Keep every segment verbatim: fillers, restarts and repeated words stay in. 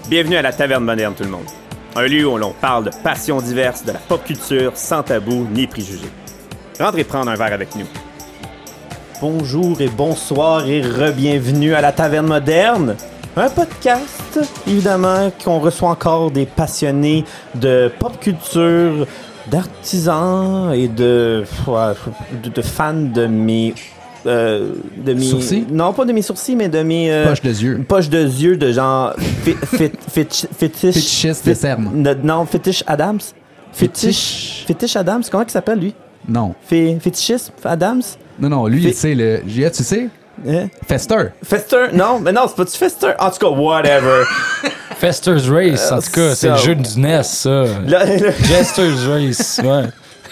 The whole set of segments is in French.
Bienvenue à la Taverne Moderne, tout le monde. Un lieu où l'on parle de passions diverses, de la pop culture, sans tabou ni préjugés. Rentrez prendre un verre avec nous. Bonjour et bonsoir et re-bienvenue à la Taverne Moderne. Un podcast, évidemment, qu'on reçoit encore des passionnés de pop culture, d'artisans et de, de, de fans de mes... Euh, de mes sourcils? Non, pas de mes sourcils, mais de mes... Euh, poches de yeux. Poches de yeux de genre... Fi, fi, fi, fétiche... Fétichiste de cernes. Non, Fétiche Adams. Fétiche... Fétiche Adams, comment il s'appelle, lui? Non. Fé, fétichisme Adams? Non, non, lui, Fé... il sait, le... J A, tu sais? Hein? Fester. Fester? Non, mais non, c'est pas du Fester. En tout cas, whatever. Fester's Race, en tout cas, c'est le jeu du N E S, ça. Le, le... Jester's Race, ouais.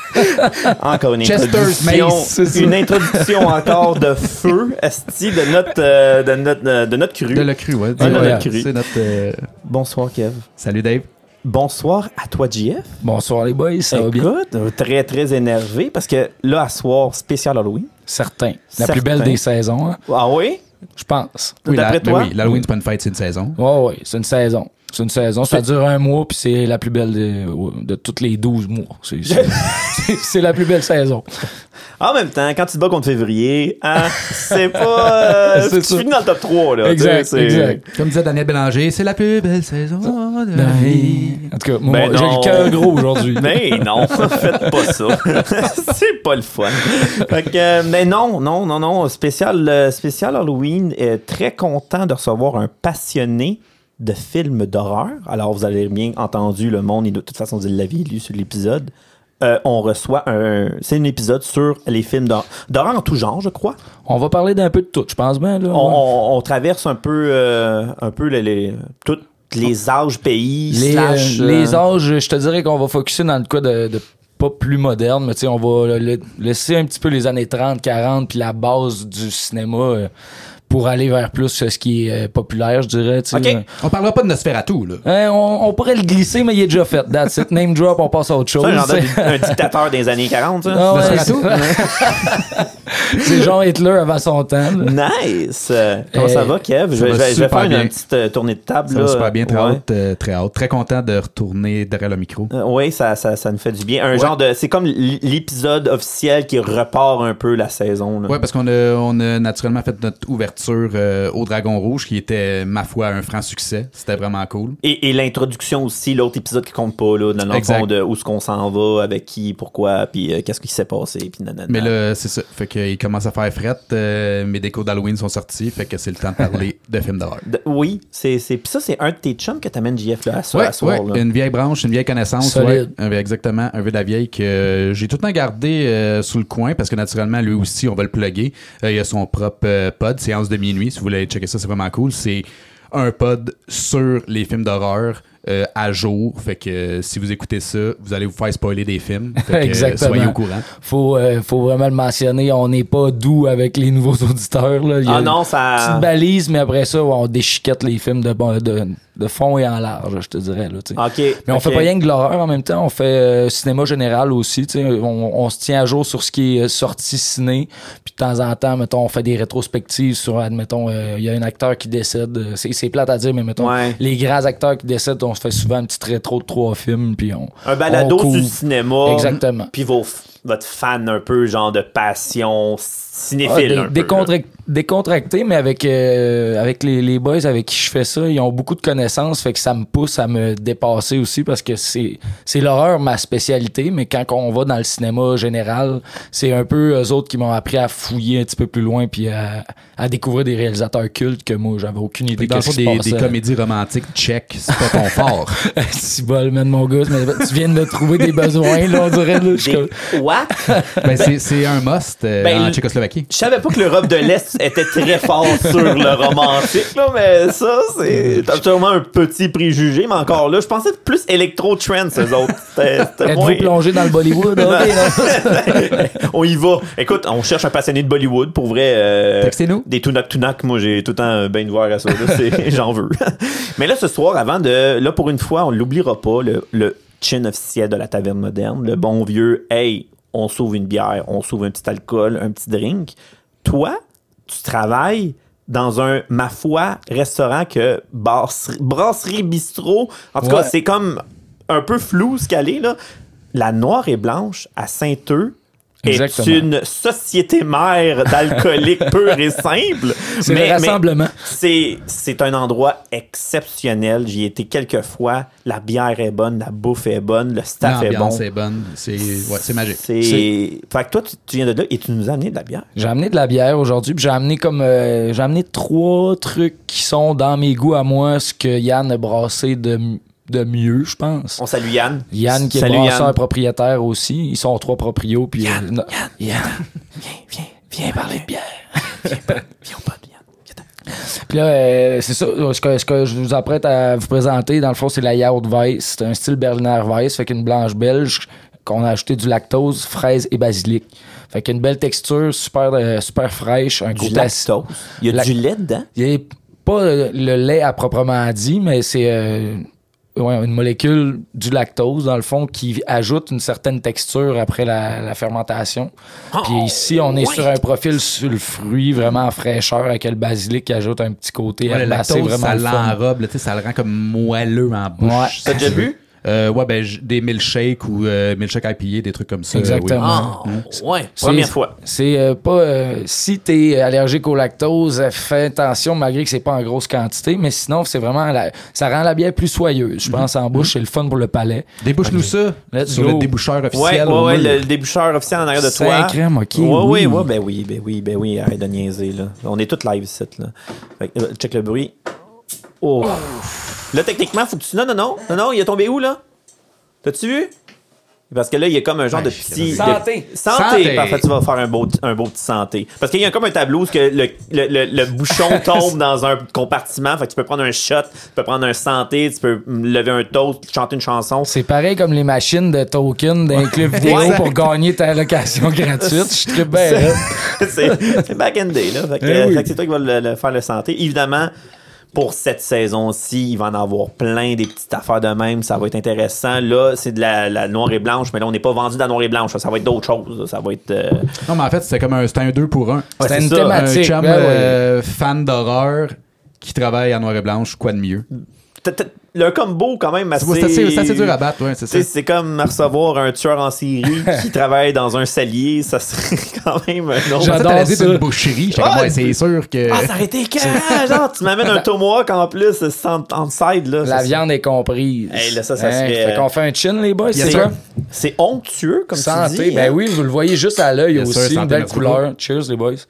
Encore une Chester's introduction, Mace, une introduction encore de feu, esti, de notre, euh, de notre, euh, de notre cru. De le cru, ouais. Ah, ouais, notre cru. C'est notre. Euh... Bonsoir, Kev. Salut, Dave. Bonsoir à toi, J F. Bonsoir, les boys, ça Écoute, va bien? très, très énervé parce que là, à soir, spécial Halloween. Certain. La Certain. plus belle des saisons, hein? Ah oui? Je pense. Oui, D'après la... toi? Ben oui, l'Halloween, c'est pas une fête, c'est une saison. Ouais, ouais, c'est une saison. C'est une saison. Ça dure un mois, puis c'est la plus belle de, de toutes les douze mois. C'est, c'est, c'est, c'est la plus belle saison. En même temps, quand tu te bats contre février, hein, c'est pas... Euh, c'est tu finis dans le top trois, là. Exact, c'est... exact. Comme disait Daniel Bélanger, c'est la plus belle saison de la vie. En tout cas, moi, Ben j'ai non. le cœur gros aujourd'hui. Mais non, faites pas ça. C'est pas le fun. Fait que, euh, mais non, non, non, non. Spécial, euh, spécial Halloween. Euh, très content de recevoir un passionné de films d'horreur. Alors, vous avez bien entendu le monde, et de toute façon, vous l'avez lu sur l'épisode. Euh, on reçoit un... C'est un épisode sur les films d'horreur, d'horreur en tout genre, je crois. On va parler d'un peu de tout, je pense bien. Là, on, ouais. on, on traverse un peu, euh, un peu les, les, tous les âges, pays, les, slash... euh, Euh... les âges, je te dirais qu'on va focusser dans le cas de... de pas plus moderne, mais tu sais, on va le, laisser un petit peu les années trente, quarante, puis la base du cinéma euh, pour aller vers plus ce qui est euh, populaire, je dirais. Tu sais. Okay. On parlera pas de Nosferatu, là. Euh, on, on pourrait le glisser, mais il est déjà fait. That's it. Name drop, on passe à autre chose. C'est un, genre de, un dictateur des années quarante, ça? Ah, ouais, Nosferatu? c'est genre Hitler avant son temps. Là. Nice! Comment Euh, ça va, Kev? Je, va je vais, je vais faire une, bien. une petite euh, tournée de table. Ça là. va super bien, très Ouais. hâte, euh, très hâte. Très content de retourner derrière le micro. Euh, oui, ça, ça, ça nous fait du bien. Un Ouais. genre de... C'est comme l'épisode officiel qui repart un peu la saison. Là. Ouais, parce qu'on a, on a naturellement fait notre ouverture euh, au Dragon Rouge, qui était, ma foi, un franc succès. C'était vraiment cool. Et, et l'introduction aussi, l'autre épisode qui compte pas, là, dans le Exact. fond de où est-ce qu'on s'en va, avec qui, pourquoi, puis euh, qu'est-ce qui s'est passé, puis nanana. Mais là, c'est ça. Fait qu'il commence à faire fret. Euh, mes décos d'Halloween sont sortis. Fait que c'est le temps de parler de films d'horreur. De- oui, c'est, c'est... Puis ça, c'est un de tes chums que t'amènes J F là, à, so- Ouais, à soir. ouais, Là. une vieille branche, une vieille connaissance. Solide. Ouais, Un- exactement, un vieux de la vieille que euh, j'ai tout le temps gardé euh, sous le coin parce que naturellement, lui aussi, on va le plugger. Euh, il a son propre euh, pod, Séance de minuit. Si vous voulez aller checker ça, c'est vraiment cool. C'est un pod sur les films d'horreur euh, à jour. Fait que euh, si vous écoutez ça, vous allez vous faire spoiler des films. Fait que, euh, Exactement. soyez au courant. Faut, euh, faut vraiment le mentionner, on n'est pas doux avec les nouveaux auditeurs. Là. Il y a Ah non, une ça... petite balise, mais après ça, on déchiquette les films de, de, de fond et en large, je te dirais. Là, tu sais. OK. Mais on OK. fait pas rien que de l'horreur en même temps, on fait euh, cinéma général aussi. Tu sais. On, on se tient à jour sur ce qui est sorti ciné. Puis de temps en temps, mettons, on fait des rétrospectives sur, admettons, il euh, y a un acteur qui décède. C'est, c'est plate à dire, mais mettons, Ouais. les grands acteurs qui décèdent, on se fait souvent une petite rétro de trois films. Puis on, Un balado on couvre. sur le cinéma. Exactement. Puis vos, votre fan un peu, genre de passion Ah, cinéphile. dé- un peu, décontrac- décontracté, mais avec, euh, avec les, les boys avec qui je fais ça, ils ont beaucoup de connaissances, fait que ça me pousse à me dépasser aussi parce que c'est, c'est l'horreur ma spécialité, mais quand on va dans le cinéma général, c'est un peu eux autres qui m'ont appris à fouiller un petit peu plus loin puis à, à découvrir des réalisateurs cultes que moi, j'avais aucune idée Fait que dans le que fond, se des, passait. des comédies romantiques, check, c'est pas ton fort. Si bol, man, mon gars, mais tu viens de me trouver des besoins, là, on dirait. Là, je suis Des... comme- What? Ben, c'est, c'est un must euh, Ben, en le- Tchécoslovaquie. Je savais pas que l'Europe de l'Est était très fort sur le romantique, là, mais ça, c'est absolument un petit préjugé, mais encore là, je pensais plus électro-trends, eux autres. C'était, c'était Êtes-vous moins... plongé dans le Bollywood? Ok, là. On y va. Écoute, on cherche un passionné de Bollywood, pour vrai. Euh, Textez-nous. Des Tunak-Tunak, moi, j'ai tout le temps bien de voir à ça. Là, c'est, j'en veux. Mais là, ce soir, avant de... Là, pour une fois, on l'oubliera pas, le, le chin officiel de la Taverne Moderne, le bon vieux, hey, on s'ouvre une bière, on s'ouvre un petit alcool, un petit drink. Toi, tu travailles dans un, ma foi, restaurant que brasserie, brasserie bistrot. En tout Ouais. cas, c'est comme un peu flou ce qu'elle est, là. La Noire et Blanche à Saint-Eustache est Exactement. une société mère d'alcooliques pure et simple. C'est Mais- le rassemblement. mais c'est, c'est un endroit exceptionnel. J'y ai été quelques fois. La bière est bonne, la bouffe est bonne, le staff est bon. L'ambiance est bonne. C'est ouais, c'est magique. C'est... C'est- Fait que toi, tu, tu viens de là et tu nous as amené de la bière. J'ai amené de la bière aujourd'hui, puis j'ai amené comme euh, j'ai amené trois trucs qui sont dans mes goûts à moi, ce que Yann a brassé de, de mieux, je pense. On salue Yann. Yann qui est Salut, brasseur Yann. propriétaire aussi. Ils sont trois proprios. Puis, Yann, euh, non- Yann, Yann. Viens, viens, viens parler de bière. viens, pas- viens au pod, Yann. Viens-t'en. Puis là, euh, c'est ça. Ce que, ce que je vous apprête à vous présenter, dans le fond, c'est la Yaourt Weiss. C'est un style Berliner Weiss, fait qu'une blanche belge qu'on a ajouté du lactose, fraise et basilic. Fait qu'une belle texture, super, euh, super fraîche, un Du goût acide. lactose. Il y a La- du lait dedans. Il n'y a pas euh, le lait à proprement dit, mais c'est euh, ouais, une molécule du lactose, dans le fond, qui ajoute une certaine texture après la, la fermentation. Puis ici, on est ouais. sur un profil sur le fruit, vraiment en fraîcheur, avec le basilic qui ajoute un petit côté Ouais, le herbacé, lactose, ça le fun. l'enrobe, là, tu sais, ça le rend comme moelleux en bouche. Ouais. T'as déjà vu? Euh, ouais, ben, j- des milkshakes ou euh, milkshakes I P A, des trucs comme ça. Exactement. Ah, ouais. C'est- Première fois. C'est euh, pas. euh, si t'es allergique au lactose, euh, fais attention malgré que c'est pas en grosse quantité, mais sinon, c'est vraiment. la- ça rend la bière plus soyeuse. Je pense en bouche, c'est le fun pour le palais. Oui. Débouche-nous ça Let's sur go. le déboucheur Ouais, officiel. ouais, au ouais, mur. le, le déboucheur officiel en arrière de toi. Cinq crèmes, ok. Ouais, oui. ouais, ouais, ben oui, ben oui, ben oui, arrête de niaiser, là. On est tous live ici, là. Fait que, euh, check le bruit. Oh. Là, techniquement, faut que tu. Non, non, non, non, non, il est tombé où, là? T'as-tu vu? Parce que là, il y a comme un genre Ouais, de je sais petit. pas. de- Santé. Santé! Santé. Parfait, tu vas faire un beau, un beau petit santé. Parce qu'il y a comme un tableau où que le, le, le, le bouchon tombe dans un compartiment. Fait que tu peux prendre un shot, tu peux prendre un santé, tu peux lever un toast, chanter une chanson. C'est pareil comme les machines de tokens d'un club vidéo Ouais. pour gagner ta location gratuite. Je suis bien là. c'est c'est back in day, là. Fait que, Eh oui. fait que c'est toi qui vas le, le faire le santé. Évidemment, pour cette saison-ci, il va en avoir plein des petites affaires de même. Ça va être intéressant. Là, c'est de la, la noire et blanche, mais là, on n'est pas vendu de la noire et blanche. Ça va être d'autres choses. là. Ça va être. euh, Non, mais en fait, c'était comme un, c'était un deux pour un. Ouais, C'était c'est une ça, thématique. Un chum ouais, ouais. euh, fan d'horreur qui travaille en noir et blanche, quoi de mieux? t'as- t'as- Le combo, quand même, assez. C'est assez, c'est assez dur à battre, ouais, c'est Tu sais, ça. c'est comme recevoir un tueur en série qui travaille dans un cellier. Ça serait quand même un autre. J'adore Ça, t'allais dire ça. une boucherie. J'étais comme, Ah, ouais, c'est sûr que. Ah, ça aurait été écœurant, genre, tu m'amènes un tomahawk en plus, c'est en, en side, là. La ça, viande est comprise. Hey, là, ça, ça Hein, serait- Fait qu'on fait un chin, les boys, c'est, c'est ça? c'est onctueux, comme tu Santé. dis. Ben hein. oui, vous le voyez juste à l'œil Bien sûr, aussi. santé, Une belle merci couleur. Cheers, les boys.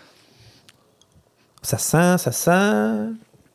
Ça sent, ça sent.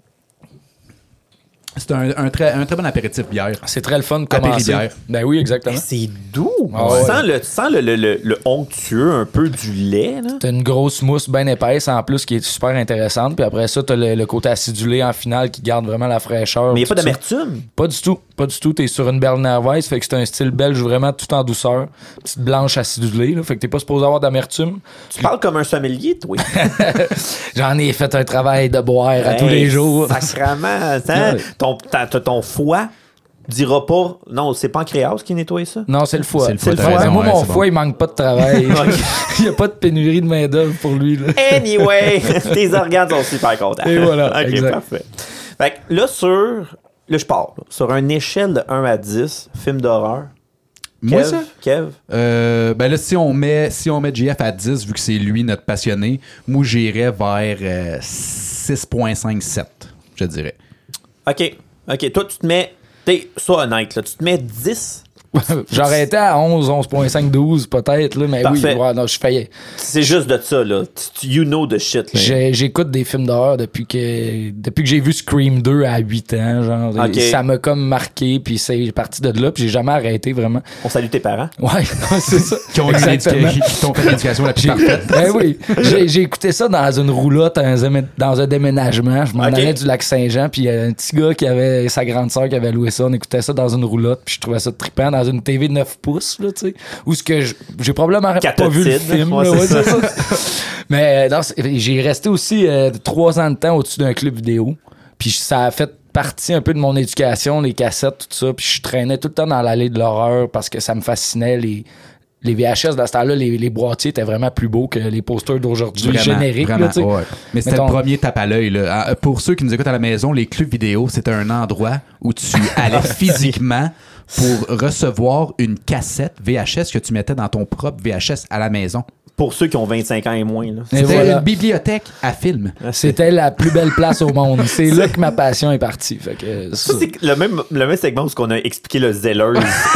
C'est un, un, très, un très bon apéritif bière. C'est très le fun de commencer. Apéribière. Ben oui, exactement. Mais c'est doux. Ah tu, ouais. sens le, tu sens le, le, le, le onctueux, un peu du lait, là. T'as une grosse mousse bien épaisse en plus qui est super intéressante. Puis après ça, t'as le, le côté acidulé en finale qui garde vraiment la fraîcheur. Mais il n'y a pas tout ça. d'amertume. Pas du tout. Pas du tout. T'es sur une Berliner Weiss. Fait que c'est un style belge vraiment tout en douceur. Petite blanche acidulée. Là, fait que t'es pas supposé avoir d'amertume. Tu parles comme un sommelier, toi. J'en ai fait un travail de boire à tous les jours. Sacrement. Hein? Ouais. Ton, ta- ta- ton foie dira pas. Non, c'est Pancréas qui nettoie ça. Non, c'est le foie. C'est le C'est le foie, foie. t'as raison, Moi, ouais, mon c'est foie, bon. il manque pas de travail. Ok. Il y a pas de pénurie de main-d'œuvre pour lui. Là. Anyway, tes organes sont super contents. Et voilà, OK, exact. parfait. Fait que là, sur. Là, je pars. là. Sur une échelle de un à dix, film d'horreur. Moi, Kev, ça? Kev. Euh, ben là, si on met, si on met J F à dix, vu que c'est lui notre passionné, moi, j'irais vers euh, six virgule cinq sept, je dirais. OK. OK. Toi, tu te mets. T'es, sois honnête, là. Tu te mets dix. J'aurais été à onze, onze virgule cinq, douze peut-être, là, mais Parfait. oui, ouais, non, je fais. C'est juste de ça, là. Tu- You know the shit, là. J'ai- J'écoute des films d'horreur depuis que depuis que j'ai vu Scream deux à huit ans, genre. Ok. Ça m'a comme marqué, puis c'est parti de là, puis j'ai jamais arrêté vraiment. On salue tes parents. Ouais, c'est ça. Qui ont eu Exactement. l'éduca- qui t'ont fait l'éducation la plus parfaite. Ben oui, j'ai j'ai écouté ça dans une roulotte, dans un, dans un déménagement. Je m'en Ok. allais du lac Saint-Jean, puis il y a un petit gars qui avait sa grande sœur qui avait loué ça. On écoutait ça dans une roulotte, puis je trouvais ça trippant dans une T V de neuf pouces, là, tu sais. Où ce que je- j'ai probablement pas vu le Catotide. film. Ouais, là, c'est ouais, ça. c'est ça. Mais euh, non, c'est- j'ai resté aussi euh, trois ans de temps au-dessus d'un club vidéo. Puis ça a fait partie un peu de mon éducation, les cassettes, tout ça. Puis je traînais tout le temps dans l'allée de l'horreur parce que ça me fascinait les les V H S de ce temps-là, les, les boîtiers étaient vraiment plus beaux que les posters d'aujourd'hui Vraiment, génériques. vraiment, Là, ouais. Mais c'était Mettons- le premier tape à l'œil. là. Ah, Pour ceux qui nous écoutent à la maison, les clubs vidéo, c'était un endroit où tu allais physiquement pour recevoir une cassette V H S que tu mettais dans ton propre V H S à la maison. Pour ceux qui ont vingt-cinq ans et moins. Là. Et C'était voilà. une bibliothèque à film. C'était la plus belle place au monde. C'est là que ma passion est partie. Fait que, Ça, ça. c'est le même, le même segment où on a expliqué le Zellers.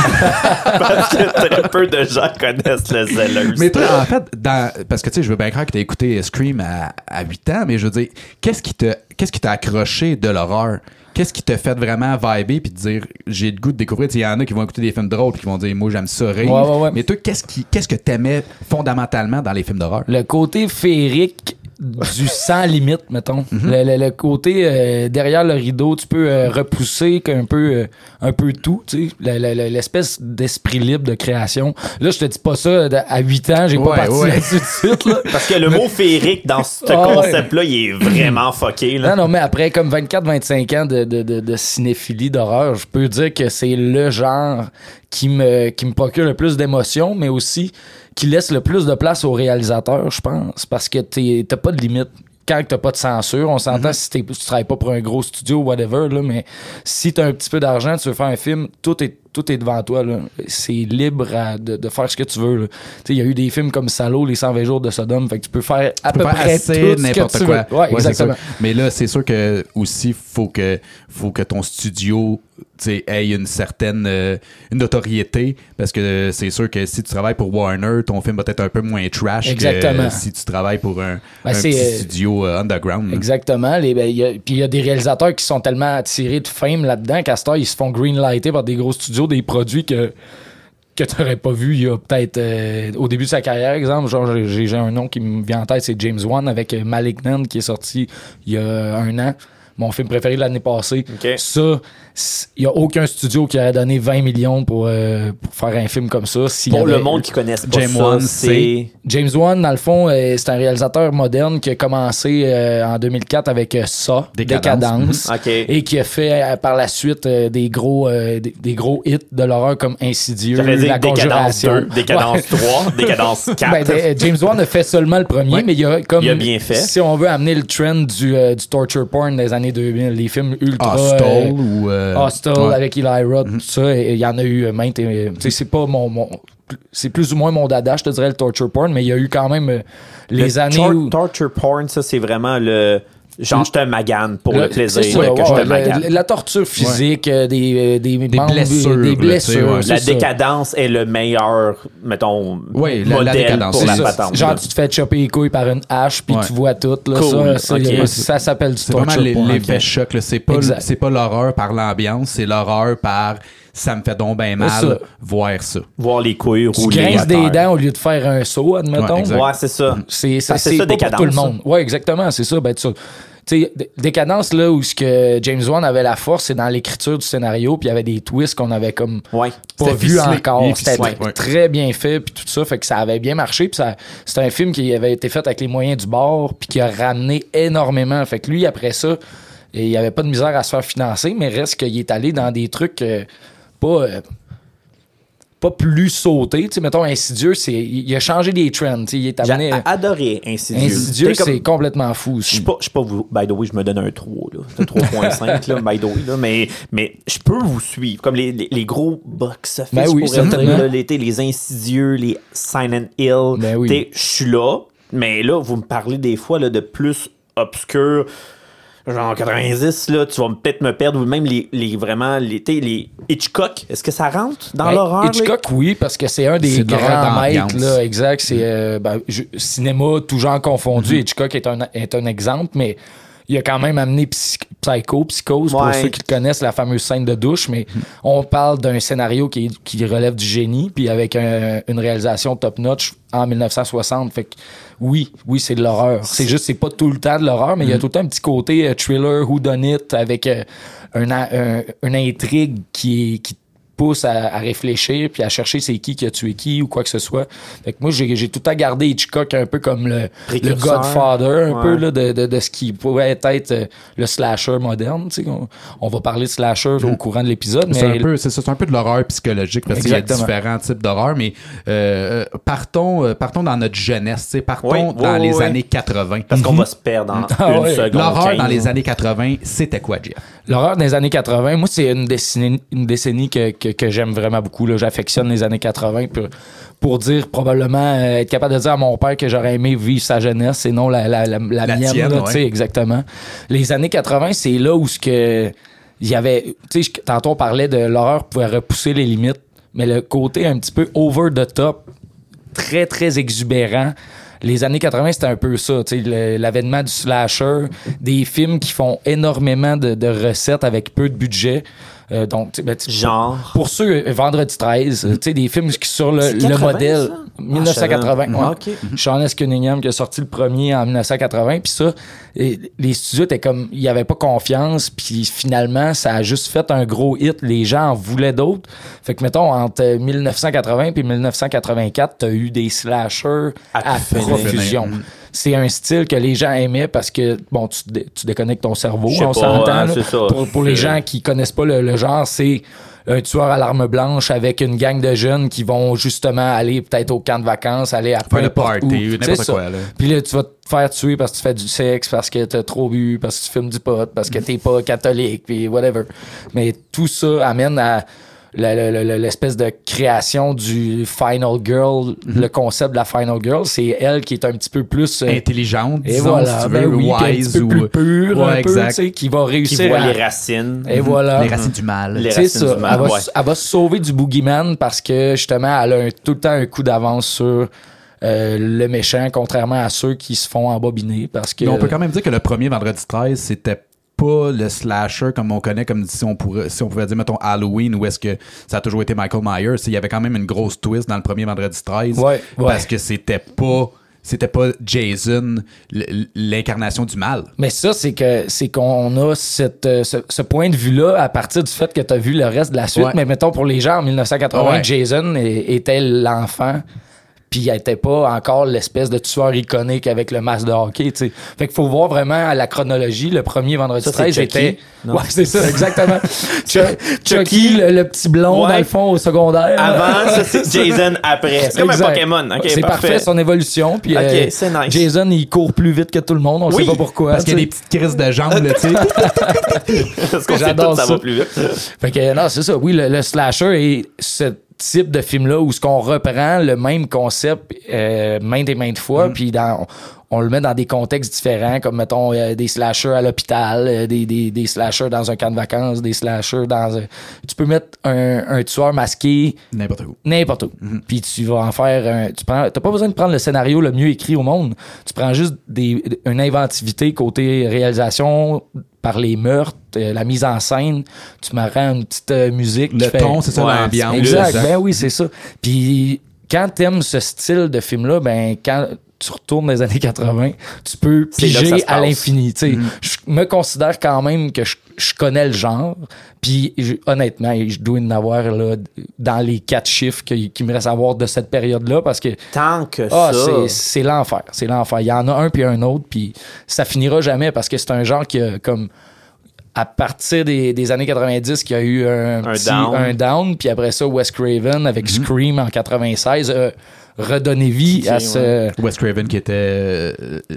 Parce que très peu de gens connaissent le Zellers. Mais toi, en fait, dans, parce que tu sais, je veux bien croire que t'as écouté Scream à, à huit ans, mais je veux dire, qu'est-ce qui t'a, qu'est-ce qui t'a accroché de l'horreur? Qu'est-ce qui t'a fait vraiment vibrer puis te dire, j'ai le goût de découvrir? Il y en a qui vont écouter des films drôles puis qui vont dire, moi, j'aime ça rire. Ouais, ouais, ouais. Mais toi, qu'est-ce, qui, qu'est-ce que t'aimais fondamentalement dans les films d'horreur? Le côté féerique du sans limite, mettons. le, le, le côté euh, derrière le rideau, tu peux euh, repousser un peu, euh, un peu tout, tu sais, le- le- le- l'espèce d'esprit libre de création. Là, je te dis pas ça de- à huit ans, j'ai Ouais, pas parti ouais. là-dessus tout de suite. Là. Parce que le mot féerique dans ce Ah, ouais. concept-là, il est vraiment fucké. Là. Non, non, mais après comme vingt-quatre vingt-cinq ans de, de, de, de cinéphilie, d'horreur, je peux dire que c'est le genre qui me, qui me procure le plus d'émotions, mais aussi qui laisse le plus de place aux réalisateurs, je pense, parce que t'es- t'as pas de limite. Quand t'as pas de censure, on s'entend si, t'es, si tu travailles pas pour un gros studio ou whatever, là, mais si t'as un petit peu d'argent, tu veux faire un film, tout est, tout est devant toi. Là. C'est libre à- de, de faire ce que tu veux. là. Tu sais, il y a eu des films comme Salo, Les cent vingt jours de Sodome, fait que tu peux faire à Tu peu peux faire près assez tout ce n'importe que tu quoi. veux. Ouais, Ouais, c'est exactement. sûr. Mais là, c'est sûr que aussi faut que faut que ton studio tu sais, ait une certaine euh, une notoriété parce que c'est sûr que si tu travailles pour Warner, ton film va être un peu moins trash Exactement. que si tu travailles pour un, Ben, un c'est, petit euh, studio euh, underground. là. Exactement. Les, ben, y a- puis il y a des réalisateurs qui sont tellement attirés de fame là-dedans qu'à ce temps, ils se font greenlighter par des gros studios, des produits que que tu n'aurais pas vu il y a peut-être euh, au début de sa carrière, exemple. Genre, j'ai, j'ai un nom qui me vient en tête, c'est James Wan avec euh, Malignant qui est sorti il y a un an. Mon film préféré de l'année passée. Ok. Ça, il n'y a aucun studio qui aurait donné vingt millions pour, euh, pour faire un film comme ça. S'il y Pour avait- le monde qui connaisse pas James ça, Wan, c'est... James Wan, dans le fond, euh, c'est un réalisateur moderne qui a commencé euh, en deux mille quatre avec euh, Ça, Décadence. Décadence, Ok. et qui a fait euh, par la suite euh, des gros euh, des, des gros hits de l'horreur comme Insidieux, J'allais dire La Décadence Conjuration. deux, Décadence Ouais. trois, Décadence quatre. Ben, de- James Wan a fait seulement le premier, Ouais. mais il y a comme Il a bien fait. si on veut amener le trend du, euh, du torture porn des années deux mille, les films ultra Hostel euh, ou euh, Hostel ouais. avec Eli Roth, tout ça, et il y en a eu euh, maintes. et, euh, tu sais, c'est pas mon, mon c'est plus ou moins mon dada, je te dirais le torture porn, mais il y a eu quand même euh, les Le années tor- où torture porn, ça, c'est vraiment le... Genre, je te magane pour le, Le- plaisir. c'est ça, ouais, que je ouais, te la, magane. la torture physique, euh, des, euh, des, Des membres, blessures, des là, blessures. tu sais, ouais. c'est La ça. décadence est le meilleur, mettons, Ouais, la- la modèle décadence, pour c'est la ça. patente. Genre, là. tu te fais chopper les couilles par une hache, puis Ouais. tu vois tout. Là, Cool, ça, ok. c'est- ça s'appelle du C'est torture vraiment l'e- porn. l'effet choc. là. C'est pas, Exact. c'est pas l'horreur par l'ambiance, c'est l'horreur par ça me fait donc bien C'est mal ça. voir ça. Voir les couilles Tu rouler. grinces à des terre. dents au lieu de faire un saut, admettons. Ouais, exact. Ouais, c'est ça. C'est Ça, c'est c'est c'est ça, pas pour Décadence, tout le ça. monde. Ouais, exactement, c'est ça. Ben, tu tu sais, Dé- Décadence, là, où ce que James Wan avait la force, c'est dans l'écriture du scénario, puis il y avait des twists qu'on avait comme Ouais. pas C'était vu ficelé. encore. Bien C'était ficelé, tr- ouais. très bien fait, puis tout ça, fait que ça avait bien marché, puis ça, c'était un film qui avait été fait avec les moyens du bord, puis qui a ramené énormément. Fait que lui, après ça, il y avait pas de misère à se faire financer, mais reste qu'il est allé dans des trucs euh, pas... euh, pas plus sauté. Tu sais, mettons, Insidieux, c'est, il a changé des trends. Tu sais, il est J'ai amené... a- adoré Insidieux. Insidieux, C'était comme- c'est complètement fou Je aussi. suis pas, je suis pas vous. By the way, je me donne un trois, là. C'est un trois virgule cinq, là, by the way, là. Mais, mais je peux vous suivre. Comme les, les, les gros box-office, Ben oui, je pourrais certainement. dire, là, les, t'sais, les Insidieux, les Silent Hill. Ben oui. T'sais, je suis là. Mais là, vous me parlez des fois, là, de plus obscur. Genre quatre-vingt-dix, là, tu vas peut-être me perdre, ou même les, les vraiment, les, t'sais, les Hitchcock, est-ce que ça rentre dans Ben, l'horreur? Hitchcock, oui, parce que c'est un des C'est de l'horreur grands maîtres, d'ambiance. là, exact. C'est euh, ben, je- cinéma, tout genre confondu. Hitchcock est un, est un exemple, mais il a quand même amené Psy- Psycho, Psychose, pour Ouais. ceux qui le connaissent, la fameuse scène de douche, mais on parle d'un scénario qui, est- qui relève du génie, puis avec un- une réalisation top-notch en dix-neuf cent soixante. Fait que oui, oui, c'est de l'horreur. C'est juste, c'est pas tout le temps de l'horreur, mais il y a tout le temps un petit côté euh, thriller, whodunit, avec euh, un, a- un- une intrigue qui est... Qui pousse à, à réfléchir puis à chercher c'est qui qui a tué qui ou quoi que ce soit. Fait que moi, j'ai, j'ai tout le temps gardé Hitchcock un peu comme le, le Godfather, un ouais. peu là, de, de, de ce qui pourrait être euh, le slasher moderne. On, on va parler de slasher mmh. au courant de l'épisode. C'est, mais un peu, c'est, c'est un peu de l'horreur psychologique parce Exactement. qu'il y a différents types d'horreur, mais euh, partons, euh, partons dans notre jeunesse, partons oui, dans oui, les oui. années quatre-vingts. Parce qu'on mmh. va se perdre en ah, une ouais. seconde. L'horreur quinze. Dans les années quatre-vingts, c'était quoi, Jeff? L'horreur des années quatre-vingts, moi, c'est une décennie, une décennie que, que, que j'aime vraiment beaucoup. Là. J'affectionne les années quatre-vingts pour, pour dire, probablement, euh, être capable de dire à mon père que j'aurais aimé vivre sa jeunesse et non la, la, la, la, la mienne. Tienne, là, ouais. Exactement. Les années quatre-vingts, c'est là où ce que il y avait... Tu sais, tantôt, on parlait de l'horreur pouvait repousser les limites, mais le côté un petit peu over the top, très, très exubérant. Les années quatre-vingts, c'était un peu ça, tu sais, le, l'avènement du slasher, des films qui font énormément de, de recettes avec peu de budget. Euh, donc, ben, genre pour, pour ceux Vendredi treize, tu sais, des films qui sur le, le modèle ça? dix-neuf cent quatre-vingts. Ah, ouais. okay. Sean S. Cunningham qui a sorti le premier en dix-neuf cent quatre-vingts, puis ça, et, les studios étaient comme, ils avaient pas confiance, puis finalement, ça a juste fait un gros hit. Les gens en voulaient d'autres. Fait que mettons entre dix-neuf cent quatre-vingts puis dix-neuf cent quatre-vingt-quatre, t'as eu des slashers à, à profusion. C'est un style que les gens aimaient parce que, bon, tu, dé- tu déconnectes ton cerveau, on pas, s'entend. Hein, c'est ça. Pour, pour les gens qui connaissent pas le, le genre, c'est un tueur à l'arme blanche avec une gang de jeunes qui vont justement aller peut-être au camp de vacances, aller à peu importe où. N'importe quoi, là. Puis là, tu vas te faire tuer parce que tu fais du sexe, parce que t'as trop bu, parce que tu fumes du pot, parce que t'es pas catholique, puis whatever. Mais tout ça amène à... La, la, la, l'espèce de création du Final Girl, mm-hmm. le concept de la Final Girl, c'est elle qui est un petit peu plus euh, intelligente, et disons, voilà, si tu ben veux, oui, wise un petit peu ou plus pure, ouais, un peu, tu sais, qui va réussir qui voit à... les racines, et mm-hmm. voilà, les racines du mal, les c'est racines ça. du mal, elle, va, ouais. elle va se sauver du boogeyman parce que justement, elle a un, tout le temps un coup d'avance sur euh, le méchant, contrairement à ceux qui se font embobiner, parce que. Mais on peut quand même dire que le premier Vendredi treize, c'était pas le slasher comme on connaît, comme si on pourrait, si on pouvait dire, mettons, Halloween, où est-ce que ça a toujours été Michael Myers. Il y avait quand même une grosse twist dans le premier Vendredi treize. Ouais, ouais. Parce que c'était pas... C'était pas Jason, l'incarnation du mal. Mais ça, c'est que c'est qu'on a cette, ce, ce point de vue-là à partir du fait que tu as vu le reste de la suite. Ouais. Mais mettons, pour les gens, en dix-neuf cent quatre-vingts, ouais. Jason était l'enfant. Puis il n'était pas encore l'espèce de tueur iconique avec le masque de hockey, tu sais. Fait qu'il faut voir vraiment la chronologie. Le premier Vendredi treize était... Non. Ouais, c'est ça, exactement. Ch- Chucky, le, le petit blond, ouais. dans le fond, au secondaire. Avant, ça, c'est Jason après. C'est comme exact. Un Pokémon. Okay, c'est parfait. parfait, son évolution. Puis okay, euh, c'est nice. Jason, il court plus vite que tout le monde. On ne oui. sait pas pourquoi. Parce qu'il y a des petites crises de jambes, tu sais. Parce qu'on J'adore sait tout, ça. Ça va plus vite. Fait que, non, c'est ça. Oui, le, le slasher est... cette type de film-là où ce qu'on reprend le même concept euh, maintes et maintes fois, mm. puis dans, on, on le met dans des contextes différents, comme mettons euh, des slashers à l'hôpital, euh, des, des, des slashers dans un camp de vacances, des slashers dans... Euh, tu peux mettre un, un tueur masqué... N'importe où. N'importe où. Mm-hmm. Puis tu vas en faire... Un, tu prends, t'as pas besoin de prendre le scénario le mieux écrit au monde. Tu prends juste des, une inventivité côté réalisation... par les meurtres, euh, la mise en scène, tu m'as rends une petite euh, musique. Le ton, fait... c'est ça, ouais, l'ambiance. Exact, exact, ben oui, c'est ça. Puis quand t'aimes ce style de film-là, ben quand tu retournes dans les années quatre-vingts, tu peux piger à l'infini. Mm-hmm. Je me considère quand même que je, je connais le genre, puis je, honnêtement, je dois en avoir là, dans les quatre chiffres qui, qui me restent à voir de cette période-là, parce que... Tant que ah, ça... C'est, c'est l'enfer, c'est l'enfer. Il y en a un puis un autre, puis ça finira jamais, parce que c'est un genre qui a comme... à partir des, des années quatre-vingt-dix, qu'il y a eu un, un petit, down. un down, puis après ça, Wes Craven avec mm-hmm. Scream en quatre-vingt-seize, euh, redonner vie okay, à ce... Ouais. Wes Craven qui était euh,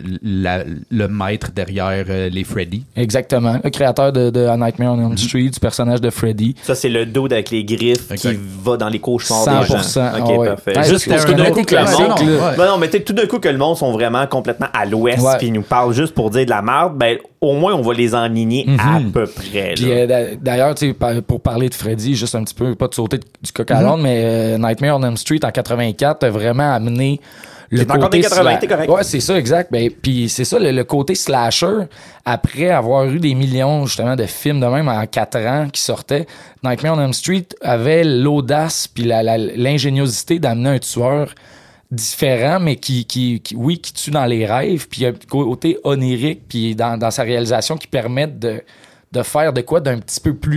la, le maître derrière euh, les Freddy. Exactement, le créateur de, de A Nightmare on Elm mm-hmm. Street, du personnage de Freddy. Ça, c'est le dude avec les griffes exact. Qui va dans les cauchemars cent pour des cent. gens. OK, oh, ouais. parfait. Ouais, juste parce que d'un coup que le monde... Ouais. Ben non, mais tout d'un coup que le monde sont vraiment complètement à l'ouest, ouais. puis ils nous parlent juste pour dire de la merde, ben au moins, on va les enligner mm-hmm. à peu près. Puis, euh, d'ailleurs, pour parler de Freddy, juste un petit peu, pas de sauter du coq à l'âne, mm-hmm. mais euh, Nightmare on Elm Street en quatre-vingt-quatre a vraiment amené le c'est côté encore des quatre-vingts, sla- t'es correct. Ouais, c'est ça, exact. Ben, puis c'est ça, le, le côté slasher, après avoir eu des millions, justement, de films de même en quatre ans qui sortaient, Nightmare on Elm Street avait l'audace puis la, la, l'ingéniosité d'amener un tueur différent, mais qui, qui, qui, oui, qui tue dans les rêves, puis il y a un côté onirique, puis dans, dans sa réalisation qui permet de, de faire de quoi d'un petit peu plus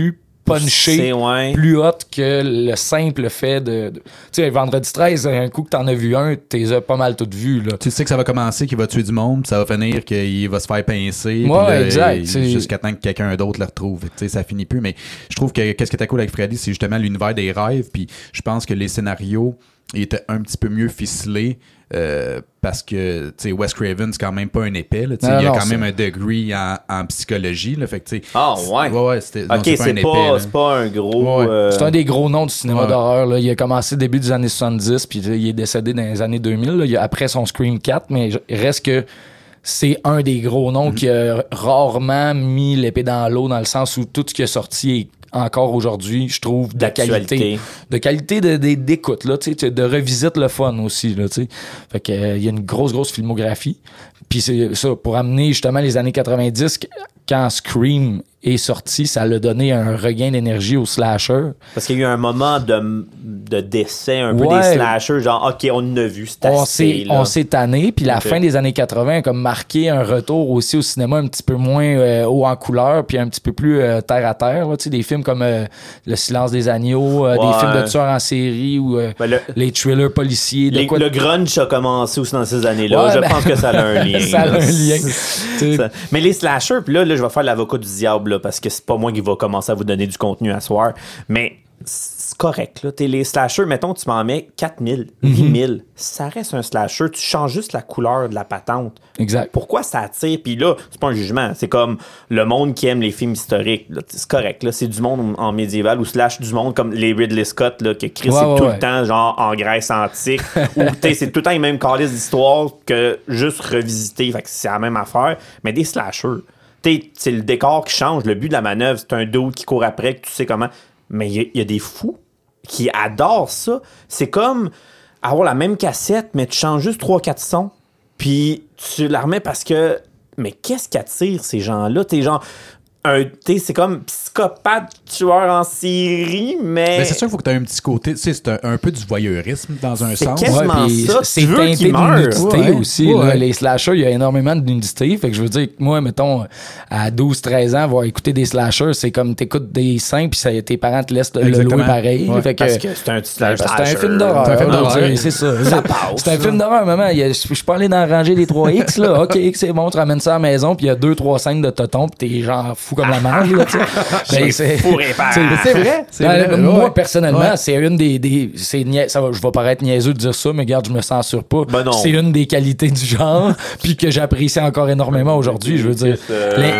punché, ouais. plus hot que le simple fait de... de... Tu sais, Vendredi treize, un coup que t'en as vu un, t'es pas mal toutes vues, là. Tu sais que ça va commencer, qu'il va tuer du monde, puis ça va finir qu'il va se faire pincer, ouais, là, exact. Et, jusqu'à temps que quelqu'un d'autre le retrouve. Tu sais, ça finit plus, mais je trouve que qu'est-ce qui était cool avec Freddy, c'est justement l'univers des rêves, puis je pense que les scénarios étaient un petit peu mieux ficelés. Euh, parce que tu sais Wes Craven c'est quand même pas un épais là, il y a non, quand c'est... même un degree en, en psychologie là, fait que tu sais ah ouais ouais ouais c'était ok non, c'est, c'est, pas, un pas, épais, c'est pas un gros ouais. euh... c'est un des gros noms du cinéma ouais. d'horreur là. Il a commencé début des années soixante-dix puis il est décédé dans les années deux mille là. Il a, après son Scream quatre, mais il reste que c'est un des gros noms mm-hmm. qui a rarement mis l'épée dans l'eau, dans le sens où tout ce qui est sorti est encore aujourd'hui, je trouve, de qualité. De qualité de, de, d'écoute, là, tu sais, de revisite le fun aussi, là, tu sais. Fait que, euh, il y a une grosse, grosse filmographie. Puis c'est ça, pour amener justement les années quatre-vingt-dix, quand Scream est sorti, ça l'a donné un regain d'énergie au slasher. Parce qu'il y a eu un moment de, de décès un peu ouais. des slashers, genre, OK, on en a vu, c'est on assez, s'est, là. On s'est tanné, puis la okay. fin des années quatre-vingts a comme marqué un retour aussi au cinéma un petit peu moins euh, haut en couleur, puis un petit peu plus euh, terre à terre, là, tu sais, des films comme euh, Le silence des agneaux, euh, ouais. des films de tueurs en série, ou euh, ben le, les thrillers policiers. De les, quoi le grunge a commencé aussi dans ces années-là. Ouais, je ben... pense que ça a un lien. ça a un lien. ça. Mais les slashers, puis là, là, je vais faire l'avocat du diable, là, parce que c'est pas moi qui va commencer à vous donner du contenu à soir, mais c'est correct, là. T'es les slashers, mettons, tu m'en mets quatre mille, huit mille, mm-hmm. ça reste un slasher, tu changes juste la couleur de la patente. Exact. Pourquoi ça attire? Puis là, c'est pas un jugement, c'est comme le monde qui aime les films historiques, là. C'est correct, là, c'est du monde en médiéval ou slash du monde comme les Ridley Scott, là, que Chris ouais, c'est ouais, tout ouais. le temps, genre, en Grèce antique, ou t'sais, c'est tout le temps les mêmes calices d'histoire que juste revisiter, fait que c'est la même affaire, mais des slashers. T'sais, c'est le décor qui change, le but de la manœuvre, c'est un dude qui court après, que tu sais comment. Mais il y, y a des fous qui adorent ça. C'est comme avoir la même cassette, mais tu changes juste trois quatre sons, puis tu la remets parce que... Mais qu'est-ce qui attire ces gens-là? T'es genre... Un, c'est comme psychopathe tueur en série, mais... mais c'est sûr qu'il faut que tu aies un petit côté, tu sais, c'est un, un peu du voyeurisme dans un c'est sens. C'est quasiment ouais, ça, c'est tu veux teinté qu'il meure. de nudité ouais, aussi. ouais. Là, les slashers, il y a énormément de nudité. Fait que je veux dire, moi, mettons, à douze treize ans, voir écouter des slashers, c'est comme t'écoutes des seins puis ça, tes parents te laissent le louer pareil. Ouais, fait que, parce que c'est un petit slasher. C'est un film d'horreur. C'est un film d'horreur. C'est ça. Ça passe. C'est un film d'horreur, maman. Je suis pas allé dans la rangée des trois X, là. OK, c'est bon, tu ramènes ça à la maison puis il y a deux trois scènes de toton puis t'es genre fou comme la marge, là, tu sais. C'est fou C'est vrai. C'est ben, vrai. Moi, ouais. personnellement, ouais. c'est une des. des c'est nia... ça va, je vais paraître niaiseux de dire ça, mais regarde, je me censure pas. Ben non. C'est une des qualités du genre, puis que j'apprécie encore énormément aujourd'hui. Je veux dire. Euh... Les...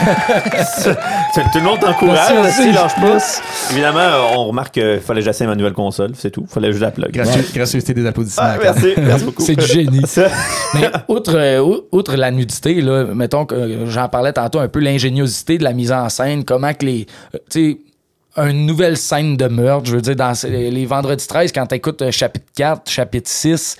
Tout le monde t'encourage, aussi, lâche pas. Évidemment, on remarque qu'il fallait que j'essaie ma nouvelle console, c'est tout. Il fallait juste la plug. Gratuité, gratuité des applaudissements. Ah, merci, merci beaucoup. C'est du génie. Mais outre, euh, outre la nudité, là, mettons que euh, j'en parlais tantôt un peu, l'ingéniosité de la mise en scène, comment que les. Euh, tu sais, une nouvelle scène de meurtre, je veux dire, dans les Vendredi treize, quand t'écoutes euh, chapitre quatre, chapitre six,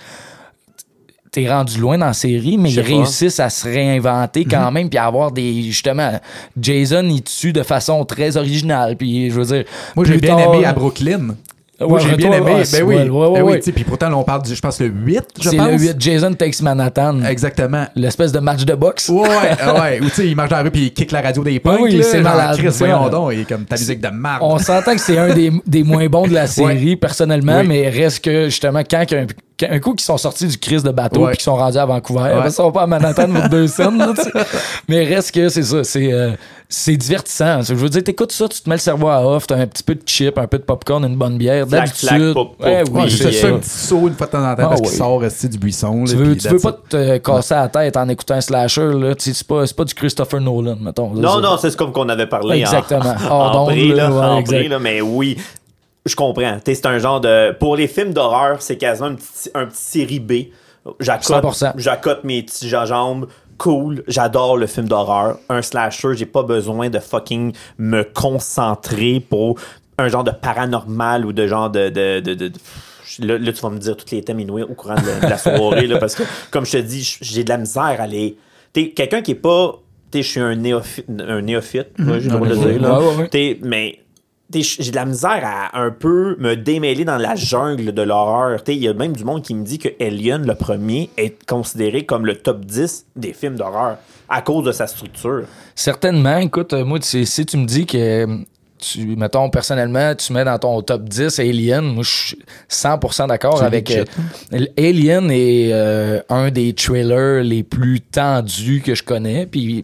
t'es rendu loin dans la série, mais ils réussissent à se réinventer quand mm-hmm. même, puis à avoir des... Justement, Jason, il tue de façon très originale, puis je veux dire... Moi, j'ai bien tard, aimé à Brooklyn. Ouais, moi, j'ai bien aimé. Ouais, ben oui. ouais, ouais, ben ouais. oui. Puis pourtant, là, on parle du, je pense, le huit, je c'est pense. C'est le huit, Jason Takes Manhattan. Exactement. L'espèce de match de boxe. Ouais, ouais. Ou tu sais, il marche dans la rue puis il kick la radio des punks. Oui, là, c'est malade. Chris, voyons donc, il est comme ta musique de marde. On s'entend que c'est un des, des moins bons de la série, ouais. personnellement, oui. mais reste que, justement, quand un, un coup qu'ils sont sortis du Christ de bateau puis qu'ils sont rendus à Vancouver, ouais. ils sont pas à Manhattan pour deux scènes, là, mais reste que c'est ça, c'est... Euh, c'est divertissant. Je veux dire, t'écoutes ça, tu te mets le cerveau à off, t'as un petit peu de chip, un peu de popcorn, une bonne bière. D'habitude. Ouais, oui, je fais un petit saut une fois de temps en temps ah, parce oui. qu'il sort aussi du buisson. Tu là, veux, tu veux pas te casser la tête en écoutant un slasher, là. C'est pas, c'est pas du Christopher Nolan, mettons. Non, ça. non, c'est comme qu'on avait parlé. Exactement. En, en, pré, là, ouais, en exact. pré, là, mais oui. Je comprends. T'sais, c'est un genre de. Pour les films d'horreur, c'est quasiment un petit, un petit série B. J'accote, j'accote mes petits jambes. Cool, j'adore le film d'horreur. Un slasher, j'ai pas besoin de fucking me concentrer pour un genre de paranormal ou de genre de... de, de, de, de... Là, là, tu vas me dire tous les thèmes inouïs au courant de la, de la soirée, là, parce que, comme je te dis, j'ai de la misère à les... T'es quelqu'un qui est pas... T'es, je suis un néophyte, un néophyte, mmh, ouais, j'ai le droit de le dire, là. Ouais, ouais, ouais. T'es, mais... j'ai de la misère à un peu me démêler dans la jungle de l'horreur. Il y a même du monde qui me dit que Alien, le premier, est considéré comme le top dix des films d'horreur à cause de sa structure. Certainement. Écoute, moi, si tu me dis que tu, mettons, personnellement, tu mets dans ton top dix Alien, moi, je suis cent pour cent d'accord C'est avec... legit. Euh, Alien est euh, un des trailers les plus tendus que je connais, puis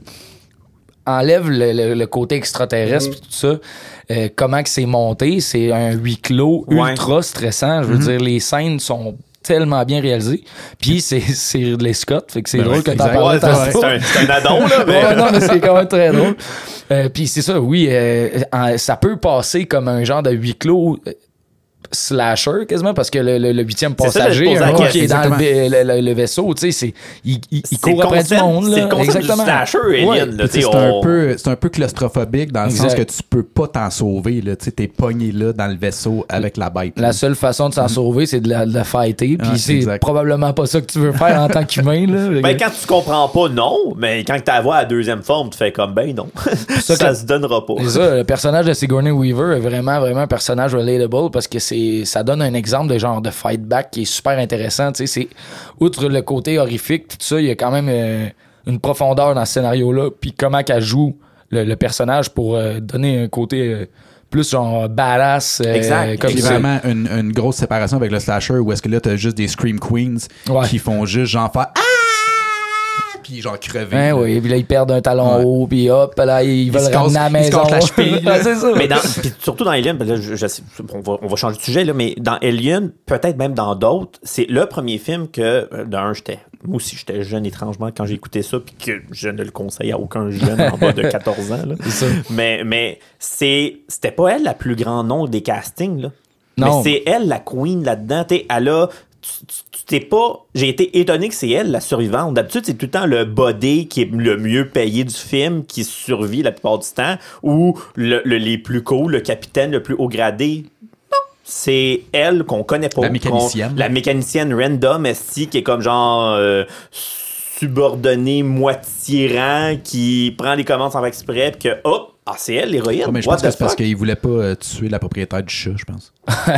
enlève le, le, le côté extraterrestre pis tout ça. Euh, comment que c'est monté, c'est un huis clos Ouais. ultra stressant. Je veux Mm-hmm. dire, les scènes sont tellement bien réalisées. Puis c'est, c'est Ridley Scott, fait que c'est Ben drôle ouais, que t'en exact. parles Ouais, c'est, c'est, un, c'est un addon, là. Mais... Ouais, non, mais c'est quand même très drôle. Euh, puis c'est ça, oui, euh, en- ça peut passer comme un genre de huis clos euh, slasher quasiment parce que le, le, le huitième C'est ça, passager, j'allais te un poser la gars qui est dans le, question, le, le- le vaisseau, tu sais, c'est il, il, il C'est court le après concept- du monde c'est là. le concept Exactement. du slasher, Alien, Ouais. là. Puis, tu sais, T'sais, c'est un on- peu c'est un peu claustrophobique dans le Exact. sens que tu peux pas t'en sauver là, tu sais, t'es pogné là dans le vaisseau avec la bête. La seule façon de s'en sauver, c'est de la, de la fighter. Puis Ouais, c'est exact. probablement pas ça que tu veux faire en tant qu'humain. Là. Ben, quand tu comprends pas, non. Mais quand tu la vois à la deuxième forme, tu fais comme, ben non. ça que- se donnera pas. C'est ça, le personnage de Sigourney Weaver est vraiment, vraiment un personnage relatable parce que c'est, ça donne un exemple de genre de fight back qui est super intéressant. Tu sais, c'est, outre le côté horrifique, tout ça, il y a quand même euh, une profondeur dans ce scénario-là. Puis comment qu'elle joue le, le personnage pour euh, donner un côté euh, plus genre badass. euh, Exact. comme C'est ça. vraiment une, une grosse séparation avec le slasher où est-ce que là t'as juste des scream queens Ouais. qui font juste genre faire ah puis genre crever. Hein, là. oui, puis là, ils perdent un talon Ouais. haut, puis hop, là, ils veulent se ramener cassent- à la ils se maison. cassent la cheville, là. Ouais, c'est ça. Mais dans, pis surtout dans Alien, ben là, je, je sais, on, va, on va changer de sujet, là, mais dans Alien, peut-être même dans d'autres, c'est le premier film que, euh, d'un, j'étais, moi aussi, j'étais jeune étrangement quand j'ai écouté ça, puis que je ne le conseille à aucun jeune en bas de quatorze ans. Là. C'est ça. Mais, mais c'est, c'était pas elle la plus grand nom des castings, là. Non. Mais c'est elle la queen là-dedans. T'sais, elle a. Tu tu- tu t'es pas. J'ai été étonné que c'est elle la survivante. D'habitude, c'est tout le temps le body qui est le mieux payé du film qui survit la plupart du temps ou le, le- les plus cool, le capitaine le plus haut gradé. Non. C'est elle qu'on connaît pas. La mécanicienne. Qu'on- la mécanicienne random, esti, qui est comme genre. Euh, subordonnée, moitié rang, qui prend les commandes sans faire exprès, puis que, hop, ah, c'est elle, l'héroïne. Ouais, mais je What pense que the c'est parce fuck? qu'il voulait pas euh, tuer la propriétaire du chat, je pense.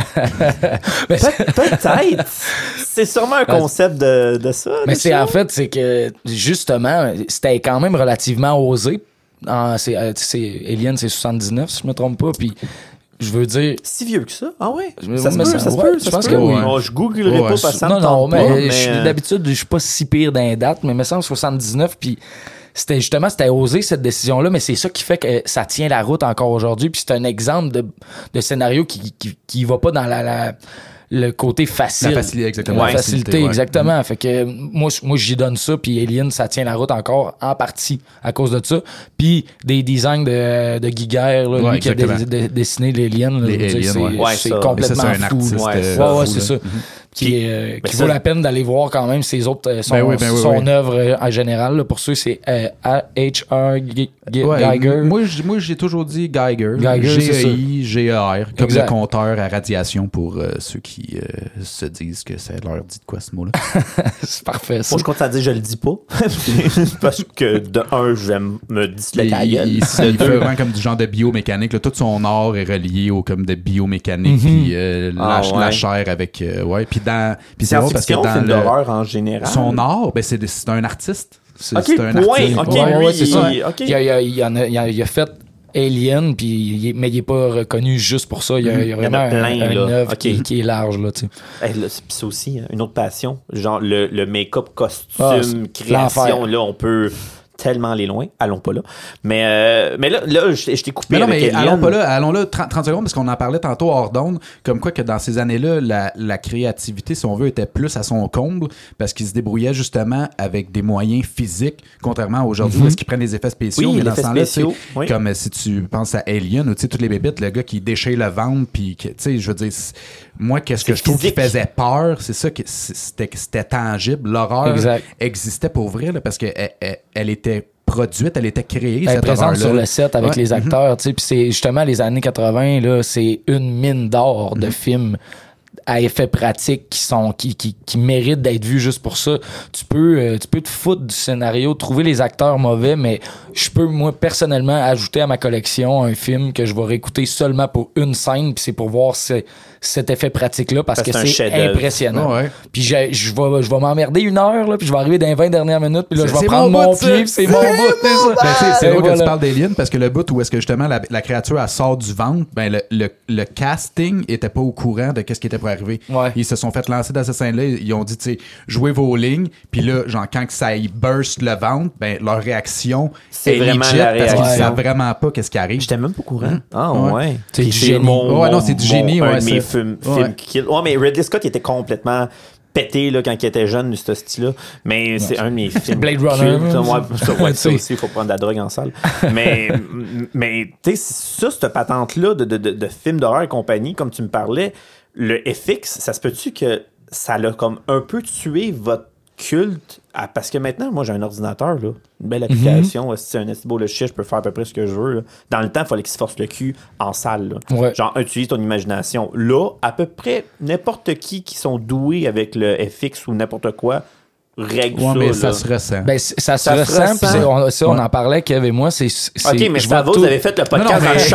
Mais c'est- Pe- Peut-être. C'est sûrement un concept de, de ça. Mais de c'est ça. en fait, c'est que justement, c'était quand même relativement osé. En- c'est, euh, c'est, Alien, c'est soixante-dix-neuf, si je me trompe pas. Puis, je veux dire. Si vieux que ça? Ah ouais? Je- Ça se mais peut, ça- ça se ouais, peut. je ça pense se que peut. oui. Bon, je googlerai Ouais, pas parce que ça non, me non, tente mais, pas, je mais, suis- euh, d'habitude, je suis pas si pire dans les dates, mais il me semble soixante-dix-neuf. Puis, c'était justement, c'était osé cette décision-là, mais c'est ça qui fait que ça tient la route encore aujourd'hui. Puis, c'est un exemple de, de scénario qui, qui, qui va pas dans la. la le côté facile. La facilité, exactement. La Ouais, facilité, facilité, ouais. exactement. Fait que moi, moi j'y donne ça, puis Alien, ça tient la route encore en partie à cause de ça. Puis des designs de, de Guy Guerre, là, Ouais, lui qui a dé- exactement. dé- dessiné les aliens. là, Les je veux dire, aliens, c'est, ouais. Ouais, c'est ça. complètement Mais ça, c'est un fou. artiste, là. Ouais, euh, Ouais, ouais, fou, c'est là. ça. Qui, euh, Mais qui ça- vaut la peine d'aller voir quand même ses autres, euh, son, Ben oui, ben oui, son oui. œuvre euh, en général. Là, pour ceux, c'est euh, H R G- G- Ouais, Geiger. Moi, j- moi, j'ai toujours dit Geiger. Geiger, c'est ça. G E I G E R. Comme Exact. le compteur à radiation pour euh, ceux qui euh, se disent que ça leur dit de quoi ce mot-là. C'est parfait, ça. moi, je continue à dire je le dis pas. Parce que, de un, je vais me disloquer la il, gueule. il- il De fait deux, vraiment comme du genre de biomécanique. Là. Tout son art est relié au comme de biomécanique. Mhm. Puis euh, Ah, la, ouais. la chair avec. euh, ouais. Puis dans. Puis c'est drôle parce que science-fiction, dans film le, d'horreur en général. son art, ben c'est, c'est un artiste. C'est, Ok, c'est un point. artiste. Ok, Ouais, ouais, lui, c'est ça. il- ok. Il, a, il, a, il, en a, il, a, il a fait Alien, puis il est- mais il est pas reconnu juste pour ça. Il y a, il y a Il y en vraiment a plein, un, une là. œuvre Ok. qui, qui est large. Là, tu sais. Hey, là, c'est, pis c'est aussi hein, une autre passion. Genre le, le make-up, costume, Ah, c'est création. l'enfer. Là, on peut tellement aller loin. Allons pas là. Mais, euh, mais là, là je, t'ai- je t'ai coupé Mais non, avec mais Alien. allons pas là, allons là trente, trente secondes parce qu'on en parlait tantôt hors d'onde, comme quoi que dans ces années-là, la, la créativité, si on veut, était plus à son comble parce qu'ils se débrouillaient justement avec des moyens physiques, contrairement à aujourd'hui où est-ce qu'ils prennent des effets spéciaux. Oui, mais dans l'effet ce temps-là, tu sais, spéciaux, oui. comme euh, si tu penses à Alien ou tu sais, toutes les bébites, le gars qui déchire le ventre, puis que, tu sais, je veux dire, c'est- moi, qu'est-ce que C'est je trouve qui physique. faisait peur, c'est ça, que c'était, c'était tangible. L'horreur Exact. existait pour vrai là, parce qu'elle elle, elle était produite, elle était créée, Elle est cette présente horreur-là. sur le set avec Ouais. les acteurs. Tu sais, puis c'est justement les années quatre-vingts, là, c'est une mine d'or Mhm. de films à effets pratiques qui sont qui, qui, qui méritent d'être vus juste pour ça. Tu peux euh, tu peux te foutre du scénario, trouver les acteurs mauvais, mais je peux moi personnellement ajouter à ma collection un film que je vais réécouter seulement pour une scène, puis c'est pour voir ce, cet effet pratique là parce, parce que c'est impressionnant. Oh ouais. Puis je je vais je vais m'emmerder une heure là, puis je vais arriver dans les vingt dernières minutes, puis là je vais prendre mon, mon pied, puis c'est mon bout, c'est ça. Ben, c'est drôle voilà. que tu parles d'Alien parce que le bout où est-ce que justement la, la créature elle sort du ventre, ben le, le, le casting était pas au courant de qu'est-ce qui était pour arriver. Ouais. Ils se sont fait lancer dans cette scène-là, ils ont dit tu sais jouez vos lignes, puis là genre quand que ça y burst le ventre, ben leur réaction c'est vraiment legit la réaction. Parce qu'ils savent vraiment pas qu'est-ce qui arrive. J'étais même pas au courant. Mmh. Ah ouais. ouais. C'est du génie. Mon, ouais non c'est du génie. Mon, ouais, un de mes films, ouais. films qui ouais mais Ridley Scott il était complètement pété là, quand il était jeune, ce style-là. Mais c'est un de mes films. Blade Runner. Moi, ça, ouais, ça aussi, il faut prendre de la drogue en salle. Mais, mais tu sais, ça, cette patente-là de, de, de, de films d'horreur et compagnie, comme tu me parlais, le F X, ça se peut-tu que ça l'a comme un peu tué votre culte? À, parce que maintenant, moi, j'ai un ordinateur, là, une belle application. Mm-hmm. Si c'est un S beau le chien, je peux faire à peu près ce que je veux. Là. Dans le temps, il fallait qu'il se force le cul en salle. Là. Ouais. Genre, utilise ton imagination. Là, à peu près n'importe qui qui sont doués avec le F X ou n'importe quoi règle ouais, ça. Mais là. ça se ressent. Ben, ça, ça se ressent. ressent. Puis on, ça, on ouais. en parlait, Kev et moi. C'est, c'est, OK, mais ça va, tout... vous avez fait le podcast non, non, mais... dans le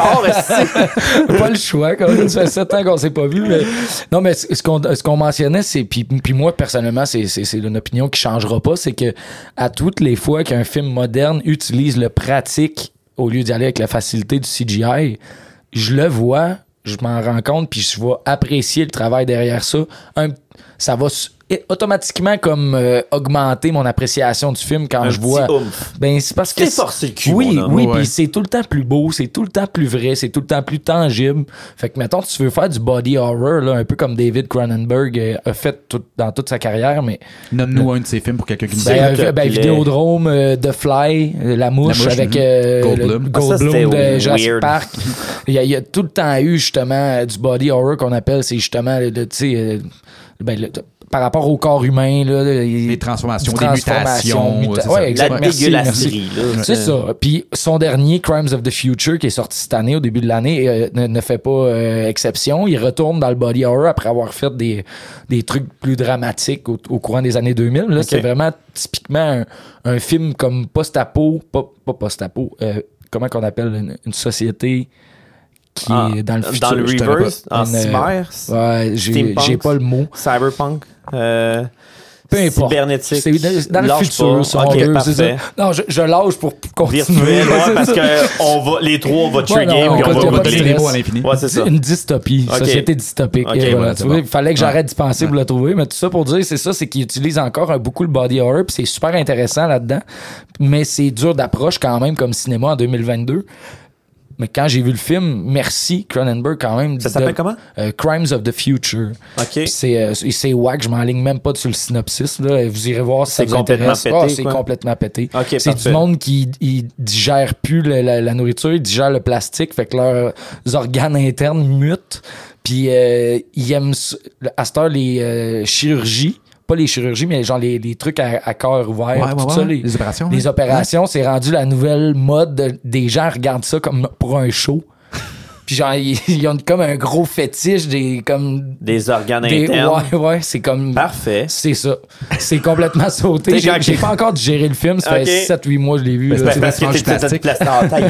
char. Pas le choix, quand même. Ça fait sept ans qu'on s'est pas vu. Mais... Non, mais ce qu'on, ce qu'on mentionnait, c'est... Puis, puis moi, personnellement, c'est, c'est, c'est une opinion qui changera pas. C'est que à toutes les fois qu'un film moderne utilise le pratique au lieu d'y aller avec la facilité du C G I, je le vois, je m'en rends compte, puis je vais apprécier le travail derrière ça. Un, ça va... automatiquement comme euh, augmenter mon appréciation du film quand un je vois oomph. Ben c'est parce que c'est forcé le cul, oui oui ouais. puis c'est tout le temps plus beau, c'est tout le temps plus vrai, c'est tout le temps plus tangible. Fait que mettons tu veux faire du body horror là, un peu comme David Cronenberg euh, a fait tout, dans toute sa carrière, mais nomme-nous un de ses films pour quelqu'un qui nous ben, ben, ben Vidéodrome, euh, The Fly, euh, La Mouche, La Mouche avec euh, Goldblum, Goldblum ah, de Jurassic Park. Il y, a, il y a tout le temps eu justement du body horror qu'on appelle, c'est justement le, tu sais euh, ben le, par rapport au corps humain là, les transformations, des mutations, muta- ouais, la dégueulasserie là, c'est ça. Puis son dernier Crimes of the Future qui est sorti cette année au début de l'année euh, ne, ne fait pas euh, exception. Il retourne dans le body horror après avoir fait des des trucs plus dramatiques au, au courant des années deux mille là. Okay. C'est vraiment typiquement un, un film comme post-apo, pas pas post-apo, euh, comment qu'on appelle une, une société qui ah, est dans le futur. Dans le reverse, en cyber. Ouais, j'ai, j'ai pas le mot. Cyberpunk. Euh, Peu importe. Cybernétique. C'est dans, dans le futur, si on okay, veut. Parfait. C'est ça. Non, je, je lâche pour continuer. Virtuel, ouais, parce que on va, les trois, on va trigger ouais, non, et on, on va donner les mots à l'infini. Ouais, c'est, c'est ça. Une dystopie. Okay. Société dystopique. Okay, voilà, ouais, tu vois, il fallait que j'arrête d'y penser ouais. pour le trouver. Mais tout ça pour dire, c'est ça, c'est qu'ils utilisent encore un, beaucoup le body horror, puis c'est super intéressant là-dedans. Mais c'est dur d'approche quand même comme cinéma en deux mille vingt-deux. Mais quand j'ai vu le film, merci Cronenberg quand même. Ça s'appelle de, comment? Euh, Crimes of the Future. OK. C'est, euh, c'est wack, je m'enligne même pas sur le synopsis. Là. Vous irez voir si c'est ça vous intéresse. Pété, oh, c'est quoi? Complètement pété. Okay, c'est parfait. du monde qui il digère plus la, la, la nourriture, ils digèrent le plastique, fait que leurs organes internes mutent. Puis euh, ils aiment à cette heure les euh, chirurgies. Pas les chirurgies, mais genre les, les trucs à, à cœur ouvert. Ouais, ouais, tout ouais. ça, les, les opérations. Les ouais. opérations, ouais. C'est rendu la nouvelle mode. De, des gens regardent ça comme pour un show. Puis genre, ils, ils ont comme un gros fétiche des comme des organes des, internes. Ouais, ouais, c'est comme parfait. C'est ça. C'est complètement sauté. J'ai, j'ai pas encore digéré le film, ça okay. fait sept huit mois que je l'ai vu. Mais là, c'est parce que t'es plastique. plastique.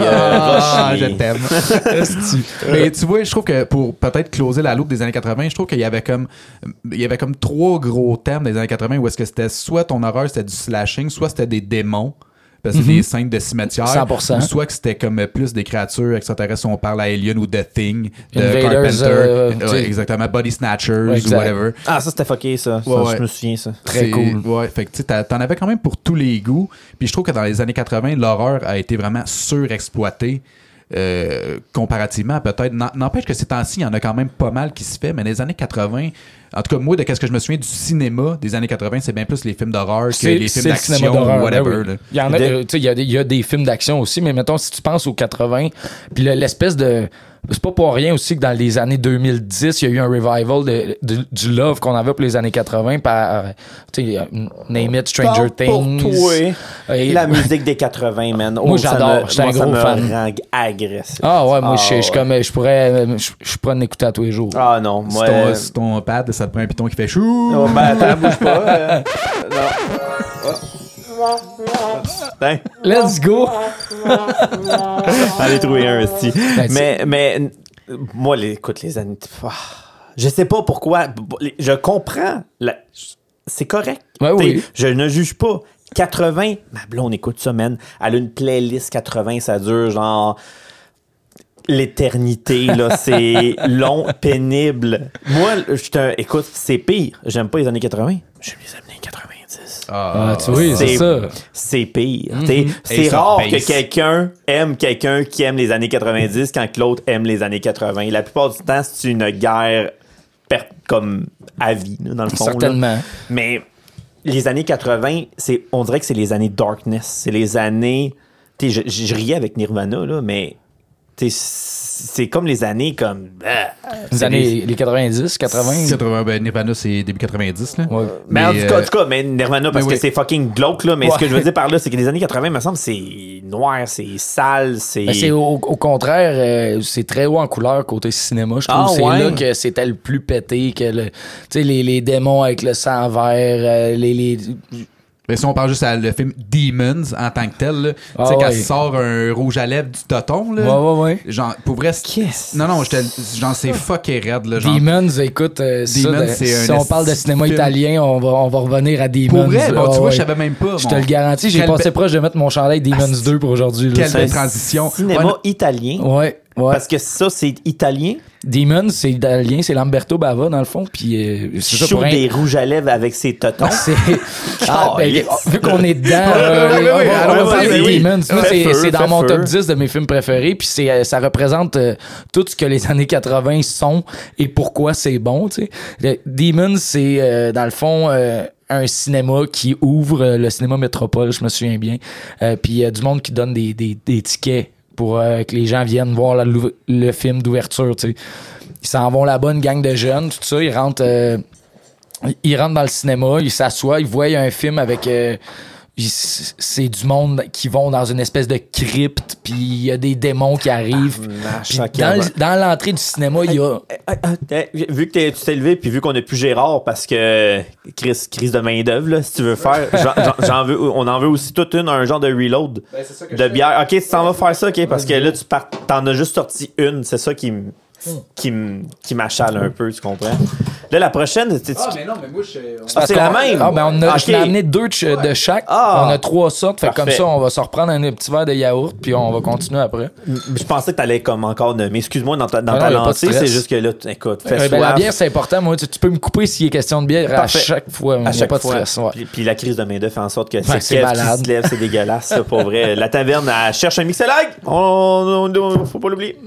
Ah, je t'aime. Mais tu vois, je trouve que pour peut-être closer la loupe des années quatre-vingts, je trouve qu'il y avait comme il y avait comme trois gros thèmes des années quatre-vingts où est-ce que c'était soit ton horreur, c'était du slashing, soit c'était des démons. Parce que mm-hmm. des scènes de cimetière. cent pour cent. Ou soit que c'était comme plus des créatures extraterrestres, on parle à Alien ou The Thing, de Invaders, Carpenter. Euh, ouais, exactement. Body Snatchers ouais, ou whatever. Ah, ça c'était fucké, ça. ça ouais, ouais. Je me souviens, ça. Très c'est, cool. Ouais, fait que tu sais, t'en avais quand même pour tous les goûts. Puis je trouve que dans les années quatre-vingts, l'horreur a été vraiment surexploitée. Euh, comparativement à peut-être n'empêche que ces temps-ci il y en a quand même pas mal qui se fait, mais dans les années quatre-vingts En tout cas, moi, de qu'est-ce que je me souviens du cinéma des années quatre-vingts, c'est bien plus les films d'horreur que C'est- les c'est films le cinéma d'action d'horreur, ou whatever. ben oui. là. Il y en a, De- euh, tu sais, il y a des- il y, a des films d'action aussi, mais mettons, si tu penses aux quatre-vingts, puis le- l'espèce de... C'est pas pour rien aussi que dans les années deux mille dix, il y a eu un revival de, de- du love qu'on avait pour les années quatre-vingts par, tu sais, euh, Name It, Stranger Parle pour Things. toi. Et- La musique des quatre-vingts, man. Moi, ça j'adore. me- J'étais un moi, ça gros me fan. rend agressif. Ah ouais, moi, je- je Ah, suis comme, je pourrais, euh, je je pourrais en écouter à tous les jours. Ah non, Si moi... ton, euh, si ton pad, ça te prend un piton qui fait chou. Oh, ben attends, bouge pas. euh, non. Hein? Let's go! Allez trouver un aussi. Ben, mais, mais moi, les, écoute, les années. Ah, je sais pas pourquoi. Je comprends. la- c'est correct. Ouais, oui. T'sais, je ne juge pas. quatre-vingts, ma blonde écoute ça, man. Elle a une playlist quatre-vingts, ça dure genre l'éternité, là. C'est long, pénible. Moi, je te. Écoute, c'est pire. J'aime pas les années quatre-vingts. J'aime les années quatre-vingt-dix. Ah, tu vois, c'est ça. C'est pire. T'sais, C'est Ace of rare Base. que quelqu'un aime quelqu'un qui aime les années quatre-vingt-dix quand que l'autre aime les années quatre-vingts. La plupart du temps, c'est une guerre per- comme à vie, là, dans le fond. là. Certainement. Mais les années quatre-vingts, c'est, on dirait que c'est les années darkness. C'est les années... t'sais, je, je riais avec Nirvana, là, mais t'sais, c'est comme les années comme... ah, Les c'est années, les- les quatre-vingt-dix, quatre-vingts. quatre-vingts, ben, Nirvana, c'est début quatre-vingt-dix. Là. Ouais. Mais, en, Mais, tout cas, euh, en tout cas, mais Nirvana, parce mais que oui. c'est fucking glauque, là. Mais Ouais. ce que je veux dire par là, c'est que les années quatre-vingts, me semble, c'est noir, c'est sale, c'est... Ben, c'est au, au contraire, euh, c'est très haut en couleur côté cinéma. Je trouve Ah, c'est ouais. là que c'était le plus pété, que le, tu sais, les, les démons avec le sang vert, euh, les, les Mais si on parle juste à le film Demons en tant que tel, là, tu Ah sais, quand ouais. sort un rouge à lèvres du toton, là, ouais, ouais, ouais. genre, pour vrai, c'est- Qu'est-ce? non, non, j'étais, genre, c'est fucké raide, là, genre. Demons, écoute, euh, ça, Demons, de- c'est si un on parle de esti cinéma film. italien, on va, on va revenir à Demons. Pour vrai, bon, Ah, tu vois, ouais. je savais même pas. Je mon- te le garantis, j'ai Quelle passé be- proche de mettre mon chandail Demons Asti. deux pour aujourd'hui. là. Quelle Ça- belle transition. Cinéma Ouais, italien. Ouais, ouais. Parce que ça, c'est italien. Demons, c'est italien, c'est Lamberto Bava, dans le fond. Puis euh, c'est ça Chaud pour un- des rouges à lèvres avec ses totons. C'est. Ah, ben, Calisse. vu qu'on est dedans, Ouais, euh, ouais, ouais, on ouais, va- on ouais, va ouais, parler ouais, des oui. Demons. Moi, Fais c'est feu, c'est dans fais mon feu. top dix de mes films préférés. Puis c'est, euh, ça représente euh, tout ce que les années quatre-vingts sont et pourquoi c'est bon. Tu sais. Le Demons, c'est euh, dans le fond. Euh, un cinéma qui ouvre euh, le cinéma Métropole, je me souviens bien. Euh, puis il y a du monde qui donne des, des, des tickets pour euh, que les gens viennent voir la- le, le film d'ouverture. Tu sais. Ils s'en vont là-bas, une gang de jeunes, tout ça. Ils rentrent, euh, ils rentrent dans le cinéma, ils s'assoient, ils voient un film avec... euh, ils- c'est du monde qui vont dans une espèce de crypte, puis il y a des démons qui arrivent. Puis dans, le- dans l'entrée du cinéma, il y a... Ah, ah, eh, vu que t'es- tu t'es levé, puis vu qu'on n'a plus Gérard, parce que Chris, crise de main-d'œuvre, là, si tu veux faire, j'en- j'en- j'en veux, on en veut aussi toute une, un genre de reload de bière. Ok, tu t'en vas faire ça, ok, parce que là, tu pars, t'en as juste sorti une, c'est ça qui me. Qui, m- qui m'achale un peu, tu comprends? Là, la prochaine, c'est mais non, mais moi, je. Ah, c'est la même? Ah, ben on a, Ok. Je t'ai amené deux de, ch- de chaque. Ah. On a trois sortes. Fait que comme Parfait. ça, on va se reprendre un petit verre de yaourt, puis on va continuer après. Je pensais que t'allais comme encore nommer. Excuse-moi, dans ta, dans Ah ta non, y a pas de lancée, stress. c'est juste que là, t- écoute, fais Euh, ben, la soif. bière, c'est important. Moi, tu, tu peux me couper s'il est question de bière Parfait. à chaque fois. À Il n'y a chaque pas de fois. stress. Ouais. Puis, puis la crise de main-d'œuvre fait en sorte que c'est c'est Kev qui malade. se lève, c'est dégueulasse, ça, pour vrai. La taverne, elle cherche un mixelag. On, on, on- faut pas l'oublier.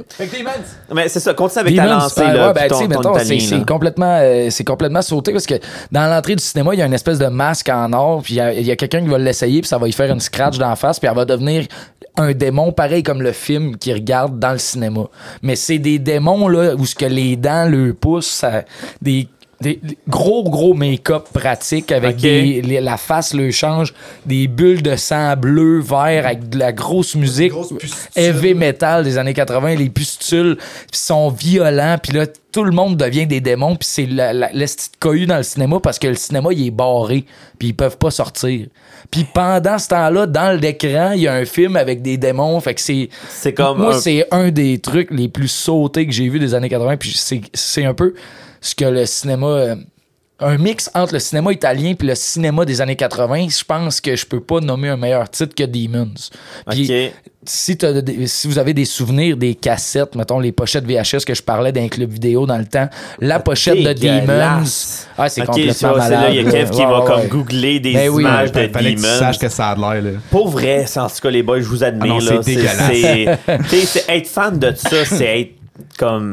Mais c'est ça, continue avec ta Demons, lancée, euh, là, ouais, puis ben, ton, tu sais, ton mettons, italien, c'est, c'est là. complètement, euh, c'est complètement sauté parce que dans l'entrée du cinéma, il y a une espèce de masque en or, puis il y a, il y a quelqu'un qui va l'essayer, puis ça va lui faire une scratch dans la face, puis elle va devenir un démon pareil comme le film qu'il regarde dans le cinéma. Mais c'est des démons là où ce que les dents le poussent, ça- des des gros gros make-up pratiques avec Ok. des, les- la face le change, des bulles de sang bleu vert avec de la grosse musique heavy metal des années quatre-vingts, les pustules puis sont violents, puis là tout le monde devient des démons, puis c'est la, la, l'esti de cohue dans le cinéma parce que le cinéma il est barré, puis ils peuvent pas sortir. Puis pendant ce temps-là, dans l'écran, il y a un film avec des démons, fait que c'est C'est comme moi un- c'est un des trucs les plus sautés que j'ai vu des années quatre-vingts, puis c'est c'est un peu ce que le cinéma euh, un mix entre le cinéma italien puis le cinéma des années quatre-vingts. Je pense que je peux pas nommer un meilleur titre que Demons. Puis Ok. si, t'as des- si vous avez des souvenirs des cassettes, mettons les pochettes V H S que je parlais d'un club vidéo dans le temps, la pochette de Demons, Dégueulasse. ah, c'est Ok, complètement ça, c'est malade. là, il y a Kev qui Ouais, va ouais, comme ouais. googler des Ben oui. images Fallait de fallait que tu saches Demons. que ça a de l'air, là. Pour vrai, c'est en tout cas, les boys, je vous admire. Ah non, là. c'est dégueulasse. c'est- t'sais, c'est- être fan de ça, c'est être comme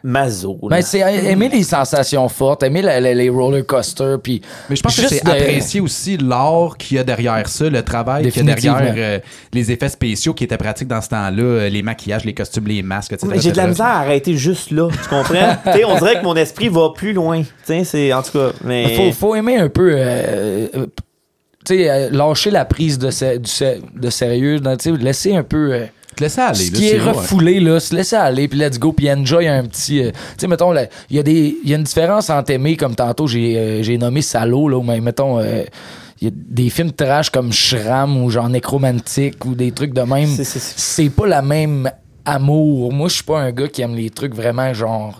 maso. Ben, c'est aimer les sensations fortes, aimer la, la, les roller coasters. Puis mais je pense que c'est de... apprécier aussi l'art qu'il y a derrière ça, le travail qu'il y a derrière euh, les effets spéciaux qui étaient pratiques dans ce temps-là, les maquillages, les costumes, les masques, et cetera. Mais j'ai de la misère à arrêter juste là, tu comprends? T'sais, on dirait que mon esprit va plus loin. T'sais, c'est, en tout cas, mais... Faut, faut aimer un peu... Euh, euh, tu sais, lâcher la prise de, se, du, de sérieux, tu sais, laisser un peu... Euh, te laisser aller. Ce qui là, est, est refoulé, là, se laisser aller, puis let's go, puis enjoy un petit... Euh, tu sais, mettons, il y, y a une différence entre aimer, comme tantôt, j'ai, euh, j'ai nommé Salaud, là, mais mettons... Euh, il y a des films trash comme Shram ou genre Nécromantique ou des trucs de même. C'est, c'est, c'est... c'est pas la même amour. Moi, je suis pas un gars qui aime les trucs vraiment genre...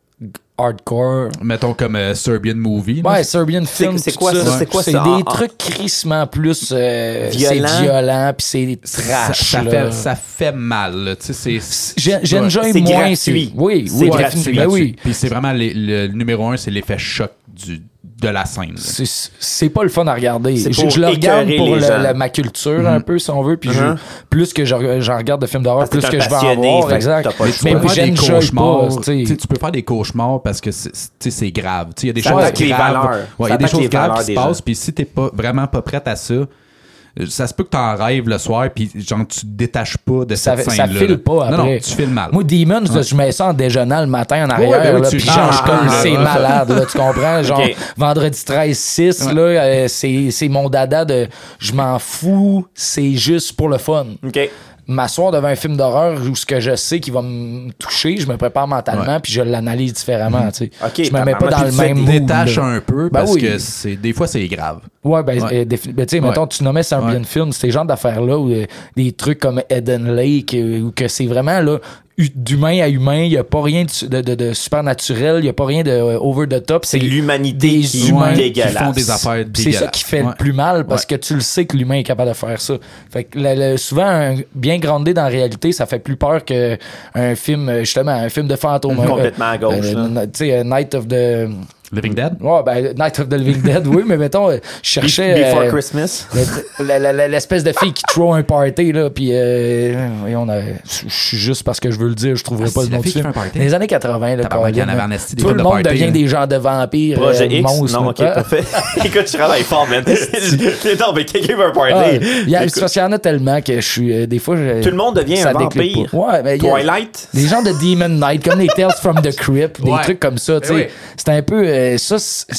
hardcore. Mettons comme euh, Serbian Movie. Ouais, là. Serbian Film. C'est, c'est quoi ça? C'est, quoi c'est ça? C'est des ah, trucs crissement plus euh, violent. C'est violent, puis c'est trash. Ça, ça, fait, ça fait mal. Tu sais, c'est, J'ai, j'enjoy c'est moins. Gratuit. C'est, oui, c'est oui, gratuit. C'est gratuit. Oui. Puis c'est vraiment les, le numéro un, c'est l'effet choc du, de la scène. C'est, c'est pas le fun à regarder. Je, je le regarde pour le, la, ma culture, mm-hmm. un peu, si on veut. Puis mm-hmm. je, plus que je, j'en regarde de films d'horreur, ah, plus que je vais en voir. Exact. Mais tu peux faire des cauchemars. Tu peux faire des cauchemars parce que c'est, c'est grave. Il y a des ça choses graves. Il ouais, y a des choses graves qui se passent. Puis si t'es pas vraiment pas prête à ça, ça se peut que t'en rêves le soir puis genre tu te détaches pas de ça, cette scène-là. Ça file pas après. Non, non, tu files mal. Moi, Demons, ouais. je mets ça en déjeunant le matin en arrière, ouais, ouais, là, puis genre, je comme c'est malade, là, tu comprends? Genre, okay. vendredi treize six, ouais. là, euh, c'est, c'est mon dada de je m'en fous, c'est juste pour le fun. OK. M'asseoir devant un film d'horreur où ce que je sais qui va me toucher, je me prépare mentalement ouais. puis je l'analyse différemment, mmh. tu sais. Okay, je me mets pas dans le même mood. Tu détaches un peu parce ben oui. que c'est, des fois c'est grave. Ouais, ben, ouais. Euh, défi- ben tu sais, ouais. mettons, tu nommais Serbian ouais. Film, c'est ce genre d'affaires-là où euh, des trucs comme Eden Lake, euh, où que c'est vraiment, là, d'humain à humain, il n'y a pas rien de, de, de, de supernaturel, il n'y a pas rien de uh, over the top. C'est, c'est l'humanité des qui humains qui font des affaires dégueulasses. C'est ça qui fait ouais. le plus mal parce ouais. que tu le sais que l'humain est capable de faire ça. Fait que le, le, souvent, un, bien groundé dans la réalité, ça fait plus peur qu'un film, justement, un film de fantôme. Complètement euh, à gauche. Euh, tu sais, Night of the... Living Dead? Ouais, ben, Night of the Living Dead, oui, mais mettons, je cherchais. Before euh, Christmas? Le, la, la, la, l'espèce de fille qui throw un party, là, pis, euh, on a. Je suis juste parce que je veux le dire, je trouverais ah, pas le nom du film. Dans les années quatre-vingts, là, quand il y en avait en esti des tout le monde party, devient hein. des genres de vampires. Projet euh, X? Monstres, non, ok, ah. parfait. Écoute, je travaille fort, man. Non, mais quelqu'un veut un party. Ah, il y a, parce qu'il y en a tellement que je suis. Euh, des fois, je, tout le monde devient un vampire. Ouais, mais Twilight? Des gens de Demon Knight, comme les Tales from the Crypt, des ouais. trucs comme ça, tu sais. Ouais. C'est un peu. Euh, ça,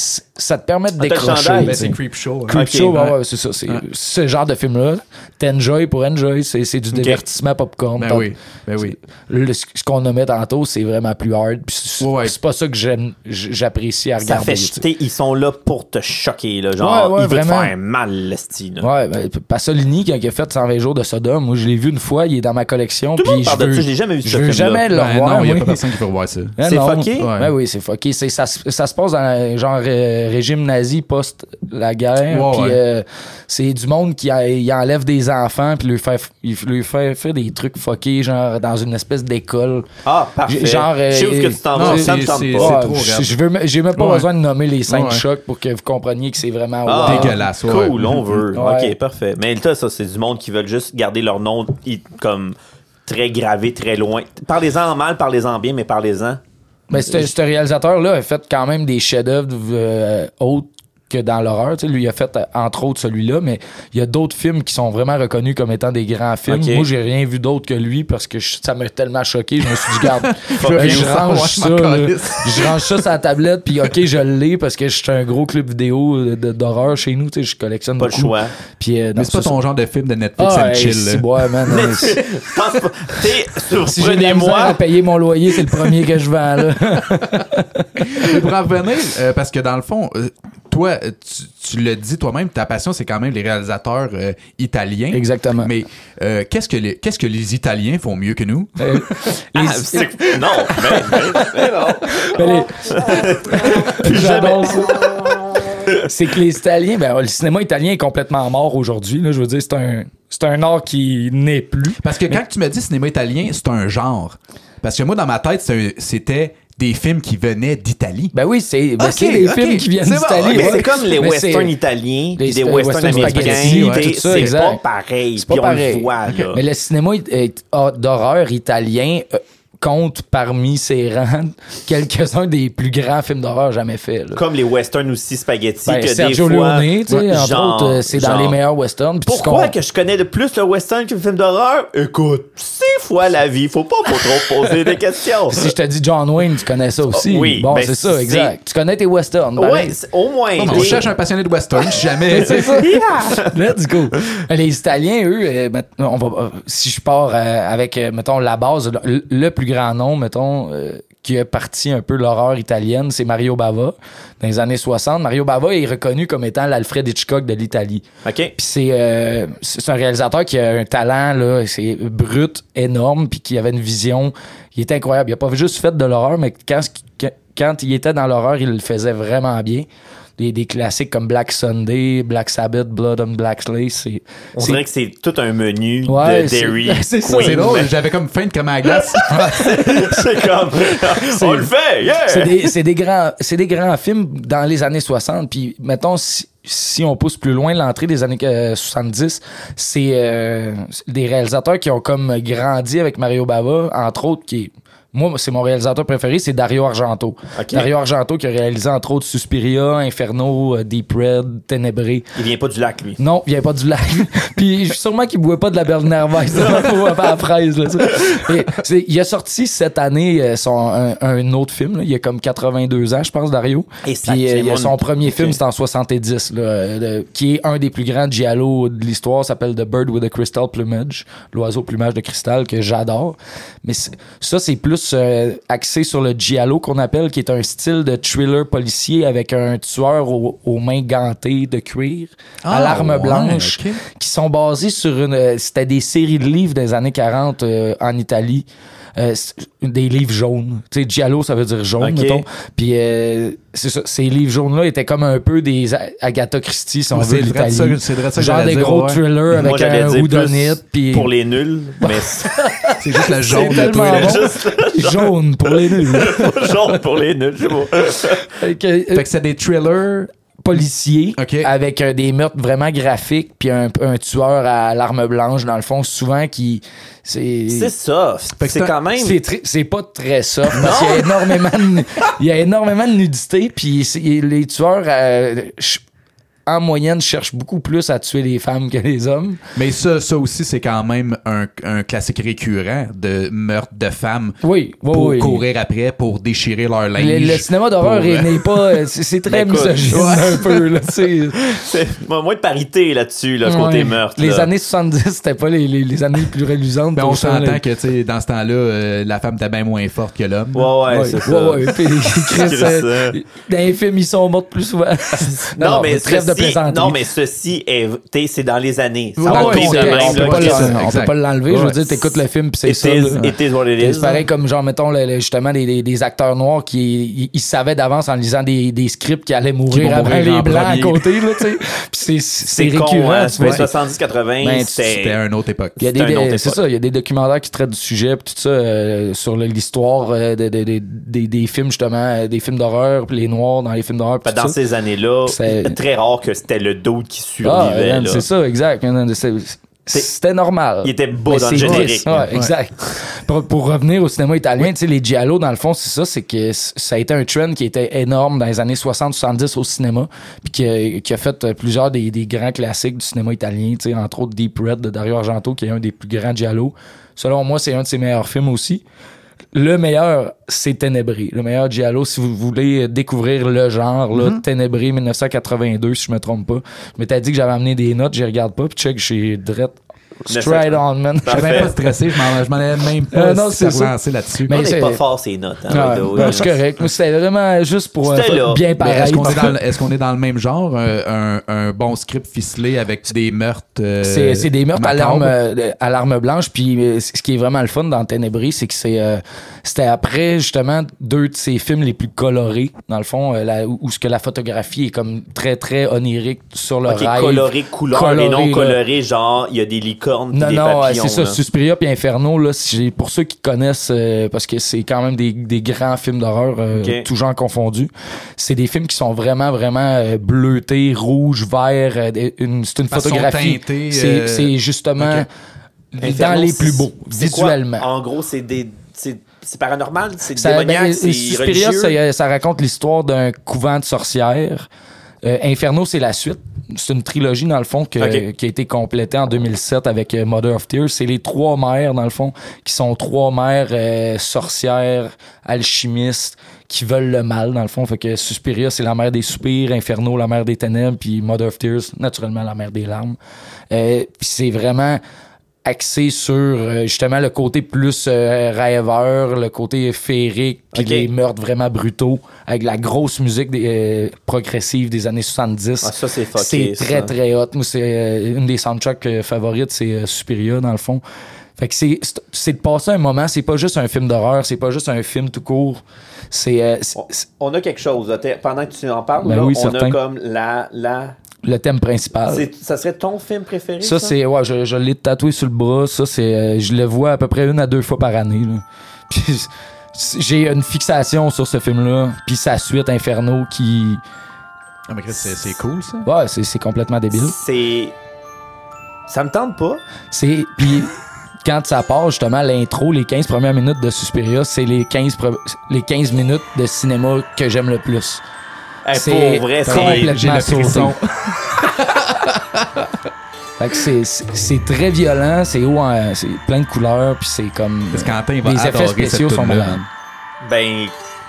ça te permet de ah, décrocher. Ben, c'est Creepshow. Hein. Creepshow, okay, ouais, ouais, c'est ça. C'est ouais. ce genre de film-là. T'enjoy pour enjoy. C'est, c'est du okay. divertissement popcorn. Ben oui, ben oui. Le, ce qu'on nommait tantôt, c'est vraiment plus hard. C'est, ouais. c'est pas ça que j'aime, j'apprécie à regarder. Ça fait, ils sont là pour te choquer. Là, genre, ouais, ouais, ils veulent te faire mal, l'esti. Ouais, ben, Pasolini, quand il a fait cent vingt jours de Sodome, moi, je l'ai vu une fois. Il est dans ma collection. Tout le monde parle de ça. Je l'ai jamais vu ce film-là. Je veux jamais le revoir. Non, il n'y a pas personne qui peut revoir ça. C'est fucké? Ben oui, c'est fucké. Ça se passe dans genre régime nazi post la guerre wow, puis ouais. euh, c'est du monde qui a, il enlève des enfants puis lui fait il lui fait faire des trucs fuckés genre dans une espèce d'école. Ah parfait. Genre je sais où que tu t'en vas, ça me tente pas. Je veux j'ai même pas ouais. besoin de nommer les cinq ouais. chocs pour que vous compreniez que c'est vraiment ah, wow. dégueulasse. Ouais. Cool, on veut. Ouais. OK, parfait. Mais là ça c'est du monde qui veulent juste garder leur nom comme très gravé très loin. Parlez-en en mal, parlez-en bien, mais parlez-en. Mais ce, ce réalisateur-là a fait quand même des chefs-d'œuvre euh, autres que dans l'horreur. Tu sais, lui, il a fait, entre autres, celui-là, mais il y a d'autres films qui sont vraiment reconnus comme étant des grands films. Okay. Moi, j'ai rien vu d'autre que lui parce que je, ça m'a tellement choqué. Je me suis dit, garde, je, je range ça, là, je range ça sur la tablette, puis OK, je l'ai parce que je suis un gros club vidéo de, d'horreur chez nous. Tu sais, je collectionne pas beaucoup. Le choix. Puis, euh, mais c'est pas ton genre de film de Netflix ah, and chill. C'est bois, man. Si j'ai des mois à payer mon loyer, c'est le premier que je vends, là. Mais pour en revenir, euh, parce que dans le fond, euh, toi, tu, tu l'as dit toi-même, ta passion, c'est quand même les réalisateurs euh, italiens. Exactement. Mais euh, qu'est-ce, que les, qu'est-ce que les Italiens font mieux que nous? Euh, les... ah, c'est... Non, mais, mais, mais non. Mais les... J'adore ça. C'est que les Italiens, ben, le cinéma italien est complètement mort aujourd'hui. Là, je veux dire, c'est un, c'est un art qui n'est plus. Parce que quand mais... tu me dis cinéma italien, c'est un genre. Parce que moi, dans ma tête, c'est un, c'était... des films qui venaient d'Italie. Ben oui, c'est, ben okay, c'est des okay. films qui viennent c'est d'Italie. Bon, mais ouais. c'est comme les mais westerns italiens, des, des westerns américains. Ouais, c'est ça, c'est exact. pas pareil. C'est pas puis pareil. on le voit, là. Mais le cinéma d'horreur italien... Euh, compte parmi ses rangs quelques-uns des plus grands films d'horreur jamais faits. Là. Comme les westerns aussi spaghetti. Ben, que Sergio des fois, Leone, tu sais, ouais, entre genre, autres, euh, c'est dans genre, les meilleurs westerns. Puis tu Pourquoi con- que je connais le plus le western que le film d'horreur? Écoute, six fois la vie, faut pas pour trop poser des questions. Si je te dis John Wayne, tu connais ça aussi. Oh, oui, bon, ben, c'est ça, c'est- exact. Tu connais tes westerns. Ouais, pareil. c'est au moins. On des- cherche un passionné de western, si jamais. C'est ça. Let's go. Les Italiens, eux, euh, met- on va, euh, si je pars euh, avec, euh, mettons, la base, le, le plus grand nom, mettons, euh, qui a parti un peu l'horreur italienne, c'est Mario Bava. Dans les années soixante, Mario Bava est reconnu comme étant l'Alfred Hitchcock de l'Italie. OK. Puis c'est, euh, c'est un réalisateur qui a un talent, là, c'est brut, énorme, puis qui avait une vision, il était incroyable. Il a pas juste fait de l'horreur, mais quand, quand il était dans l'horreur, il le faisait vraiment bien. Des, des classiques comme Black Sunday, Black Sabbath, Blood on Black Lace. C'est, On c'est- dirait que c'est tout un menu Ouais, de c'est- Derry. c'est ça, Queen. C'est drôle, j'avais comme faim de crème à la glace. C'est comme. On le fait, yeah! c'est des, c'est des grands, c'est des grands films dans les années soixante. Puis, mettons, si, si on pousse plus loin l'entrée des années euh, soixante-dix, c'est euh, des réalisateurs qui ont comme grandi avec Mario Bava, entre autres, qui est- moi, c'est mon réalisateur préféré, c'est Dario Argento. Ok. Dario Argento qui a réalisé, entre autres, Suspiria, Inferno, euh, Deep Red, Ténébré. Il vient pas du lac, lui. Non, il vient pas du lac. Puis sûrement qu'il boit pas de la Berliner Weiss pour à la fraise. Là, ça. Et c'est- il a sorti cette année euh, son, un, un autre film. Là. Il a comme quatre-vingt-deux ans, je pense, Dario. Et ça, Puis euh, c'est il a mon- son premier Ok. film, c'était en soixante-dix, là, euh, de- qui est un des plus grands giallo de l'histoire. S'appelle The Bird with a Crystal Plumage, l'oiseau plumage de cristal que j'adore. Mais c'est- ça, c'est plus euh, axé sur le giallo qu'on appelle, qui est un style de thriller policier avec un tueur aux, aux mains gantées de cuir, à Ah, l'arme ouais, blanche, ok. qui sont basés sur une... euh, c'était des séries de livres des années quarante euh, en Italie. Euh, c'est- des livres jaunes. Tu sais, giallo, ça veut dire jaune, Ok. mettons. Puis euh, c'est ça, ces livres jaunes-là étaient comme un peu des A- Agatha Christie, si on Ouais, veut, c'est vrai l'Italie. ça- c'est vrai ça que Genre j'allais des dire, gros ouais. thrillers Moi, avec j'allais un dire whodunit. plus Puis pour les nuls, mais C'est juste le jaune c'est de toi. tellement là. bon. Jaune pour les nuls. genre pour les nuls, je sais pas. Fait que, euh, Fait que c'est des thrillers. policier Ok. avec euh, des meurtres vraiment graphiques puis un, un tueur à l'arme blanche dans le fond souvent qui c'est C'est ça. Fait que C'est c'est quand même. c'est très- c'est pas très soft parce qu'il y a énormément de, il y a énormément de nudité puis c'est- les tueurs euh, ch- en moyenne cherchent beaucoup plus à tuer les femmes que les hommes. Mais ça, ça aussi, c'est quand même un, un classique récurrent de meurtre de femmes Oui, oui, pour oui. courir après, pour déchirer leur linge. Le, le cinéma d'horreur pour- est- n'est pas c'est, c'est très Écoute, misogyne ouais. un peu là, tu sais. C'est moins de parité là-dessus, là, côté Ouais. meurtre. Les là. années soixante-dix, c'était pas les, les, les années les plus reluisantes. Ben, pour on ça, s'entend là. que, tu sais, dans ce temps-là, euh, la femme était bien moins forte que l'homme. Ouais, ouais, Ouais, c'est ça. ouais, ouais. Puis, Chris, Chris, euh, euh, dans les films, ils sont morts plus souvent. Non, mais trêve de ceci, plaisanterie. non, mais ceci est, t'sais, c'est dans les années. Ça Ouais, va ouais, vivre c'est- de on, même, peut là, pas Chris. le- on exact. peut pas l'enlever. Je veux Ouais. dire, t'écoutes le film, puis c'est It ça. is, là. it is what it C'est is. pareil comme, genre, mettons, le- le- justement, des, des, des acteurs noirs qui ils, ils savaient d'avance en lisant des, des scripts qui allaient mourir vont avant mourir les en blancs à premier. côté, là, tu sais. Puis c'est, c'est, C'est con, récurrent. hein. tu Ça fait vois. soixante-dix quatre-vingts, Ben, C'était c'est... une autre époque. Il y a C'est des, un autre c'est époque. ça, il y a des documentaires qui traitent du sujet pis tout ça euh, sur le- l'histoire euh, de- de- de- des, des films justement, euh, des films d'horreur, pis les noirs dans les films d'horreur. pis Ben, tout dans ça. ces années-là, C'est- c'est très rare que c'était le dos qui Ah, survivait. man, là. c'est ça, exact. C'est- C'est- C'était normal. Il était beau Mais dans le c'est générique. triste. Ouais, exact. Pour, pour revenir au cinéma italien, tu sais, les giallo, dans le fond, c'est ça, c'est que c- ça a été un trend qui était énorme dans les années soixante soixante-dix au cinéma, puis qui a, qui a fait euh, plusieurs des, des grands classiques du cinéma italien, tu sais, entre autres Deep Red de Dario Argento, qui est un des plus grands giallo. Selon moi, c'est un de ses meilleurs films aussi. Le meilleur, c'est Ténébré. Le meilleur giallo, si vous voulez découvrir le genre, là, Ténébré dix-neuf cent quatre-vingt-deux, si je me trompe pas. Je m'étais dit que j'avais amené des notes, j'y regarde pas, puis check, j'ai drette. Straight on, man. Je suis même pas stressé, je m'en, je m'en ai même pas Euh, non, c'est ça. relancé là-dessus. Mais On c'est- n'est pas fort ces notes. Hein, Ah, Ludo, ben, là. c'est correct. Moi, c'était vraiment juste pour euh, C'était là. bien Mais pareil. est-ce qu'on est, dans le, est-ce qu'on est dans le même genre, un, un, un bon script ficelé avec des meurtres euh, C'est, c'est des meurtres à macabres? l'arme, euh, à l'arme blanche. Puis euh, ce qui est vraiment le fun dans Ténébré, c'est que c'est, euh, c'était après justement deux de ses films les plus colorés, dans le fond, euh, la- où, où ce que la photographie est comme très très onirique sur le Ok, rêve. coloré, couleur, Coloré, et non là. coloré, genre, il y a des licornes pis Non, des non, euh, papillons. c'est ça, là. Suspiria puis Inferno, là, si- pour ceux qui connaissent, euh, parce que c'est quand même des, des grands films d'horreur, euh, Ok. tout genre confondu. C'est des films qui sont vraiment, vraiment euh, bleutés, rouge, vert, euh, des- une, c'est une Parce qu'ils sont photographie. teintés, c'est, euh, c'est justement ok. dans Inferno, les plus c'est- beaux, c'est quoi? visuellement. En gros, c'est des... c'est, c'est paranormal, c'est Ça, démoniaque, ben, c'est Suspiria, religieux. ça, ça raconte l'histoire d'un couvent de sorcières. Euh, Inferno, c'est la suite. C'est une trilogie, dans le fond, que, Okay. qui a été complétée en deux mille sept avec euh, Mother of Tears. C'est les trois mères, dans le fond, qui sont trois mères euh, sorcières, alchimistes, qui veulent le mal, dans le fond. Fait que Suspiria, c'est la mère des soupirs, Inferno, la mère des ténèbres, puis Mother of Tears, naturellement, la mère des larmes. Euh, puis c'est vraiment axé sur euh, justement le côté plus euh, rêveur, le côté féerique, puis Ok. les meurtres vraiment brutaux, avec la grosse musique des, euh, progressive des années soixante-dix. Ah, ça, c'est fucké, C'est ça. très, très hot. Moi, c'est euh, une des soundtracks euh, favorites, c'est euh, Suspiria, dans le fond. Fait que c'est, c'est, c'est de passer un moment, c'est pas juste un film d'horreur, c'est pas juste un film tout court. C'est, euh, c'est- On, c'est on a quelque chose. Là. T'es- Pendant que tu en parles, Ben là, oui, on certain. a comme la... la... le thème principal. C'est, ça serait ton film préféré, Ça, ça? c'est. Ouais, je, je l'ai tatoué sur le bras. Ça, c'est. euh, je le vois à peu près une à deux fois par année. Là. Puis c'est- j'ai une fixation sur ce film-là. Puis sa suite, Inferno, qui. Ah, mais Chris, c'est, c'est cool, ça. Ouais, c'est, c'est complètement débile. C'est... Ça me tente pas. C'est. Puis quand ça part, justement, l'intro, les quinze premières minutes de Suspiria, c'est les quinze, pre- les quinze minutes de cinéma que j'aime le plus. Hey, C'est pour vrai, c'est... complètement J'ai le sauté. frisson. Fait que c'est, c'est, c'est très violent, c'est haut, en- c'est plein de couleurs, puis c'est comme. Parce qu'Antin, il va les effets adorer spéciaux cette sont tune-là, malades. man. Ben,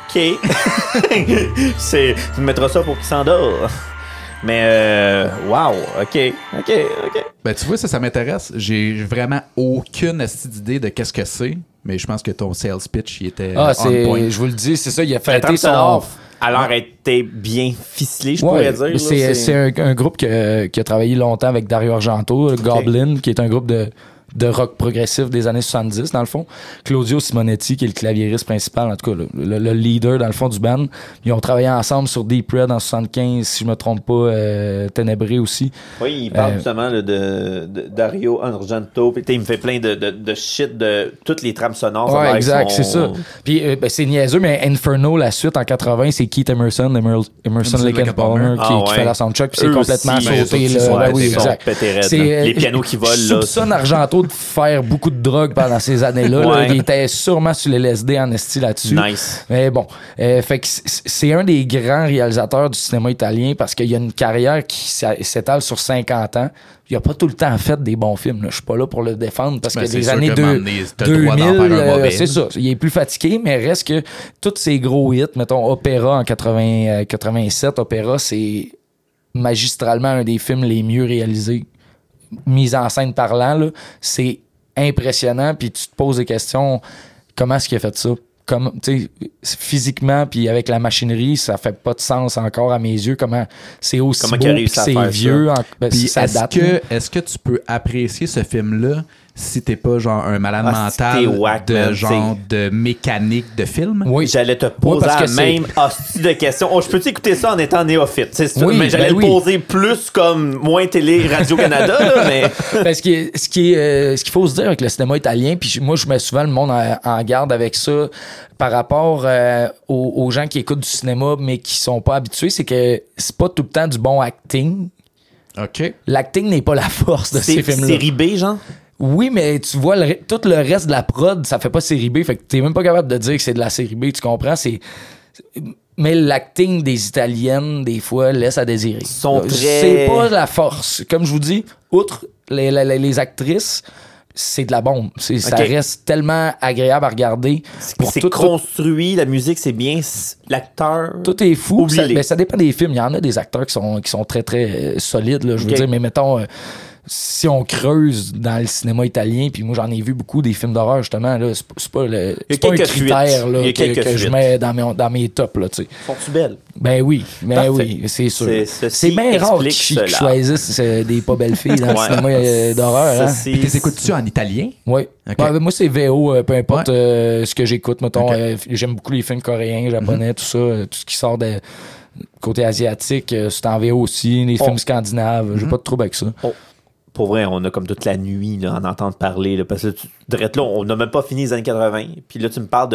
OK. c'est... Tu mettras ça pour qu'il s'endort. Mais, euh... Wow. OK. OK. OK. Ben, tu vois, ça, ça m'intéresse. J'ai vraiment aucune esti d'idée de qu'est-ce que c'est, mais je pense que ton sales pitch, il était Ah, on c'est. point. Je vous le dis, c'est ça, il a La fêté trame son. sonore, alors, elle était bien ficelée, je pourrais Ouais, dire. là, c'est, c'est un, un groupe que- qui a travaillé longtemps avec Dario Argento, Goblin, qui est un groupe de, de rock progressif des années soixante-dix, dans le fond. Claudio Simonetti, qui est le claviériste principal, en tout cas, le, le- le leader, dans le fond, du band. Ils ont travaillé ensemble sur Deep Red en soixante-quinze, si je me trompe pas, euh, Ténébré aussi. Oui, il parle Euh, justement là, de, de Dario Argento. Puis, tu sais, il me fait plein de, de, de shit de toutes les trames sonores. ça a Ouais, l'air exact, qu'ils c'est sont- ça. Puis euh, ben, c'est niaiseux, mais Inferno, la suite en quatre-vingts, c'est Keith Emerson, Emer- Emerson, Lake and Palmer, qui, Ah, qui ouais. fait la soundtrack, puis c'est Eux complètement aussi, ben, sauté. eux Là. autres, Ben ils oui, sont exact. pétés raides, C'est, là. euh, Les pianos qui volent, Je là. soupçonne Argento de faire beaucoup de drogue pendant ces années-là. là. Ouais. Il était sûrement sur l'L S D en esti là-dessus. Nice. Mais bon, euh, fait que c'est c'est un des grands réalisateurs du cinéma italien parce qu'il y a une carrière qui s'a- s'étale sur cinquante ans. Il a pas tout le temps fait des bons films. là. Je suis pas là pour le défendre parce Ben, que c'est les sûr années que deux- un moment donné, t'as le droit d'en deux mille, faire un euh, mauvais. c'est ça. Il est plus fatigué, mais reste que tous ces gros hits, mettons Opéra en quatre-vingts, euh, quatre-vingt-sept, Opéra, c'est magistralement un des films les mieux réalisés, mise en scène parlant. Là. C'est impressionnant, puis tu te poses des questions, comment est-ce qu'il a fait ça? Comme, tu sais, physiquement, puis avec la machinerie, ça fait pas de sens encore à mes yeux. Comment c'est aussi Comment beau, qu'il a puis réussi à c'est faire vieux. en- ben, Puis ça est-ce date. là. que, est-ce que tu peux apprécier ce film-là si t'es pas genre un malade Ah, si mental t'es whack, de man, genre de mécanique de film? Oui. J'allais te poser parce que la c'est- même hostie de question. Oh, je peux t'écouter ça en étant néophyte? C'est ça. Oui, mais j'allais ben le oui. poser plus comme moins télé Radio-Canada, là, mais. Parce que ce qui est, euh, ce qu'il faut se dire avec le cinéma italien, puis moi je mets souvent le monde en, en garde avec ça par rapport euh, aux, aux gens qui écoutent du cinéma mais qui sont pas habitués, c'est que c'est pas tout le temps du bon acting. OK. L'acting n'est pas la force de C'est ces films-là. série B, genre? Oui, mais tu vois, le, re- tout le reste de la prod, ça fait pas série B. Fait que t'es même pas capable de dire que c'est de la série B, tu comprends? C'est... Mais l'acting des Italiennes, des fois, laisse à désirer. Sont très- C'est pas la force. Comme je vous dis, outre les, les, les actrices, c'est de la bombe. C'est, Ça Ok. reste tellement agréable à regarder. Pour C'est tout, tout, construit, la musique, c'est bien. c- L'acteur. tout est fou. Ça, Oublie-les. ben, ça dépend des films. Il y en a des acteurs qui sont, qui sont très, très euh, solides. Là, je veux Ok. dire, mais mettons... euh, si on creuse dans le cinéma italien, puis moi j'en ai vu beaucoup des films d'horreur justement, là, c'est, pas- c'est pas, le, Il y a c'est pas un quelques critère fuites. là, Il y a que, quelques que je fuites. mets dans mes, dans mes tops. Là, tu sais. Sont-tu belles? Ben oui, ben Parfait. oui, c'est sûr. C'est- C'est, ceci bien rare qu'ils, explique qu'ils cela. choisissent euh, des pas belles filles dans le Ouais. cinéma euh, d'horreur. Hein? Ceci- Puis t'es écoutes-tu en italien? Oui. Ok. Ouais, moi, c'est V O, euh, peu importe Ouais. euh, ce que j'écoute. Mettons, Ok. euh, j'aime beaucoup les films coréens, japonais, tout ça. euh, tout ce qui sort de côté asiatique, euh, c'est en V O aussi. Les Oh. films scandinaves, j'ai pas de trouble avec ça. Oh, pour vrai, on a comme toute la nuit là, à en entendre parler. Là, parce que tu, drette là, on n'a même pas fini les années quatre-vingts. Puis là, tu me parles de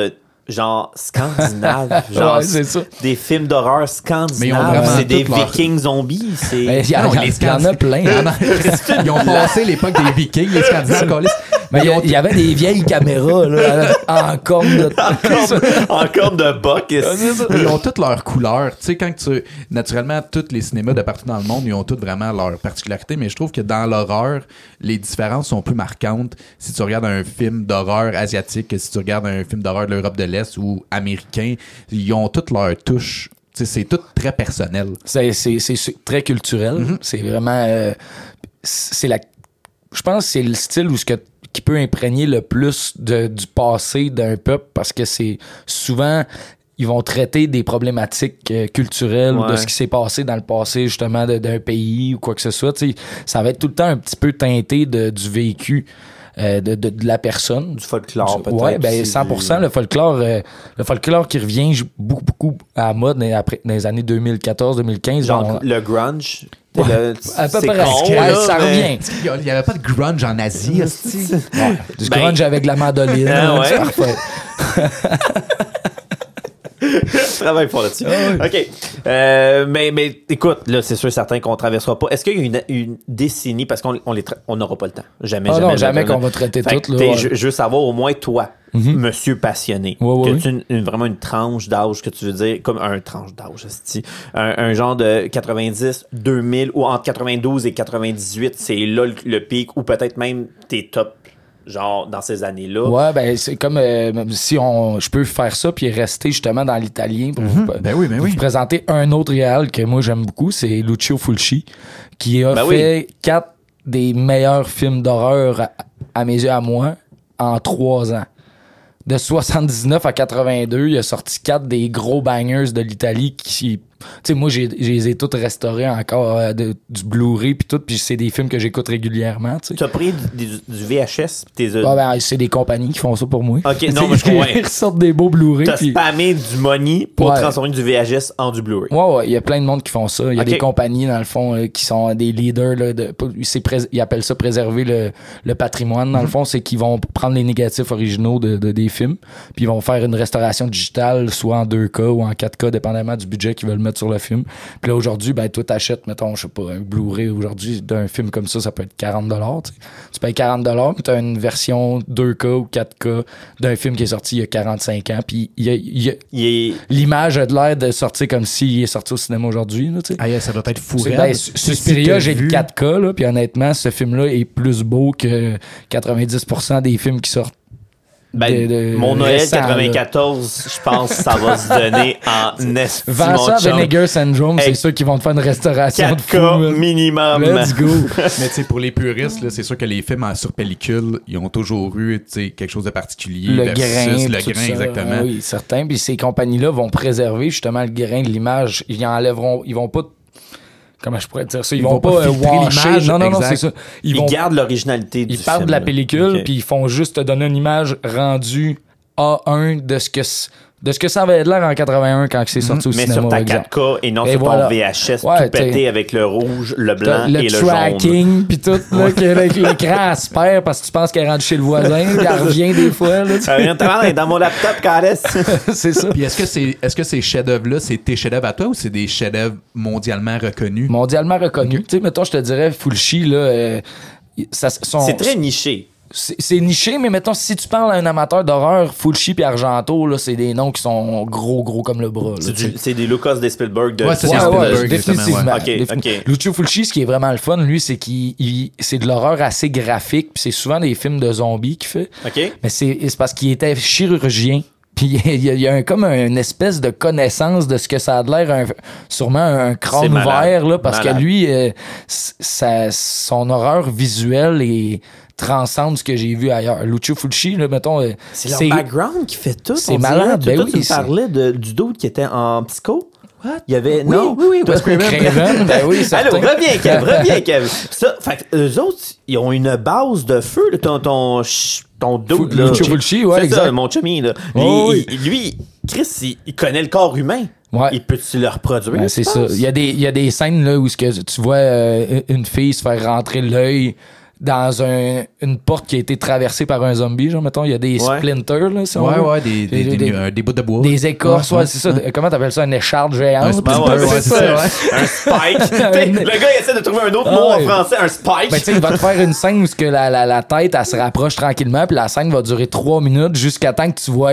genre scandinaves, genre Ouais, c'est ça. des films d'horreur Mais ils ont scandinaves, vraiment c'est des toutes leurs- vikings zombies, c'est Mais il y, a- Non, il y a- les il y en a plein. Ils ont passé l'époque des Vikings, les Scandinaves, câlisse. Mais il y, a- il y avait des vieilles caméras là, en corne de encore de boc. Ils ont toutes leurs couleurs. Tu sais, quand tu. Naturellement, tous les cinémas de partout dans le monde, ils ont tous vraiment leurs particularités, mais je trouve que dans l'horreur, les différences sont plus marquantes si tu regardes un film d'horreur asiatique que si tu regardes un film d'horreur de l'Europe de l'Est ou américain. Ils ont toutes leurs touches. Tu sais, c'est tout très personnel. C'est, c'est, c'est, c'est très culturel. Mm-hmm. C'est vraiment. euh, c'est la. Je pense que c'est le style où ce que qui peut imprégner le plus de, du passé d'un peuple parce que c'est souvent ils vont traiter des problématiques euh, culturelles ou de Ouais. ce qui s'est passé dans le passé justement de- d'un pays ou quoi que ce soit. Tu sais, ça va être tout le temps un petit peu teinté de, du vécu euh, de, de, de la personne. Du folklore, peut-être. Ouais, ben c'est cent pour cent du- le folklore euh, le folklore qui revient j- beaucoup beaucoup à la mode dans, après, dans les années deux mille quatorze deux mille quinze. Genre on- le grunge. Ouais, le- à peu c'est près. con, Ouais, là, ça mais- revient. Il n'y avait pas de grunge en Asie, hostie. Ouais, du Ben- grunge avec la mandoline. Ah hein, ouais? c'est parfait. Je travaille fort là-dessus. OK. Euh, mais, mais écoute, là, c'est sûr certain qu'on ne traversera pas. Est-ce qu'il y a une, une décennie, parce qu'on on les tra- on n'aura pas le temps. Jamais, Ah jamais. non, jamais qu'on va traiter Fait tout. que, Là, t'sais, ouais. je, je veux savoir au moins toi, monsieur passionné, Ouais, ouais, que tu une, une- vraiment une tranche d'âge que tu veux dire, comme un tranche d'âge, esti. un, un genre de quatre-vingt-dix, deux mille ou entre quatre-vingt-douze et quatre-vingt-dix-huit, c'est là le, le pic ou peut-être même tes tops, genre dans ces années-là. Ouais, ben c'est comme euh, si on, je peux faire ça puis rester justement dans l'italien pour, vous, Ben oui, ben pour oui. vous présenter un autre réal que moi j'aime beaucoup, c'est Lucio Fulci, qui a Ben fait quatre des meilleurs films d'horreur à, à mes yeux à moi en trois ans. De soixante-dix-neuf à quatre-vingt-deux, il a sorti quatre des gros bangers de l'Italie qui... Tu sais, moi, j'ai, j'ai les ai toutes restaurés encore euh, de- du Blu-ray puis tout, puis c'est des films que j'écoute régulièrement, tu sais. Tu as pris du, du- du V H S, pis t'es... Ah ben, c'est des compagnies qui font ça pour moi. Ok, non, mais je Ils comprends. ressortent des beaux Blu-ray. T'as puis- spammé du money pour Ouais. transformer du V H S en du Blu-ray. Ouais, ouais, il y a plein de monde qui font ça. Il y a Ok. des compagnies, dans le fond, euh, qui sont des leaders. Là, de, c'est prés- ils appellent ça préserver le, le patrimoine. Dans le fond, c'est qu'ils vont prendre les négatifs originaux de, de- des films, puis ils vont faire une restauration digitale, soit en deux K ou en quatre K, dépendamment du budget qu'ils veulent mettre sur le film. Puis là, aujourd'hui, ben, toi, t'achètes, mettons, je sais pas, un Blu-ray aujourd'hui d'un film comme ça, ça peut être quarante dollars. Tu payes quarante dollars, mais t'as une version deux K ou quatre K d'un film qui est sorti il y a quarante-cinq ans. Puis il y a, il y a- Il est... l'image a de l'air de sortir comme s'il est sorti au cinéma aujourd'hui. Là, tu sais. Ah, yeah, ça doit être fou. C'est- raide. ben, Si Suspiria, t'as j'ai vu- le quatre K, là, puis honnêtement, ce film-là est plus beau que quatre-vingt-dix pour cent des films qui sortent. Ben, de- de- mon Noël récent, quatre-vingt-quatorze, je pense que ça va se donner en estime. Vends ça à Vinegar Syndrome, c'est Hey, ceux qui vont te faire une restauration de quatre fou. K man. minimum. Let's go. Mais tu sais, pour les puristes, là, c'est sûr que les films en sur pellicule, ils ont toujours eu tu sais, quelque chose de particulier. Le versus grain, le tout grain, ça. exactement. Ah oui, certain. Puis ces compagnies-là vont préserver justement le grain de l'image. Ils enlèveront, ils vont pas. Comment je pourrais dire ça? Ils, Ils vont, vont pas, pas euh, filtrer washer. l'image, Non, non, non, exact. c'est ça. Ils, Ils vont, gardent l'originalité du ils partent de la film, pellicule, là. puis ils font juste te donner une image rendue A un de ce que c- de ce que ça avait l'air en quatre-vingt-un quand c'est sorti au Mais cinéma. sur ta exemple. quatre K et non Et sur ton voilà. V H S Ouais, tout pété t'sais. avec le rouge, le T'as blanc le et le jaune. tracking puis tout là, que le- l'écran elle se perd parce que tu penses qu'elle est rendue chez le voisin, puis elle revient des fois là, tu Ça vient de travailler dans mon laptop, Carès. sais. c'est ça. Puis est-ce que, c'est, est-ce que ces chefs-d'œuvre-là, c'est tes chefs-d'œuvre à toi ou c'est des chefs-d'œuvre mondialement reconnus? Mondialement reconnu. Tu sais, mettons, je te dirais Fulci là, euh, ça, son- C'est très niché. c'est, c'est niché, mais mettons si tu parles à un amateur d'horreur, Fulci puis Argento là, c'est des noms qui sont gros gros comme le bras. Là, C'est, tu sais. du- c'est des Lucas des Spielberg de Ouais, c'est Ouais, des ouais, Spielberg, définitivement. justement, ouais. Ok, Définitivement. ok. Lucio Fulci, ce qui est vraiment le fun, lui, c'est qu'il il- c'est de l'horreur assez graphique, puis c'est souvent des films de zombies qu'il fait. OK? Mais c'est, c'est parce qu'il était chirurgien. Puis il y a, il y a un, comme une espèce de connaissance de ce que ça a de l'air, un- sûrement un C'est crâne malade. ouvert, là, parce Malade. que lui, euh, c- sa- son horreur visuelle est transcende ce que j'ai vu ailleurs. Lucio Fulci, là, mettons, euh, C'est leur background qui fait tout. c'est on dirait. malade, Toi, ben toi, oui, tu me c'est- parlais de, du dude qui était en psycho. What? Il y avait. Oui, non, oui, oui, Wes Craven. Craven, ben oui, certain. Allô, reviens, Kev, reviens, Kev. Ça, fait que eux autres, ils ont une base de feu, là, ton, ton, ch- ton dude, là. Lucio Fulci, ouais, C'est exact. ça, mon chummy, là. Lui, Oh, oui. il- lui, Chris, il, il connaît le corps humain. Ouais. Il peut-tu le reproduire? Ben, tu c'est ça. penses? Il y a des, il y a des scènes là où ce que tu vois euh, une fille se faire rentrer l'œil dans un, une porte qui a été traversée par un zombie, genre, mettons, il y a des Ouais. splinters, là, si on Ouais, veut. ouais, des, des, Des- des, des- euh, des bouts de bois. Des écorces, Ouais, ouais, c'est ça. Comment t'appelles ça? Une écharpe géante? Un splinter, Ah ouais, ouais, c'est c'est ça. ça, Un spike. T'sais, le gars, il essaie de trouver un autre Ah mot ouais. en français, un spike. Ben, tu sais, il va te faire une scène où ce que la, la, la tête, elle se rapproche tranquillement, puis la scène va durer trois minutes jusqu'à temps que tu vois.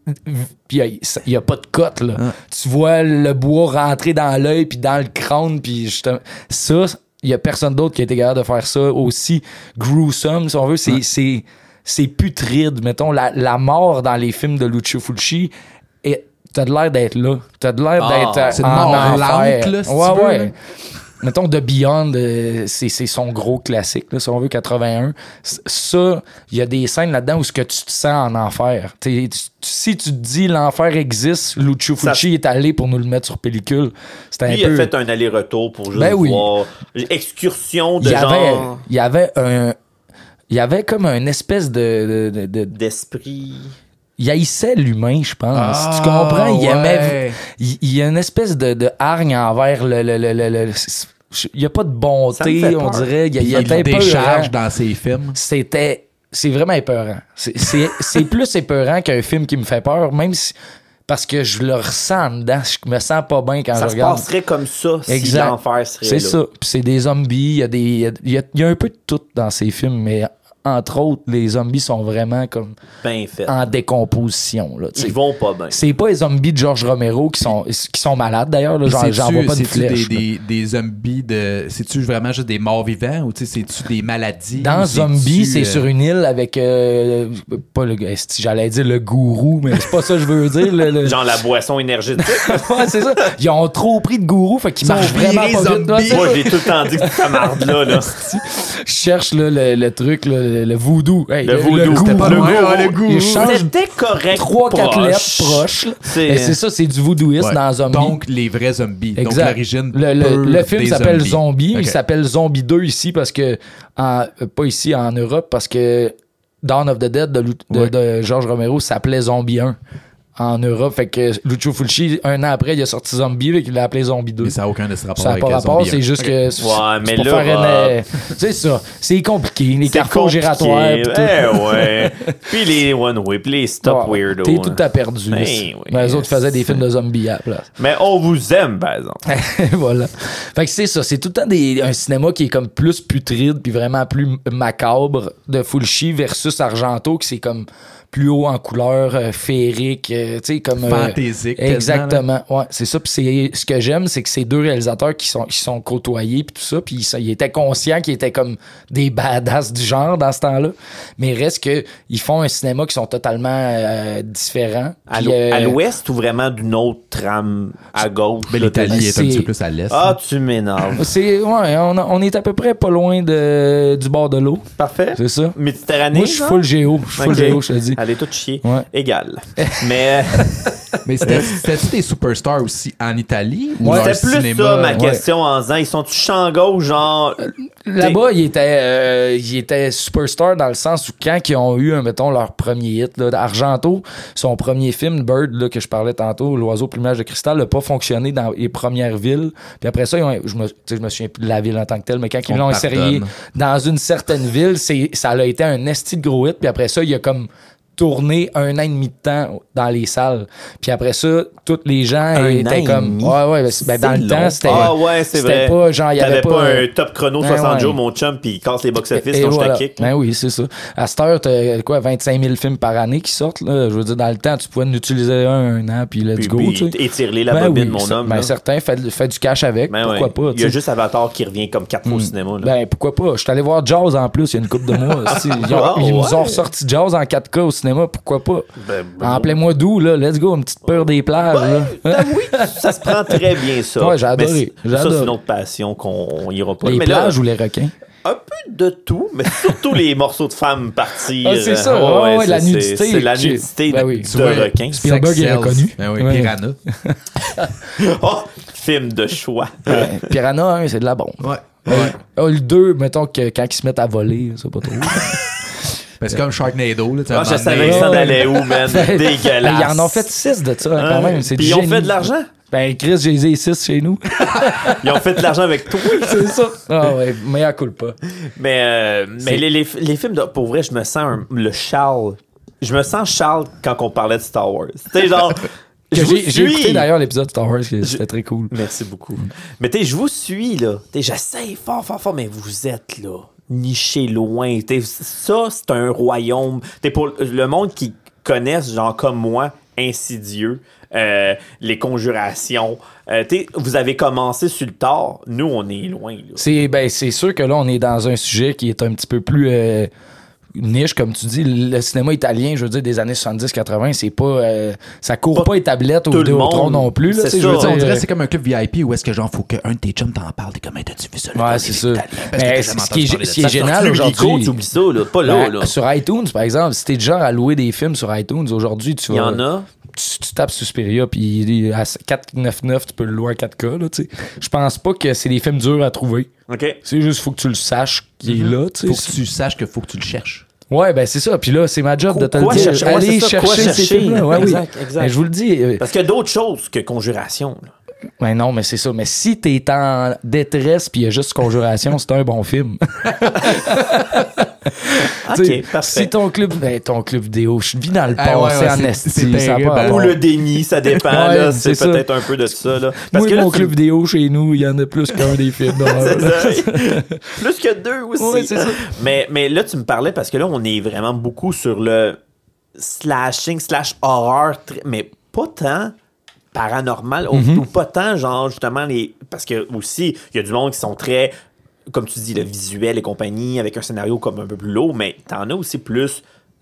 Puis il n'y a, a pas de cote, là. Tu vois le bois rentrer dans l'œil, puis dans le crâne, puis justement. Ça, il y a personne d'autre qui a été capable de faire ça aussi gruesome, si on veut. C'est, Ouais. c'est, c'est putride. Mettons, la, la mort dans les films de Lucio Fulci, et t'as de l'air d'être là. T'as de l'air Ah, d'être euh, c'est une en mort enfer. lente, là, si ouais, tu veux, ouais. là. Mettons, The Beyond, euh, c'est, c'est son gros classique, là, si on veut, quatre-vingt-un. C- Ça, il y a des scènes là-dedans où ce que tu te sens en enfer. T'sais, tu- tu- si tu te dis l'enfer existe, Lucio Ça- Fulci est allé pour nous le mettre sur pellicule. C'était un Lui, peu... il a fait un aller-retour pour juste Ben oui. voir. Excursion de il y avait, genre. il y avait un... Il y avait comme une espèce de... de, de, de- D'esprit. il haïssait l'humain, je pense. Ah, tu comprends? Il ouais. aimait... Il, il y a une espèce de, de hargne envers le... le, le, le- le- il n'y a pas de Ça me bonté, fait on peur. dirait. Il y a, il y a Il peut-être pas décharge dans ses films. C'était... C'est vraiment épeurant. C'est, c'est, c'est plus épeurant qu'un film qui me fait peur, même si... Parce que je le ressens en dedans. Je me sens pas bien quand Ça je se regarde. passerait comme ça si Exact. l'enfer serait C'est là. ça. Puis c'est des zombies. Il y a des, il y a, il y a- il y a un peu de tout dans ces films, mais entre autres, les zombies sont vraiment comme Bien fait. en décomposition. Là, tu sais. Ils vont pas bien. C'est pas les zombies de George Romero qui sont, qui sont malades d'ailleurs. Là, j'en, C'est-tu- j'en vois pas de c'est-tu flèche. des, là. des, des zombies de. C'est-tu vraiment juste des morts vivants ou tu sais, c'est-tu des maladies? Dans ou c'est-tu, Zombie, c'est euh, sur une île avec euh, pas le esti, j'allais dire le gourou, mais c'est pas ça que je veux dire. Le, le- Genre la boisson énergétique. ouais, c'est ça. Ils ont trop pris de gourou, fait qu'ils Ils marchent sont vraiment virés pas vite. zombies. Ouais, c'est Moi, ça. j'ai tout le temps dit que c'était marde-là. Là. Je cherche là, le, le truc, là, le, le voodoo. Hey, Le voodoo. gourou. C'était pas loin, gourou. ouais, le gourou. Il change C'était correct. trois, quatre proche. lettres proches. là. C'est- Et c'est ça, c'est du voodooisme ouais. dans Zombie. Donc, les vrais zombies. Donc, Exact. l'origine. Le, le, pure le film des s'appelle zombies. Zombie. Ok. Il s'appelle Zombie deux ici parce que. En, euh, pas ici, en Europe, parce que Dawn of the Dead de, Lu- de, Ouais. de George Romero s'appelait Zombie un en Europe. Fait que Lucio Fulci, un an après, il a sorti Zombie, fait qu'il l'a appelé Zombie deux. Mais ça n'a aucun de ce rapport Ça n'a avec pas euh, rapport, Zombie c'est un. juste Ok. que. c'est- Ouais, c'est mais pour là, faire une, Rob, euh, c'est ça. C'est compliqué. Les C'est carrefours compliqué. giratoires. pis tout. Eh ouais. Puis les one-way, puis les stop Ouais, weirdo. T'es hein. tout à perdu. Ben là. oui, Mais les autres faisaient des c'est- films de zombies à la place. Mais on vous aime, par exemple. Voilà. Fait que c'est ça. C'est tout le temps des, un cinéma qui est comme plus putride puis vraiment plus macabre de Fulci versus Argento qui c'est comme plus haut en couleur, euh, féerique, euh, tu sais, comme... euh, Fantaisique, quasiment, exactement. Ouais, c'est ça. Puis c'est, ce que j'aime, c'est que ces deux réalisateurs qui sont, qui sont côtoyés puis tout ça, puis ils, ils étaient conscients qu'ils étaient comme des badass du genre dans ce temps-là. Mais reste que ils font un cinéma qui sont totalement euh, différents. À Puis, l'o- euh, à l'ouest ou vraiment d'une autre trame à gauche? Mais là, l'Italie t'as- est un c'est- petit peu plus à l'est. Ah, tu m'énerves. C'est, ouais, on, a- on est à peu près pas loin de, du bord de l'eau. Parfait. C'est ça. Méditerranée, Moi, je suis genre? full géo. Je suis full Ok. géo, je te dis. Allez, tout chier. Ouais. Égal. Mais Mais c'était- c'était-tu des superstars aussi en Italie? Ou Ouais, leur c'était plus cinéma, ça ma ouais. question en disant, ils sont-tu champ gauche, genre... Là-bas, ils étaient, euh, ils étaient superstars dans le sens où quand ils ont eu, mettons, leur premier hit, là, Argento, son premier film, Bird, là, que je parlais tantôt, L'oiseau plumage de cristal, n'a pas fonctionné dans les premières villes. Puis après ça, ils ont- je me, tu sais, je me souviens plus de la ville en tant que telle, mais quand ils On l'ont pardonne. essayé dans une certaine ville, c'est, ça a été un esti de gros hit. Puis après ça, il y a comme tourné un an et demi de temps dans les salles. Puis après ça, tous les gens Un an étaient et comme... demi? Ouais, ouais, ben, c'est- ben, dans C'est le temps, long. c'était... Ah ouais, c'est c'était vrai. pas genre, il y avait T'avais pas... pas euh, un top chrono Ouais, soixante ouais. jours, mon chum, puis il casse les box-office, Et donc je voilà. te kick. Ben oui, c'est ça. À cette heure, t'as quoi, vingt-cinq mille films par année qui sortent. Là. Je veux dire, dans le temps, tu pouvais en utiliser un, un an, puis let's Puis, go. puis, tu sais. étire-les la Ben bobine, oui, mon ça- homme. Ben là. certain, fait, fait du cash avec. Ben pourquoi ouais. pas? Il y a tu sais. juste Avatar qui revient comme quatre fois au cinéma. Là. Ben pourquoi pas? Je suis allé voir Jaws en plus il y a une couple de mois. tu sais. Ils, ont- Ah, ils nous ont ouais. ressorti Jaws en quatre K au cinéma, pourquoi pas? Ben, ben, En plein mois d'août, là, let's go, une petite peur des plages. Ben, là. oui, ça se prend très bien ça. Ouais, j'ai adoré, Mais c'est- j'ai ça, c'est adoré. une autre passion qu'on ira pas. Les mais là, plages ou les requins? un peu de tout, mais surtout les morceaux de femmes partir. Ah, c'est ça, euh, ouais, ouais, la c'est- nudité. C'est la J'ai- nudité Ben de, oui. de Tu vois, requin. Spielberg est Sex reconnu. Sells. Ben oui, Ouais. Piranha. Oh, film de choix. Ouais. Piranha un, c'est de la bombe. Ouais. Ah, le deux, mettons que quand ils se mettent à voler, c'est pas trop. Ben, c'est comme Sharknado. Là, tu sais, Ah, à un je moment savais donné. que ça allait où, man? Dégueulasse. Ils en ont fait six de ça, quand Hein? même. C'est Puis du ils ont génie. fait de l'argent. Ben, Chris, j'ai les six chez nous. Ils ont fait de l'argent avec toi. C'est ça. Ah ouais, mais à coule pas. Mais, euh, mais les, les, les films, de, pour vrai, je me sens un- le Charles. Je me sens Charles quand on parlait de Star Wars. Tu sais, genre. Que je vous J'ai, j'ai suis. écouté d'ailleurs l'épisode Star Wars, que c'était très cool. Merci beaucoup. Mais tu sais, je vous suis, là. Tu sais, j'essaie fort, fort, fort, mais vous êtes, là, niché loin. Tu sais, ça, c'est un royaume. Tu sais, pour le monde qui connaisse, genre comme moi, Insidieux, euh, les conjurations. Euh, tu sais, vous avez commencé sur le tard. Nous, on est loin, là. C'est, ben, c'est sûr que là, on est dans un sujet qui est un petit peu plus euh, niche, comme tu dis. Le cinéma italien, je veux dire, des années soixante-dix quatre-vingts, c'est pas. Euh, ça court Pas pas les tablettes au tout le Vidéotron monde. non plus. Là, C'est tu sais, je ça. veux dire, On dirait euh, que c'est comme un club V I P où est-ce que genre faut qu'un de tes chums t'en parle. T'es comme, hey, t'as-tu vu ça? le Ouais, gars, c'est il est ça. italien, parce que Mais t'as ce jamais qui est, entendu parler de ce qui ça. est génial Sorti le aujourd'hui. Rico, tu oublies ça, là. Pas là, Ben, là. sur iTunes, par exemple, si t'es du genre à louer des films sur iTunes, aujourd'hui, tu Il y vas. en a. Tu, tu tapes Suspiria, puis à quatre neuf neuf, tu peux le louer à quatre K, là, tu sais. Je pense pas que c'est des films durs à trouver. OK. C'est juste, faut que tu le saches qu'il est là, tu Faut sais. que tu saches qu'il faut que tu le cherches. Ouais, ben c'est ça. Puis là, c'est ma job de te le Quoi dire. chercher? Ouais, Allez c'est ça, quoi chercher ces chercher? films-là. Ouais, Exact, oui. exact. Ben, je vous le dis. euh, Parce qu'il y a d'autres choses que conjuration, là. Ben non, mais c'est ça. Mais si t'es en détresse puis il y a juste Conjuration, c'est un bon film. OK, T'sais, parfait. Si ton club, ben, ton club vidéo, je vis dans le Ah ouais, passé ouais, en c'est- esti. c'est ça a terrible, pas hein. rapport. Ou le déni, ça dépend. Ouais, là, c'est c'est ça. peut-être un peu de ça. Là. Parce Moi, que là, mon tu- club vidéo chez nous, il y en a plus qu'un des films. d'horreur, là. C'est ça. Plus que deux aussi. Ouais, c'est ça. Mais, mais là, tu me parlais parce que là, on est vraiment beaucoup sur le slashing, slash horreur, tr- mais pas tant paranormal, ou- Mm-hmm. ou, pas tant, genre, justement, les. Parce que aussi, il y a du monde qui sont très, comme tu dis, le visuel et compagnie, avec un scénario comme un peu plus lourd, mais t'en as aussi plus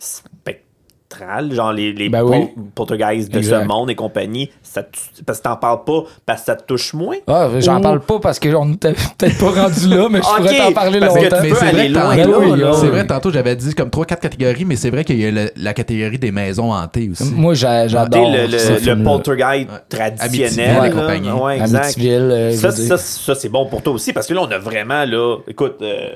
spectral, genre les, les Ben oui. pol- poltergeists de Exact. ce monde et compagnie. Ça te- parce que t'en parles pas parce que ça te touche moins. Ah, j'en Ou- parle pas parce qu'on n'était peut-être pas rendu là, mais je Ok, pourrais t'en parler parce que longtemps. tu Mais peux c'est aller vrai, que loin, tantôt- là, là. c'est vrai, tantôt j'avais dit comme trois quatre catégories, mais c'est vrai qu'il y a le- la catégorie des maisons hantées aussi. Moi, j'a- Tu j'adore sais, le, le, ce le film-là. poltergeist Amityville traditionnel. et là. compagnie. Ouais, exact. Amityville, euh, je Ça, veux dire. ça, ça, c'est bon pour toi aussi, parce que là, on a vraiment, là, écoute, euh,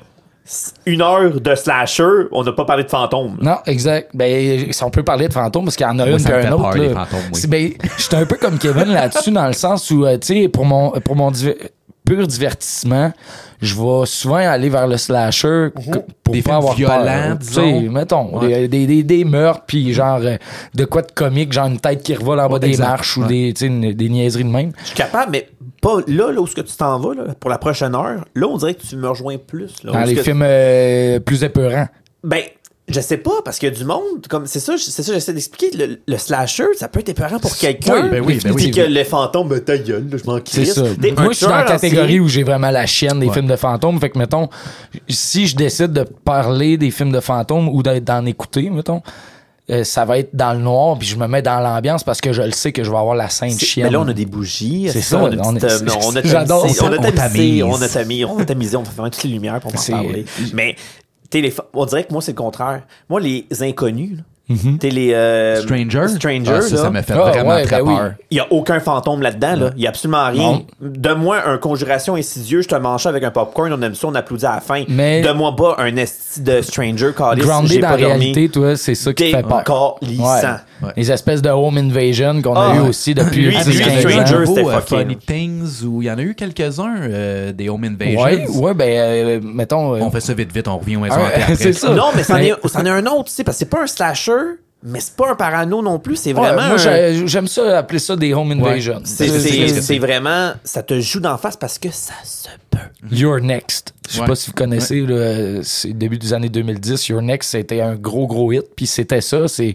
une heure de slasher, on n'a pas parlé de fantômes. Non, exact. Ben, si on peut parler de fantômes, parce qu'il y en a Moi, une ça puis me fait un autre. peur, là. les fantômes, oui. C'est- Ben, j'étais un peu comme Kevin là-dessus, dans le sens où, euh, tu sais, pour mon, pour mon diver- pur divertissement, je vais souvent aller vers le slasher que- pour Des pas films avoir violents, peur. Tu sais, disons. mettons, Ouais. des, des, des, des meurtres, puis genre euh, de quoi de comique, genre une tête qui revole en bas des exact. marches ou Ouais. des, tu sais, une- des niaiseries de même. Je suis capable, mais pas là, là où ce que tu t'en vas, là, pour la prochaine heure. Là, on dirait que tu me rejoins plus. Là, Dans Où est-ce les que- films euh, plus épeurants. Ben, je sais pas, parce qu'il y a du monde, comme c'est ça, c'est ça, j'essaie d'expliquer. Le, le slasher, ça peut être épeurant pour quelqu'un. Oui, ben oui, ben Puis oui. que les fantômes, ben, ta gueule, là, je m'en C'est crisse. ça. T'es un Moi, je suis dans la tueur en catégorie série. où j'ai vraiment la chienne des Ouais. films de fantômes. Fait que, mettons, si je décide de parler des films de fantômes ou d'être- d'en écouter, mettons, euh, ça va être dans le noir, puis je me mets dans l'ambiance parce que je le sais que je vais avoir la scène C'est- chienne. Mais là, on a des bougies. C'est est-ce ça, qu'on a une on petite, est- euh, non, on a j'adore tamisé, ça, on a on tamisé, tamise. on a tamisé, on a tamisé, on va faire toutes les lumières pour en C'est- parler. Mais, tu sais, les fa- on dirait que moi, c'est le contraire. Moi, les inconnus, là, tu sais, les... euh, Stranger? Stranger, Ah, ça, là, ça me fait Ah, vraiment ouais, très ben oui. peur. il n'y a aucun fantôme là-dedans. là. Il n'y a absolument rien. Non. Donne-moi un conjuration insidieux, je te mange ça avec un popcorn, on aime ça, on applaudit à la fin. Mais- Donne-moi pas un esti de Stranger, Carlis, Grounded j'ai dans pas la dormi. réalité, toi, c'est ça qui te fait peur. Décalissant. Ouais. Les espèces de home invasion qu'on Ah, a eu ouais. aussi depuis Lui, dix lui, quinze Stranger, ans. Stranger, c'était c'était fucking. Funny Things, où il y en a eu quelques-uns, euh, des Home Invasions. Ouais, ouais, ben, euh, mettons. euh, On fait ça vite, vite, on revient aux maisons Ah, hantées après. c'est ça. Non, mais c'en Mais- est, c'en est un autre, tu sais, parce que c'est pas un slasher, mais c'est pas un parano non plus, c'est ouais, vraiment... moi, un- j'ai- j'aime ça appeler ça des home invasions. C'est, C'est- c'est, c'est- c'est vraiment... Ça te joue d'en face parce que ça se peut. You're Next. Je sais Ouais. pas si vous connaissez, là, c'est début des années deux mille dix. Your Next, c'était un gros, gros hit. Puis c'était ça, c'est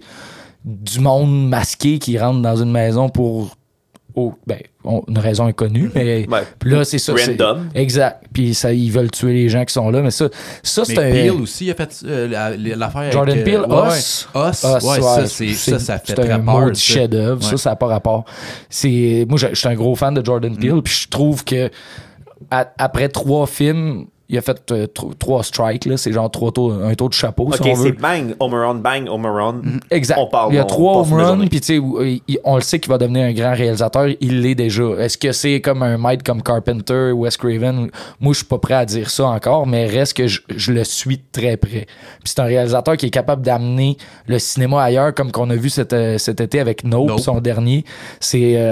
du monde masqué qui rentre dans une maison pour oh, ben, on- une raison inconnue. Mais Ouais. puis là, c'est ça. c'est- Random. Exact. Puis ça, ils veulent tuer les gens qui sont là. Mais ça, ça c'est Mais un. Peele aussi a fait euh, la- l'affaire Jordan avec, euh, Peele, ouais, Us. ouais. Us, Ah, ouais, ouais, ça, c'est, ça, ça fait c'est très un peur. maudit ça. chef-d'œuvre. Ça, Ouais. ça n'a pas rapport. C'est, moi, je je suis un gros fan de Jordan Peele, puis je trouve que à- après trois films, il a fait euh, tro- trois strikes. Là. C'est genre trois tours, un tour de chapeau, OK, si on c'est veut. bang, home run, bang, home run. Exact. On parle, il y a on trois passe home une runs, journée. puis tu sais, où, euh, il- on le sait qu'il va devenir un grand réalisateur. Il l'est déjà. Est-ce que c'est comme un maître comme Carpenter, Wes Craven? Moi, je suis pas prêt à dire ça encore, mais reste que je, je le suis de très près. Puis c'est un réalisateur qui est capable d'amener le cinéma ailleurs, comme qu'on a vu cet, euh, cet été avec Nope, Nope. son dernier. C'est... euh,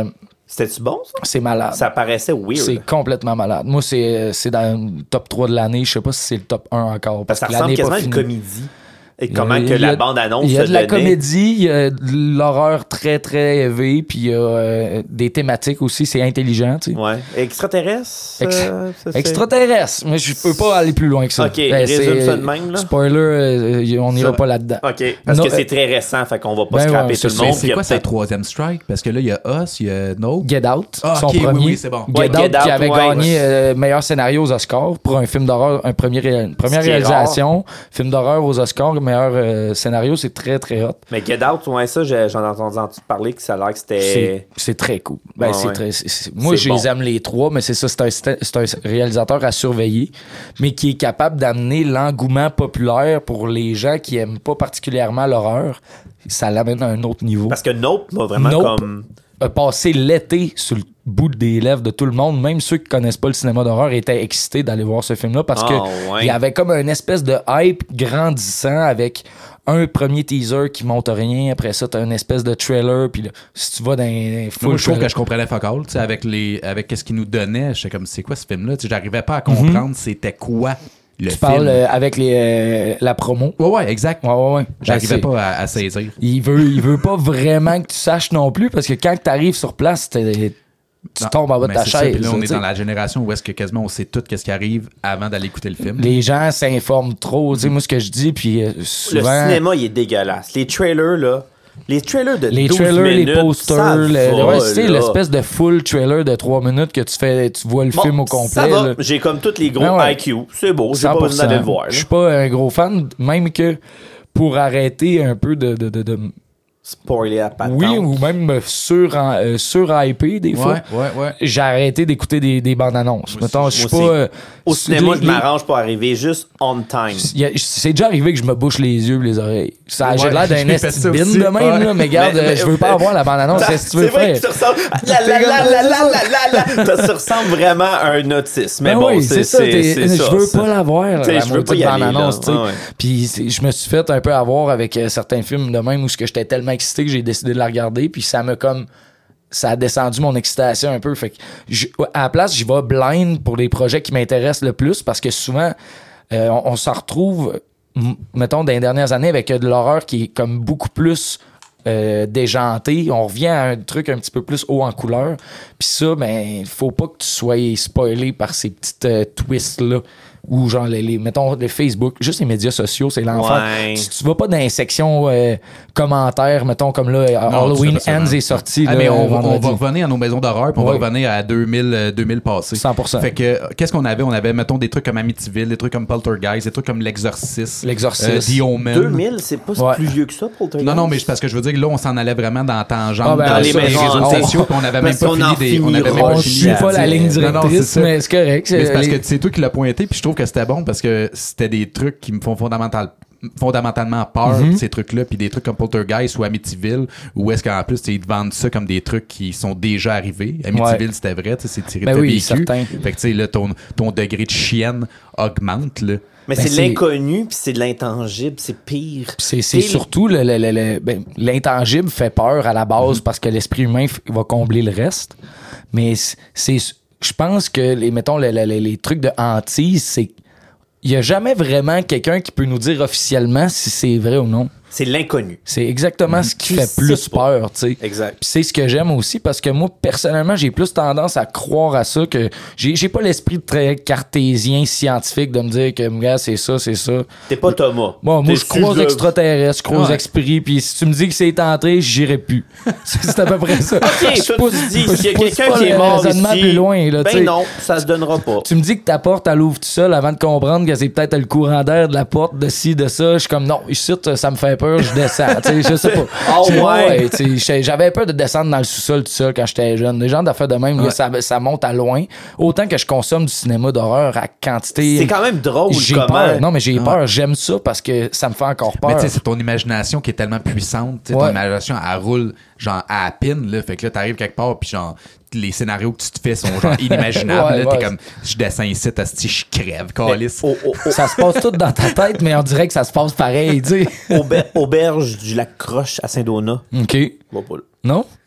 C'était-tu bon, ça? C'est malade. Ça paraissait weird. C'est complètement malade. Moi, c'est, c'est dans le top trois de l'année. Je sais pas si c'est le top un encore. Parce que ça l'année ressemble est quasiment pas à une finie. comédie. Et comment Il y que a- la bande-annonce Il y a se de la donnait. comédie, il y a de l'horreur très, très élevée, puis il y a euh, des thématiques aussi. C'est intelligent, tu sais. Ouais. Extraterrestre? Ex- euh, ça, c'est- Extraterrestre, mais je peux pas aller plus loin que ça. Ok, Ben, résume c'est- ça de même, là. Spoiler, euh, on n'ira Ça- pas là-dedans. OK. Parce Non, que c'est euh, très récent, fait qu'on va pas ben scraper ouais, tout le c'est- monde. Mais puis il y c'est a quoi sa peut-être- troisième strike? Parce que là, il y a Us, il y a No. Get Out, Ah, son ok, oui, premier. oui, c'est bon. Get, Ouais, Out, Get Out, qui avait ouais, gagné ouais. euh, meilleur scénario aux Oscars pour un film d'horreur, un premier ré- une première Ce qui est réalisation, film d'horreur aux Oscars, meilleur euh, scénario, c'est très très hot. Mais Get Out, ouais, ça, j'ai- j'en ai entendu entendu parler que ça a l'air que c'était. C'est, c'est très cool. Ben, Ouais, c'est ouais. très, c'est- c'est- moi, C'est je bon. les aime les trois, mais c'est ça, c'est un, c'est un réalisateur à surveiller, mais qui est capable d'amener l'engouement populaire pour les gens qui aiment pas particulièrement l'horreur. Ça l'amène à un autre niveau. Parce que Nope m'a vraiment Nope. comme. A passé l'été sur le bout des lèvres de tout le monde, même ceux qui connaissent pas le cinéma d'horreur étaient excités d'aller voir ce film-là parce Ah, que ouais. il y avait comme une espèce de hype grandissant avec un premier teaser qui monte rien, après ça t'as une espèce de trailer, puis là, si tu vas dans un full Moi, je trouve trailer- que je comprenais fuck all, tu sais, avec les, avec qu'est-ce qu'il nous donnait. J'étais comme, c'est quoi ce film-là? Tu sais, j'arrivais pas à comprendre c'était quoi le tu film. parles euh, avec les, euh, la promo. Ouais, ouais, exact. Ouais, ouais, ouais. J'arrivais Ben, c'est- pas à, à saisir. Il veut, il veut pas vraiment que tu saches non plus parce que quand tu arrives sur place, t'es- tu Non, tombes en bas de mais ta c'est ça, chaise. puis là, on tu est sais. dans la génération où est-ce que quasiment on sait tout qu'est-ce qui arrive avant d'aller écouter le film. Les gens s'informent trop. Tu sais, moi, ce que je dis, puis euh, Le souvent. cinéma, il est dégueulasse. Les trailers, là. Les trailers de Les douze trailers, minutes, les posters, ça le- va, ouais, tu sais, là. l'espèce de full trailer de trois minutes que tu fais, tu vois le Bon, film au Ça complet. va. là. J'ai comme tous les gros Ah ouais. I Q. C'est beau. J'ai cent pas pour besoin cent. d'aller le voir. Je suis pas un gros fan, même que pour arrêter un peu de. de, de, de- Spoiler à patente. oui, ou même me sur, euh, sur-hyper des fois. Ouais, ouais, ouais. J'ai arrêté d'écouter des, des bandes annonces. Mettons, je suis moi pas. aussi. euh, Au cinéma, les- je m'arrange pour arriver juste on time. Il y a- C'est déjà arrivé que je me bouche les yeux et les oreilles. Ça, j'ai Ouais, l'air d'un j'ai fait esti ça de bine aussi. de même, Ouais. là, mais regarde, Mais- euh, mais- je veux pas avoir la bande-annonce. Qu'est-ce que tu veux C'est vrai faire? que tu ressembles. La, la, la, la, la, la, la, la. Ça ressemble vraiment à un autisme. Mais Ben bon, oui, c'est ça. c'est- t'es- c'est ça. je veux ça. pas l'avoir, T'sais, la je veux pas maudite y aller, bande-annonce, là. tu sais. Ouais, ouais. Puis c'est- je me suis fait un peu avoir avec euh, certains films de même où ce que j'étais tellement excité que j'ai décidé de la regarder, puis ça me comme ça a descendu mon excitation un peu. Fait que je- à la place, j'y vais blind pour les projets qui m'intéressent le plus parce que souvent euh, on, on s'en retrouve, m- mettons, dans les dernières années avec euh, de l'horreur qui est comme beaucoup plus euh, déjanté. On revient à un truc un petit peu plus haut en couleur. Puis ça, ben, il faut pas que tu sois spoilé par ces petites euh, twists-là. Ou genre, les, les- mettons, les Facebook, juste les médias sociaux, c'est l'enfer. Ouais. Tu, tu vas pas dans les sections euh, commentaires, mettons, comme là, Non, Halloween tu fais pas ça, Ends non. est sorti. Ah, là, mais on, va- on vendredi. va revenir à nos maisons d'horreur, puis on Ouais. va revenir à deux mille, euh, deux mille passés. cent pour cent. Fait que, euh, qu'est-ce qu'on avait? On avait, mettons, des trucs comme Amityville, des trucs comme Poltergeist, des trucs comme L'Exorciste. L'Exorciste. euh, The Omen. deux mille, c'est pas Ouais. plus vieux que ça pour le Non, non, mais c'est parce que je veux dire, là, on s'en allait vraiment dans la tangente, Ah, ben, dans, dans les les réseaux maisons sociaux, hantées. puis on avait même Parce pas qu'on en fini des... On avait même finira pas On fini suit à pas la dire. ligne Non, non, c'est directrice, ça. mais c'est correct. Mais c'est parce les- que c'est toi qui l'as pointé, puis je trouve que c'était bon parce que c'était des trucs qui me font fondamental, fondamentalement peur, Mhm. ces trucs-là, puis des trucs comme Poltergeist ou Amityville, où est-ce qu'en plus, tu sais, ils te vendent ça comme des trucs qui sont déjà arrivés. Amityville, Ouais. c'était vrai, tu sais, c'est tiré Ben de ta oui, vécu. certain. Fait que, tu sais, là, ton, ton degré de chienne augmente, là. Mais Ben, c'est c'est- l'inconnu, puis c'est de l'intangible, c'est pire. C'est, c'est T'sais, surtout le, le- le- le- ben, l'intangible fait peur à la base Mhm. parce que l'esprit humain f- va combler le reste. Mais c'est, c'est- je pense que les, mettons, le- le- le- les trucs de hantise, c'est il y a jamais vraiment quelqu'un qui peut nous dire officiellement si c'est vrai ou non. c'est l'inconnu. C'est exactement ce qui Tu fait sais plus pas. peur, tu sais. Exact. Puis c'est ce que j'aime aussi parce que moi, personnellement, j'ai plus tendance à croire à ça que j'ai, j'ai pas l'esprit très cartésien, scientifique de me dire que, gars, c'est ça, c'est ça. T'es pas Thomas. Bon, moi, T'es je crois aux juste- extraterrestres, je crois aux Ouais. esprits, puis si tu me dis que c'est entré, j'irai plus. c'est c'est à peu près ça. Ok, Je toi, pousse- tu dis, je s'il y a pousse quelqu'un pas qui est le mort raisonnement ici, plus loin, là, tu sais. ben non, ça se donnera pas. Tu me dis que ta porte, elle ouvre tout seul avant de comprendre que c'est peut-être le courant d'air de la porte, de ci, de ça. Je suis comme, non, ici, ça me fait peur, je descends. Tu sais, je sais pas. Ah Tu sais, ouais? tu sais, j'avais peur de descendre dans le sous-sol tout seul quand j'étais jeune. Les gens d'affaires de même, là, ça, ça monte à loin. Autant que je consomme du cinéma d'horreur à quantité. C'est quand même drôle J'ai comment. peur. Non, mais j'ai peur. J'aime ça parce que ça me fait encore peur. Mais tu sais, c'est ton imagination qui est tellement puissante. Tu sais, Ouais. Ton imagination, elle roule genre à la pine. Là, fait que là, t'arrives quelque part, puis genre, les scénarios que tu te fais sont genre inimaginables. Ouais, là, ouais. T'es comme, je descends ici, asti, je crève, calice. Au- au- au- Ça se passe tout dans ta tête, mais on dirait que ça se passe pareil, tu sais. Auber- Auberge du lac Croche à Saint-Donat. OK. Va pas là. Non?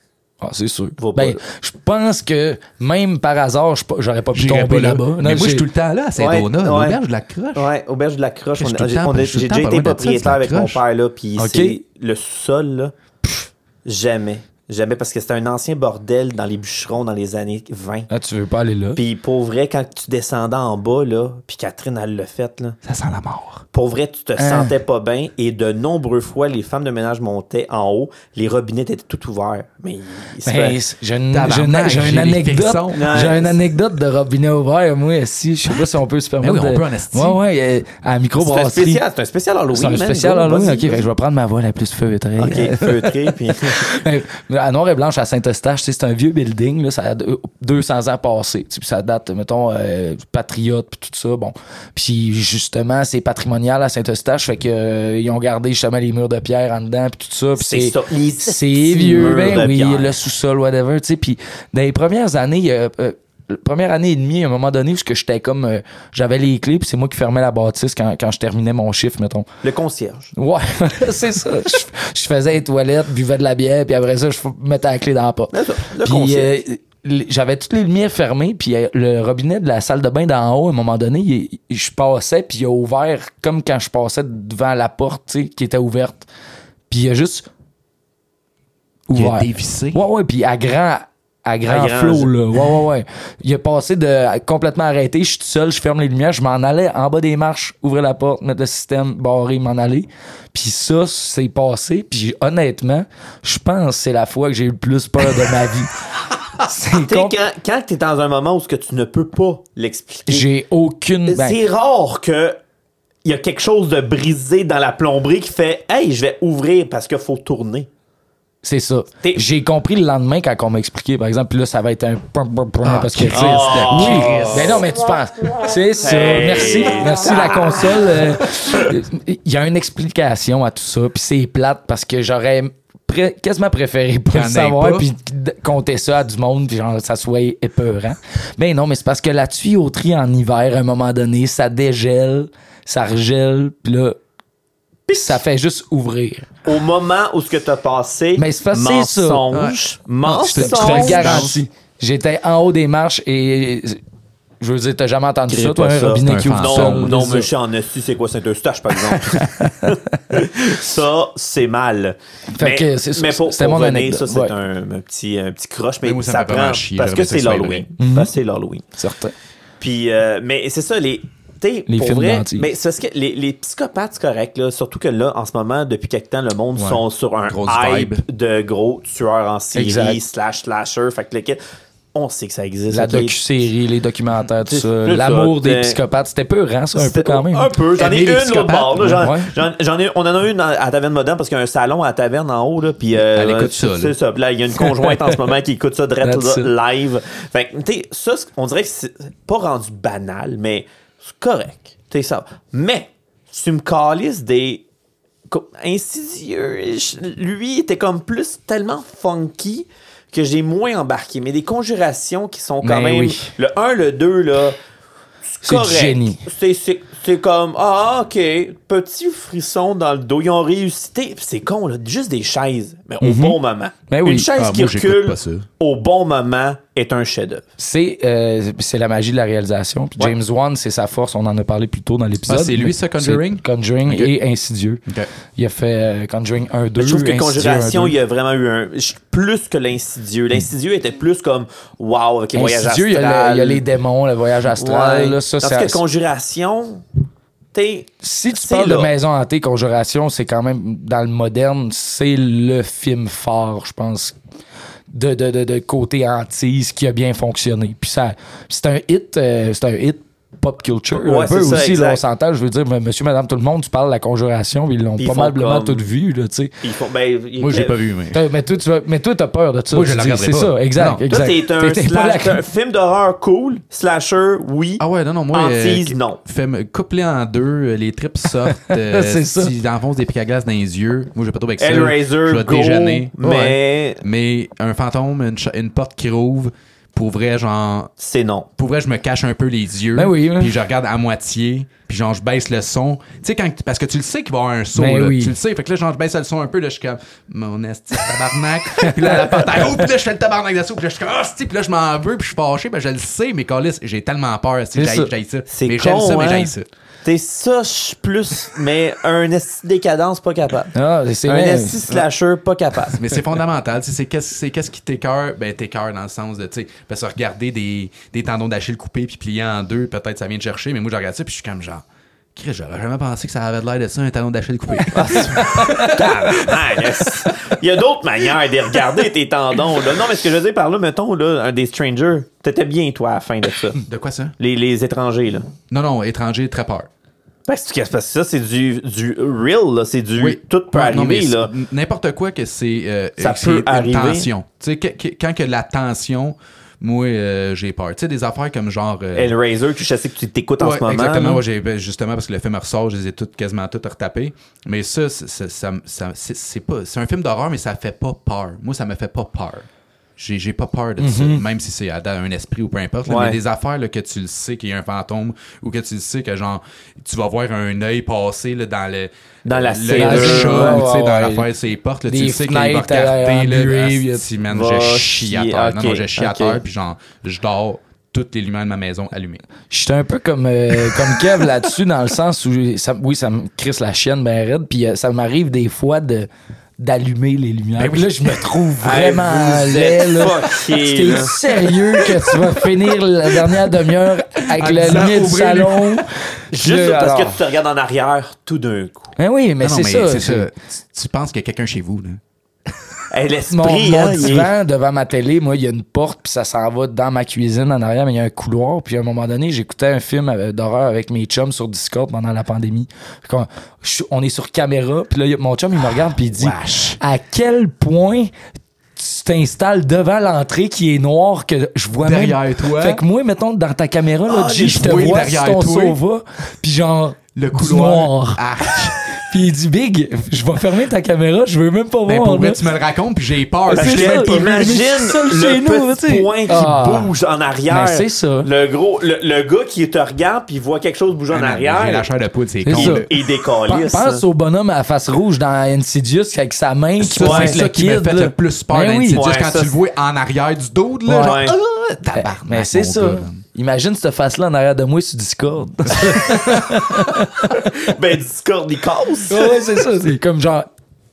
Ah, c'est sûr. Va Ben, pas. je pense que même par hasard, je- j'aurais pas pu J'irais tomber pas là. là-bas. Mais Non, moi, je suis j'ai- tout le temps là à Saint-Donat, Ouais, ouais. l'auberge de la Croche. Ouais, auberge de la Croche. Je On suis a- tout le j'ai temps- on a- je suis tout j'ai le temps déjà pas été loin de ça, propriétaire c'est la avec mon Croche. père, là, puis Ok. c'est le sous-sol, là. pff, Jamais. Jamais, parce que c'était un ancien bordel dans les bûcherons dans les années vingt. Ah, tu veux pas aller là? Puis pour vrai, quand tu descendais en bas, là, puis Catherine, elle l'a fait, là, Ça sent la mort. pour vrai, tu te Hein. sentais pas bien et de nombreuses fois, les femmes de ménage montaient en haut, les robinets étaient tout ouverts. Mais il se Ben, fait- c'est- j'ai une, Tabarnak, j'ai une, j'ai une j'ai les anecdote. frissons. J'ai Ouais. une anecdote de robinet ouvert, moi, si. Je sais pas si on peut se permettre. Ben oui, on de- peut en esti. Ouais, ouais, euh, à la c'est un microbrasserie. spécial, c'est un spécial Halloween. C'est un man. spécial Go, Halloween. vas-y, Ok, fait que vas-y. je vais prendre ma voix la plus feutrée. Ok, feutré, puis. À Noir et Blanche, à Saint-Eustache, tu sais, c'est un vieux building, là, ça a deux- deux cents ans passés. Tu sais, puis ça date, mettons, euh, patriote, puis tout ça. Bon. Puis justement, c'est patrimonial à Saint-Eustache, fait que euh, ils ont gardé justement les murs de pierre en dedans, puis tout ça. Puis C'est c'est ça, les c'est petits vieux, murs ben de oui, pierre. le sous-sol, whatever, tu sais. Puis dans les premières années, il y a, euh, la première année et demie, à un moment donné, où que j'étais comme, euh, j'avais les clés, puis c'est moi qui fermais la bâtisse quand, quand je terminais mon chiffre, mettons. Le concierge. Ouais, c'est ça. Je, je faisais les toilettes, buvais de la bière, puis après ça, je mettais la clé dans la porte. C'est ça, le Puis concierge. euh, l- j'avais toutes les lumières fermées, puis euh, le robinet de la salle de bain d'en haut, à un moment donné, il- il- je passais, puis il a ouvert comme quand je passais devant la porte, tu sais, qui était ouverte. Puis il a juste Il ouvert. a dévissé. Ouais, ouais, puis à grand, à grand À grand flot, jeu. là. Ouais, ouais, ouais. Il a passé de complètement arrêté, je suis tout seul, je ferme les lumières, je m'en allais en bas des marches, ouvrir la porte, mettre le système, barrer, m'en aller. Puis ça, c'est passé, puis honnêtement, je pense que c'est la fois que j'ai eu le plus peur de ma vie. C'est Tu sais, con- quand, quand t'es dans un moment où ce que tu ne peux pas l'expliquer, J'ai aucune... ben, c'est rare que il y a quelque chose de brisé dans la plomberie qui fait « Hey, je vais ouvrir parce qu'il faut tourner. c'est ça. T'es- J'ai compris le lendemain quand on m'a expliqué, par exemple, puis là, ça va être un... pum, pum, pum, parce que, tu sais, Oh, oui, Christ. mais non, mais tu penses. C'est ça. Hey. Merci. Merci, la console. Euh, Il y a une explication à tout ça, puis c'est plate parce que j'aurais pré- quasiment préféré pas Qu'il le y en ait savoir, pas. puis d- compter ça à du monde, puis genre, ça soit épeurant. Mais non, mais c'est parce que la tuyauterie en hiver, à un moment donné, ça dégèle, ça regèle, puis là, ça fait juste ouvrir. » Au moment où ce que t'as passé, Mais c'est parce que c'est ça. mensonge, mensonge. Je te, je te le garantis. J'étais en haut des marches et je veux dire, t'as jamais entendu Crée ça, toi, pas un ça, robinet c'est qui un ouvre Non, tout seul. non, C'est mais je ça. suis en esti, c'est quoi Saint-Eustache, par exemple? Ça, c'est mal. Fait mais, que c'est ça, mais pour, c'était pour mon revenir, anecdote, ça, c'est ouais. un, un petit, un petit croche, mais Mais moi, ça ça, me fait prend vraiment chier, parce que j'aimerais c'est ça que ça l'Halloween. soit vrai. Parce que c'est l'Halloween. Certain. Puis, euh, mais c'est ça, les... t'sais, Les pour films vrai, d'anti. mais c'est parce que les, les psychopathes, c'est correct, là, surtout que là, en ce moment, depuis quelque temps, le monde Ouais. sont sur un Grosse hype vibe. de gros tueurs en série, Exact. slash slasher, fait que le- on sait que ça existe. La ok? docu-série, les documentaires, tout C'est- ça. c'est L'amour ça, des t'es- psychopathes, c'était peurant, ça, un peu C'était- quand même. Un peu. J'en ai Aimer une les l'autre psychopathes, bord. là. J'en, ouais. j'en- j'en ai, on en a une à la Taverne Moderne parce qu'il y a un salon à la taverne en haut. Là, puis, euh, Elle écoute c'est, ça, là. C'est ça. Puis là, il y a une conjointe en ce moment qui écoute ça direct That's là, it. live. Fait que, tu sais, ça, c'est- on dirait que c'est pas rendu banal, mais c'est correct. Tu sais, ça. Mais, tu me calisses des co- insidieux. Lui, il était comme plus tellement funky que j'ai moins embarqué. Mais des conjurations qui sont quand Mais même... oui. Le un, le deux, là... C'est du correct. génie. C'est, c'est, c'est comme, ah, OK, petit frisson dans le dos. Ils ont réussi. T'sais, c'est con, là, juste des chaises, mais au bon moment. Ben oui. Une chaise Ah, qui moi, j'écoute recule pas ça. au bon moment est un chef-d'œuvre. C'est, euh, c'est la magie de la réalisation. Puis Ouais. James Wan, c'est sa force. On en a parlé plus tôt dans l'épisode. Ah, c'est lui, Mais ça, Conjuring? c'est Conjuring Ok. et Insidieux. Ok. Il a fait euh, Conjuring un, deux, Je trouve que Insidieux Conjuration, un, deux. il y a vraiment eu un. je- Plus que l'insidieux. L'insidieux était plus comme, wow, avec les voyages Insidieux, il y, a astral. le- il y a les démons, le voyage astral. Ouais. Là, ça, Parce c'est- que Conjuration, t'es. Si tu c'est parles là. de Maison hantée, Conjuration, c'est quand même, dans le moderne, c'est le film fort, je pense, de, de, de, de côté hantise qui a bien fonctionné. Puis ça, c'est un hit, euh, c'est un hit pop culture, Ouais, un peu c'est ça, aussi, exact. là, on s'entend, je veux dire, monsieur, madame, tout le monde, tu parles de la Conjuration, puis ils l'ont Ils font probablement comme- tout vu, là, tu sais. Ils font, ben, ils- Moi, j'ai pas vu, mais. T'as- Mais toi, tu vas- mais toi, t'as peur de ça. Moi, je tu la dis, regarderai C'est pas. ça, exact, Non. exact. Toi, t'es un, T'étais pas slash- la- un film d'horreur cool, slasher, oui. Ah ouais, non, non, moi. Hantise, euh, non. Fais-me coupler en deux, euh, les tripes sortent. euh, C'est ça. Si t'enfonces des pics à glace dans les yeux, moi, j'ai pas trop avec ça. Hellraiser, Je vais go, déjeuner. Ouais. mais... Mais un fantôme, une, cha- une porte qui rouvre, pour vrai, genre, C'est non. pour vrai, je me cache un peu les yeux. Ben oui, hein. Puis je regarde à moitié. Puis genre, je baisse le son. Tu sais, quand, parce que tu le sais qu'il va y avoir un saut, Ben là. oui. Tu le sais. Fait que là, genre, je baisse le son un peu, là, je suis comme, mon esti, tabarnak. Puis là, la porte elle ouvre, puis là, je fais le tabarnak de saut. Puis là, je suis comme, ah, oh, puis là, je m'en veux, puis je suis fâché. Ben, je le sais, mais câlisse, j'ai tellement peur, esti, C'est j'haïs ça. j'haïs ça. C'est Mais j'aime con, ça, mais hein? j'haïs ça. T'es ça, je suis plus, mais un esti décadence pas capable. Ah, c'est Un vrai. esti slasher pas capable. Mais c'est fondamental. Tu sais, c'est qu'est-ce c'est qu'est-ce qui t'écœure? Ben, t'écœure dans le sens de, tu sais, parce que regarder des, des tendons d'Achille coupés puis pliés en deux, peut-être ça vient de chercher, mais moi, je regarde ça puis je suis comme genre, Chris, j'aurais jamais pensé que ça avait l'air de ça, un tendon d'Achille coupé. Tabarnak, esti. Il y a d'autres manières de regarder tes tendons, là. Non, mais ce que je veux dire par là, mettons, là, un des strangers, t'étais bien, toi, à la fin de ça. De quoi ça? Les, les étrangers, là. Non, non, étranger, très peur. Parce que, parce que ça, c'est du, du real, là. C'est du. Tout peut Ouais, non, mais arriver, là. c'est- N'importe quoi que c'est. euh, Ça que c'est peut une arriver. tension. Tu sais, que- que- quand il y a de la tension, moi, euh, j'ai peur. Tu sais, des affaires comme genre. euh, Hellraiser, que je sais que tu t'écoutes en ouais, ce moment. exactement. là. Ouais, j'ai, ben, justement, parce que le film ressort, je les ai toutes, quasiment toutes retapées. Mais ça, c'est, c'est- ça, ça- c'est, c'est pas. C'est un film d'horreur, mais ça fait pas peur. Moi, ça me fait pas peur. J'ai, j'ai pas peur de ça, même si c'est à- dans un esprit ou peu importe. là, Ouais. Mais des affaires là, que tu le sais qu'il y a un fantôme ou que tu le sais que genre tu vas voir un œil passer là, dans le Dans la l'œil serrure, de chat ouais, ou tu sais, ouais, dans ouais. l'affaire ses portes là, tu Des le sais qu'il va fenêtres à- regarder à là, embuer, asti, man, va je chie à chier, terre. Non, non, ok, je chie à ok. terre puis genre je dors toutes les lumières de ma maison allumées. J'étais un peu comme, euh, comme Kev là-dessus, dans le sens où, ça, oui, ça me crisse la chienne ben raide, puis euh, ça m'arrive des fois de d'allumer les lumières. Ben oui. Puis là, je me trouve Hey, vraiment vous laid, êtes là. fuckés, T'es là. sérieux que tu vas finir la dernière demi-heure avec En la disant, lumière du ouvrez les- salon? Juste Là, parce alors- que tu te regardes en arrière tout d'un coup. Ben oui, mais Non, non, c'est ça. c'est c'est- ça. Tu, tu penses qu'il y a quelqu'un chez vous là. Hey, Mon, l'esprit, mon hein, il est- divan devant ma télé, moi, il y a une porte, puis ça s'en va dans ma cuisine en arrière, mais il y a un couloir. Puis à un moment donné, j'écoutais un film euh, d'horreur avec mes chums sur Discord pendant la pandémie. Fait qu'on- je- on est sur caméra, puis là, il y a- mon chum, il me regarde, puis il dit Wesh. à quel point tu t'installes devant l'entrée qui est noire que je vois Derrière même... toi. Fait que moi, mettons, dans ta caméra, là, Ah, G, les je te bruits vois derrière sur ton toi. sofa, puis genre... Le du couloir. noir. Arc. Puis il dit, Big, je vais fermer ta caméra, je veux même pas Ben voir. pour vrai, là. tu me le racontes puis j'ai peur. Ah, Parce Je c'est l'ai ça, même pas vu. imagine Mais je suis seul chez le nous, petit tu sais. point qui Ah. bouge en arrière. Ben, c'est ça. Le gros, le, le gars qui te regarde puis il voit quelque chose bouger en Ah, non, arrière. J'ai la chair de poule, c'est C'est con. ça. là. Il décalisse. Pense au bonhomme à la face rouge dans Insidious avec sa main qui Ça, pointe c'est le ça qui me kid. fait là. le plus peur Ben dans oui. Insidious, Ouais, quand ça, tu le c'est- vois en arrière du dos, là, Ouais. genre, Ouais. ah, tabarnak, Mais c'est mon ça. gars, là. Imagine cette face-là en arrière de moi sur Discord. Ben, Discord, il casse. ouais, c'est ça. C'est comme genre.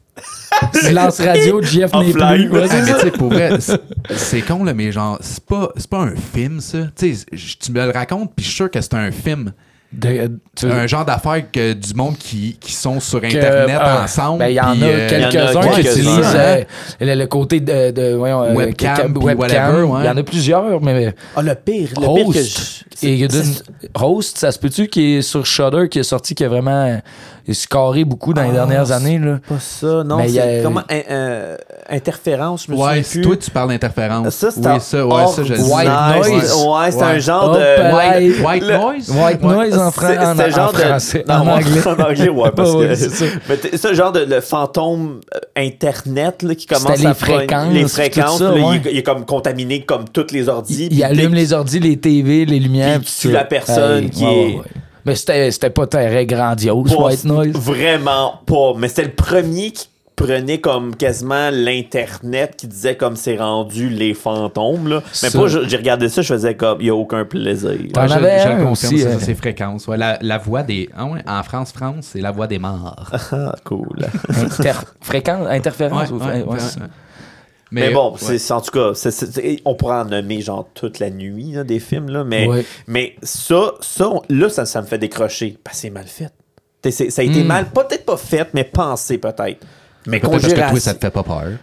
Silence radio, J F n'est Offline. plus. Ouais, Ah, c'est mais ça. tu sais, pour vrai, c'est- c'est con, là, mais genre, c'est pas, c'est pas un film, ça. Tu sais, j- tu me le racontes, puis je suis sûr que c'est un film. De- tu- Un genre d'affaires que du monde qui, qui sont sur que, Internet euh, ensemble. ben, il y en puis, a euh, quelques-uns il y en a qui quelques-uns. utilisent Ouais. euh, le, le côté de, de voyons, euh, Webcam, quelqu'un- puis whatever, ouais. Il y en a plusieurs, mais Ah, le pire, le pire que je... Host. Et il y a d'une- Host, ça se peut-tu qui est sur Shudder, qui est sorti, qui a vraiment euh, scarré beaucoup dans les Ah, dernières années, là. Pas ça, non. Mais il y c'est a- comment... un- un- interférence, je me Ouais, souviens c'est plus. toi, tu parles d'interférence. Ça, c'est oui, un ça, ouais, ça, je le ordinaire. White sais. noise. Ouais, c'est Ouais. un genre Hop, de... là. White, white Le- noise? White Ouais. noise en, fran- C'est- en, c'est en genre de- français, non, en anglais. En anglais, ouais, parce Ouais, que... c'est ça. Mais t'es- ça, genre de le fantôme euh, Internet là, qui commence C'était les à pogner- fréquences, les tout fréquences, ça, là, il, ouais. est- il est comme contaminé comme toutes les ordis. Il, puis il allume dès- les ordis, les T V, les lumières. Puis il puis tue tout. la personne qui est- Mais c'était c'était pas très grandiose, Pas- White Noise. Vraiment pas. Mais c'était le premier qui prenait comme quasiment l'internet qui disait comme c'est rendu les fantômes là. Mais Ça. pas je- j'ai regardé ça, je faisais comme il y a aucun plaisir. T'en Ouais, je- avais je un le confirme, aussi, ça, euh. ça, c'est fréquence. Ouais, la, la voix des. Ah ouais, en France, France, c'est la voix des morts. Ah, cool. Inter- fréquence, interférence. Ouais, ou- ouais, ouais, ouais, c'est ça. ouais. Mais, bon, c'est ouais. c'est- en tout cas, c'est- c'est- c'est- on pourra en nommer genre toute la nuit là, des films là, mais Ouais. mais ça ça on- là ça, ça me fait décrocher parce que c'est mal fait. T'sais, c'est- ça a été Mm. mal, pas- peut-être pas fait, mais pensé peut-être. Mais Peut-être parce que Conjuration- toi, ça te fait pas peur.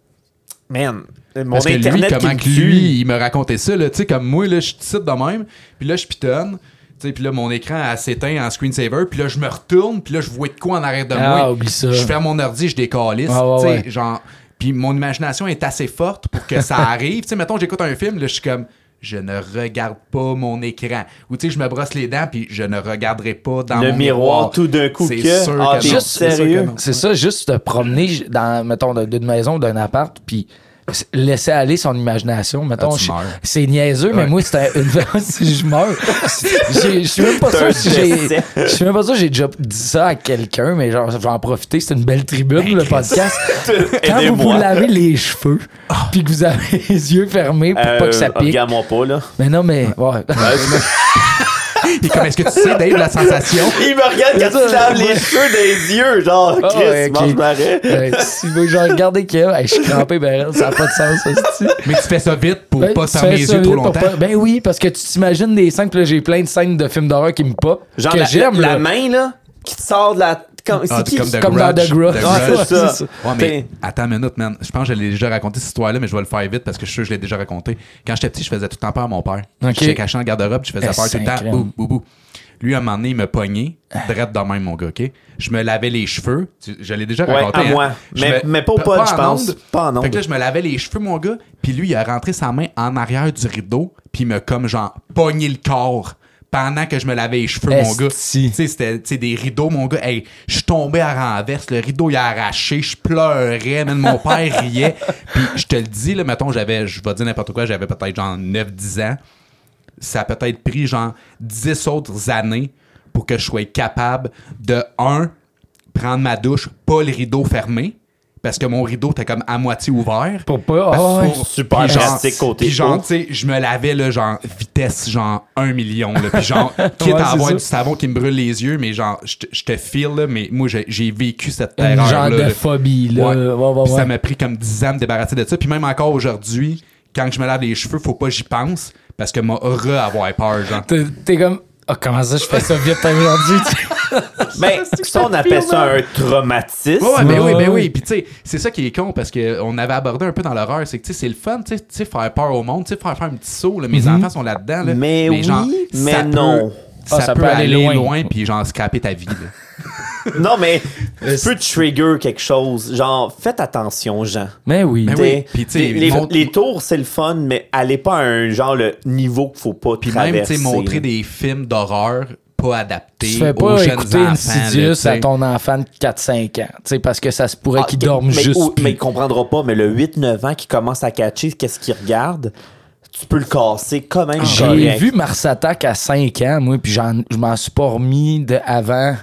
Man, mon Parce que lui, internet qui comment me que tue. lui, il me racontait ça, là, tu sais, comme moi, là, je cite de même, puis là, je pitonne, tu sais, puis là, mon écran elle s'éteint en screensaver, puis là, je me retourne, puis là, je vois de quoi en arrière de Ah, moi. oublie ça. Je ferme mon ordi, je décalisse, Ah, ouais, tu sais, ouais. genre, puis mon imagination est assez forte pour que ça arrive. Tu sais, mettons, j'écoute un film, là, je suis comme, je ne regarde pas mon écran. Ou tu sais, je me brosse les dents, puis je ne regarderai pas dans Le mon miroir tout d'un coup C'est que- sûr Ah, que t'es non. juste C'est sûr que sérieux? non. C'est ça, juste te promener dans, mettons, d'une maison, d'un appart, puis laisser aller son imagination. Mettons, Ah, tu je- meurs. c'est niaiseux, mais Ouais. moi, c'était une si je meurs. j'ai- Je suis même pas T'as sûr si un j'ai. décès. Je suis même pas sûr que j'ai déjà dit ça à quelqu'un, mais genre, je vais en profiter. C'est une belle tribune, le podcast. Quand vous vous Aidez-moi. lavez les cheveux, puis que vous avez les yeux fermés pour pas Euh, que ça pique. Regarde-moi pas, là. Mais non, mais. Ouais. Et comme, est-ce que tu sais, Dave, la sensation? Il me regarde quand ça, tu laves ouais. les cheveux des yeux, genre, Ah, Chris, ouais, ok. mange marais. Ouais, si vous voulez, genre, regardez qu'il y a. Hey, je suis crampé, ben, ça n'a pas de sens, ça, c'est-tu? Mais tu fais ça vite pour Ben, pas tu fermer fais les ça yeux trop vite pour longtemps. pas- Ben oui, parce que tu t'imagines des scènes, puis là, j'ai plein de scènes de films d'horreur qui me pop. Genre, que la, j'aime, la, là. la main, là, qui te sort de la... Comme, c'est Ah, qui? comme The Comme dans Grudge. The Grudge. The Ah, Grudge. c'est ça. c'est ça. Ouais, mais T'sais. attends une minute, man. Je pense que je l'ai déjà raconté cette histoire-là, mais je vais le faire vite parce que je suis sûr que je l'ai déjà raconté. Quand j'étais petit, je faisais tout le temps peur à mon père. Ok. J'étais caché dans le garde-robe, je faisais Eh, peur tout le temps. sacré. Bou, bou, bou. Lui, à un moment donné, il me pognait, drette de même, mon gars, OK? Je me lavais les cheveux. Tu- Je l'ai déjà Ouais, raconté. à hein. moi. Je Mais- mais pas au pod, je en pense. onde. Pas en onde. Fait que là, je me lavais les cheveux, mon gars, puis lui, il a rentré sa main en arrière du rideau, puis il m'a comme, genre, pogné le corps pendant que je me lavais les cheveux, mon gars. Tu Esti. sais, c'était tu sais, des rideaux, mon gars. Hey, je suis tombé à renverse, le rideau, il a arraché, je pleurais, même mon père riait. Puis je te le dis, là, mettons, j'avais, je vais dire n'importe quoi, j'avais peut-être genre neuf dix ans. Ça a peut-être pris genre dix autres années pour que je sois capable de, un, prendre ma douche, pas le rideau fermé, parce que mon rideau était comme à moitié ouvert. Pour pas. Ah, ouais. Pour super Puis genre- pratique côté Puis genre, haut. tu sais, je me lavais, là, genre, vitesse, genre, un million, là. Puis genre, quitte Ouais, à c'est avoir ça. du savon qui me brûle les yeux, mais genre, je te- je te feel, là, mais moi, j'ai j'ai vécu cette Une terreur-là. genre de là. phobie, là. Ouais. Ouais, ouais, Puis ouais. ça m'a pris comme dix ans de me débarrasser de ça. Puis même encore aujourd'hui, quand je me lave les cheveux, faut pas que j'y pense, parce que m'a re-avoir peur, genre. T'es t'es comme. Ah, comment ça, je fais ça vite aujourd'hui? tu sais? Ben, ça, on appelle ça un traumatisme. Ouais, ben Ouais, oui, ben ouais. oui. Puis tu sais, c'est ça qui est con parce qu'on avait abordé un peu dans l'horreur, c'est que tu sais, c'est le fun, tu sais, tu sais, faire peur au monde, tu sais, faire faire un petit saut, là. Mes Mhm. enfants sont là-dedans, là. Mais oui, mais ça non. peut- Ça, Ah, ça peut, peut aller aller loin, loin. puis genre scraper ta vie, là. Non, mais tu peux trigger quelque chose. Genre, faites attention, Jean. Mais oui. Ben T'sais, oui. Puis, t'sais, les, les- montre- les tours, c'est le fun, mais allez pas à un genre le niveau qu'il faut pas Puis même, tu traverser. sais, montrer des films d'horreur pas adaptés Tu fais aux pas jeunes écouter enfants, Insidious là, tu sais. à ton enfant de quatre cinq ans. Tu sais, parce que ça se pourrait Ah, qu'il ok, dorme mais, juste. ou- plus. mais il comprendra pas, mais le huit neuf ans qui commence à catcher qu'est-ce qu'il regarde, tu peux le casser quand même. J'ai correct. vu Mars Attack à cinq ans, moi, puis j'en- je m'en suis pas remis de avant,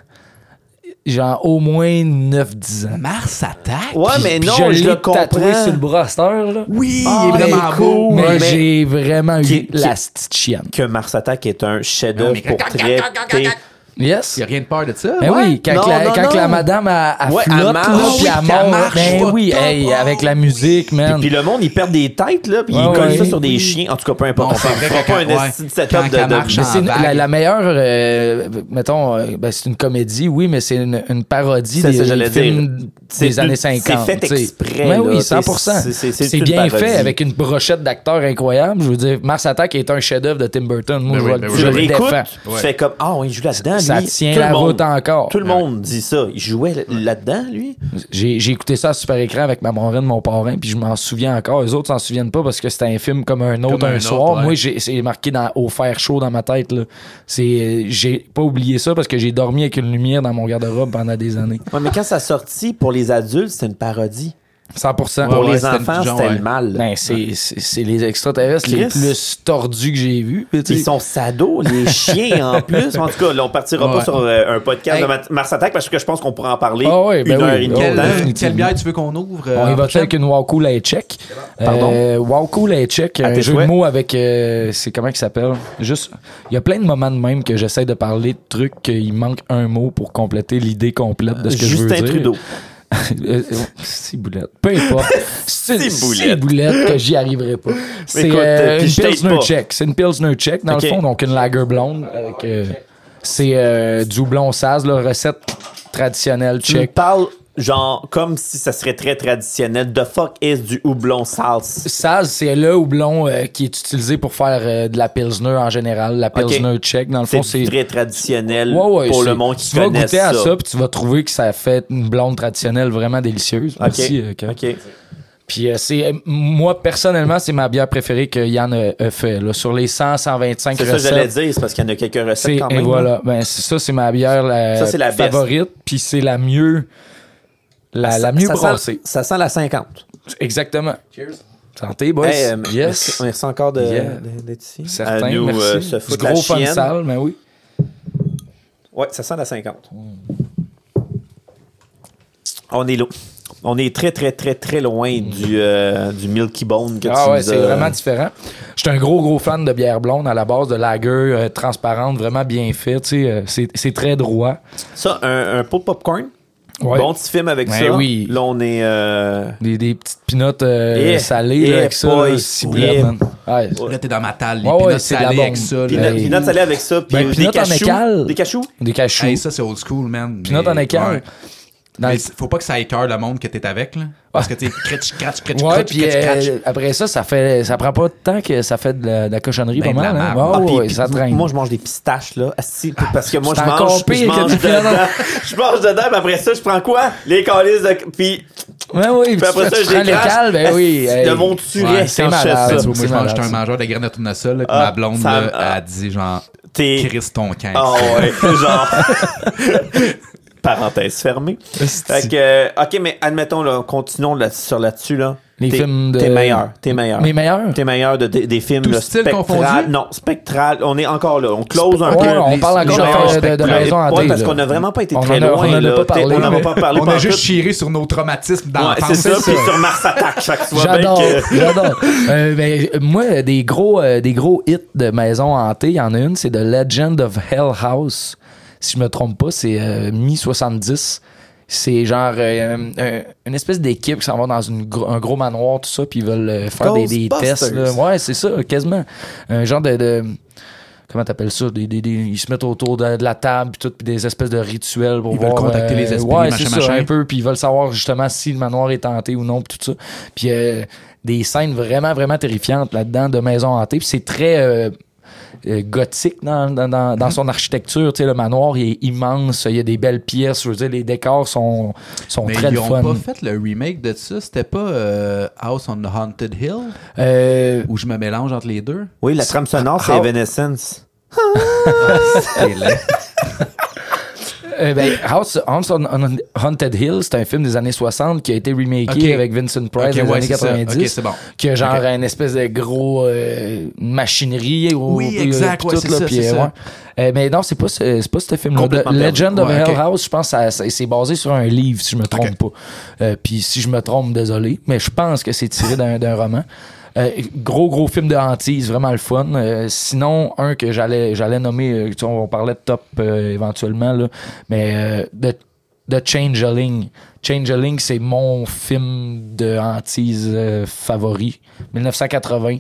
genre au moins neuf dix ans. Mars Attack? Ouais, mais Puis non, je je, l'ai le tatoué comprends. sur le bras à cette heure, là. Oui, Ah, il est vraiment ben, beau. cool. Mais Ouais, mais- j'ai vraiment eu Qui- qui- la petite chienne. Que Mars Attack est un chef-d'œuvre Non, mais- pour très. t'sais, Yes. Il y a rien de peur de ça. Ben Ouais. oui, quand, Non, la, non, quand non. la madame a, a Ouais, flotte, elle là, marche. puis Ah oui, elle qu'elle mord, marche ben pas oui, top. hey, avec la musique, man. Puis le monde, ils perdent des têtes, là, puis ils Ouais, collent ouais. ça sur des chiens. En tout cas, peu importe. Non, on c'est fera vrai fera que pas un quand- esti de ouais, setup quand de- elle de. marche Mais en c'est une- vague. la, la meilleure, euh, mettons, euh, ben, c'est une comédie, oui, mais c'est une, une parodie C'est des, ça, j'allais des films dire. C'est des années une- cinquante. c'est fait tu sais. exprès, Mais là, oui, t'sais, cent pour cent. c'est- c'est- c'est C'est une bien parodie. fait avec une brochette d'acteurs incroyable. Je veux dire, Mars Attack est un chef-d'œuvre de Tim Burton. Moi, Ben je, oui, vais ben le- oui, Tu je le le réécoutes, défends. tu Ouais. fais comme ah oui, il joue là-dedans. Ça lui. tient Tout la le monde- route encore. Tout le monde dit ça. Il jouait là-dedans, lui. J'ai, j'ai écouté ça à super écran avec ma marraine, mon parrain, puis je m'en souviens encore. Les autres s'en souviennent pas parce que c'était un film comme un autre Comme un, un soir. autre, ouais. Moi, j'ai, c'est marqué dans, au fer chaud dans ma tête. Là. C'est, j'ai pas oublié ça parce que j'ai dormi avec une lumière dans mon garde-robe pendant des années. Ouais, mais quand ça sortit pour les adultes, c'était une parodie. cent pour cent. Ouais, Pour ouais, les c'était enfants, une- genre, c'était ouais. le mal. Ben, c'est, c'est, c'est les extraterrestres les Chris. plus tordus que j'ai vus. tu sais. Ils sont sados, les chiens en plus. En tout cas, là, on partira Ouais. pas sur euh, un podcast Hey. de Ma- Mars Attack parce que je pense qu'on pourra en parler Ah ouais, ben une heure oui. et demie Oh, de Quelle, temps. définitivement. quelle bière tu veux qu'on ouvre? euh, On y va prochaine? avec une Wow Cool à check. Pardon? Euh, wow Cool à check, À un tes jeu de souhaits. mots avec. euh, c'est comment il s'appelle? Juste. Il y a plein de moments de même que j'essaie de parler de trucs qu'il manque un mot pour compléter l'idée complète de ce que je veux Justin dire. Trudeau. Euh, C'est boulette. Peu importe. C'est Ciboulette. c'est boulette que j'y arriverai pas. C'est écoute, euh, puis une je t'aide Pilsner pas. Check. C'est une Pilsner Check, dans Ok. le fond, donc une lager blonde. Avec, euh, c'est euh, du houblon Saz, là, recette traditionnelle Tu me Check. parles genre comme si ça serait très traditionnel. The fuck is du houblon salse? Saz, c'est le houblon euh, qui est utilisé pour faire euh, de la Pilsner en général. La Pilsner Check, dans le fond, C'est c'est. très traditionnel Ouais, ouais, pour c'est- le monde qui tu vas connaît goûter à ça. ça, puis tu vas trouver que ça fait une blonde traditionnelle vraiment délicieuse. Ok. Merci, euh, Kev. OK. Puis euh, c'est euh, moi personnellement, c'est ma bière préférée que Yann a, a fait là, sur les cent cent vingt-cinq C'est ça que j'allais recettes. dire, c'est parce qu'il y en a quelques recettes C'est, quand et même. voilà, ben c'est ça, c'est ma bière la, Ça, c'est la best. favorite, puis c'est la mieux la, Ça- la mieux ça brassée. Sent, ça sent la cinquante. Exactement. Santé, boys. Hey, euh, yes. Merci, merci encore de, Yeah. de- d'être ici. Certain, À nous, merci. euh, se Du foutre la gros fun chienne. sale, mais oui. Ouais, ça sent la cinquante. On est là. On est très, très, très, très loin du, euh, du Milky Bone que Ah tu ouais, nous c'est as- vraiment différent. J'étais un gros, gros fan de bière blonde à la base, de lager euh, transparente, vraiment bien fait. Tu sais, euh, c'est, c'est très droit. Ça, un, un pot de popcorn. Ouais. Bon petit film avec Ben ça. oui. Là, on est... Euh... Des, des petites pinottes euh, Yeah. salées Yeah, là, avec ça, boy. là, ciblées, Yeah. man. Ouais. Là, t'es dans ma table. Les Ouais, ouais, peanuts c'est de la salés avec bombe. ça. là. Peanut, Hey. peanut salé avec ça. Puis Ben, des peanut en cachous. écale. Des cachous? Des cachous. Hey, ça, c'est old school, man. Peanut Mais- en écale. ouais. Dans Mais le- c- faut pas que ça écœure le monde que t'es avec, là. Parce que t'es crutch, crutch, crutch, Ouais, crutch, puis crutch, crutch. euh, après ça, ça fait, ça prend pas de temps que ça fait de la, de la cochonnerie Ben, pas de la mal. Hein? merde. Ouais, Ah, puis- ouais, puis ça traîne. moi, je mange des pistaches, là. Asti, parce que moi, C'est je encore mange, je pire que mange du piano. dedans. Je mange dedans, puis après ça, je prends quoi? Les calices de... Puis, Ouais, oui, puis puis après ça, tu je prends les crache. l'écale, ben oui. Asti, hey. Le monde tuerait Ouais, quand c'est je fais malade. ça. Ben, c'est moi, je malade, mange, j'étais un ça. mangeur de graines de tournesol, là, puis Ah, ma blonde, ça- là, ah. a dit, genre, T'es... Chris ton camp. Ah ouais, genre... Parenthèse fermée. Fait que, euh, OK, mais admettons, là, continuons là, sur là-dessus, là. Les T'es- films de... T'es meilleur, t'es meilleur. Mes meilleurs? T'es meilleur de, des, des films Tout là, style spectral. confondu? Non, spectral. On est encore là. On close un Ouais, peu. on les- parle les encore genres de, de, de spectrales. maison hantée. Ouais, parce là. qu'on n'a vraiment pas été On très en a- loin. on en a là. pas parlé, T'sais, On n'en a mais- pas parlé. On pas a en juste tout. chiré sur nos traumatismes Ouais, d'enfance. c'est ça, c'est puis ça. sur Mars Attack. Fait que tu vois bien J'adore, que... j'adore. Euh, ben, moi, des gros, euh, des gros hits de maison hantée, il y en a une, c'est The Legend of Hell House. Si je me trompe pas, c'est euh, mi soixante-dix. C'est genre euh, un- une espèce d'équipe qui s'en va dans une gro- un gros manoir, tout ça, puis ils veulent euh, faire des, des tests. Là. Ouais, c'est ça, quasiment. Un genre de... de comment t'appelles ça? Des, des, des- ils se mettent autour de, de la table, puis tout, puis des espèces de rituels pour Ils veulent voir... contacter les esprits, ouais, machin, c'est ça, machin. un peu, puis ils veulent savoir justement si le manoir est hanté ou non, puis tout ça. Puis euh, des scènes vraiment, vraiment terrifiantes là-dedans de maison hantée, puis c'est très... euh, euh, gothique dans, dans, dans, dans son architecture. Tu sais, le manoir il est immense, il y a des belles pièces, je veux dire, les décors sont, sont Mais très ils le ont fun. pas fait le remake de ça. C'était pas euh, House on the Haunted Hill? Euh, Où je me mélange entre les deux? Oui, la trame sonore, c'est How- Evanescence. C'est laid. euh, ben, House, House on, on Haunted Hill, c'est un film des années soixante qui a été remaké Ok. avec Vincent Price Ok, dans les ouais, années c'est ça. quatre-vingt-dix. Ok, c'est bon. Qui a genre Ok. une espèce de gros euh, machinerie. Au, Oui, au- exact, puis ouais, tout, c'est là, ça, puis, c'est euh, ça. ouais. Euh, mais non, c'est pas, ce- c'est pas ce film-là. Complètement The perdu. Legend of Ouais, Hell ok. House, je pense que ça- ça- c'est basé sur un livre, si je me trompe Ok. pas. Euh, puis si je me trompe, désolé. Mais je pense que c'est tiré d'un d'un roman. Euh, gros, gros film de hantise, vraiment le fun. Euh, sinon, un que j'allais j'allais nommer, euh, tu sais, on parlait de top euh, éventuellement, là, mais euh, de, de Changeling. Changeling, c'est mon film de hantise euh, favori. dix-neuf cent quatre-vingts.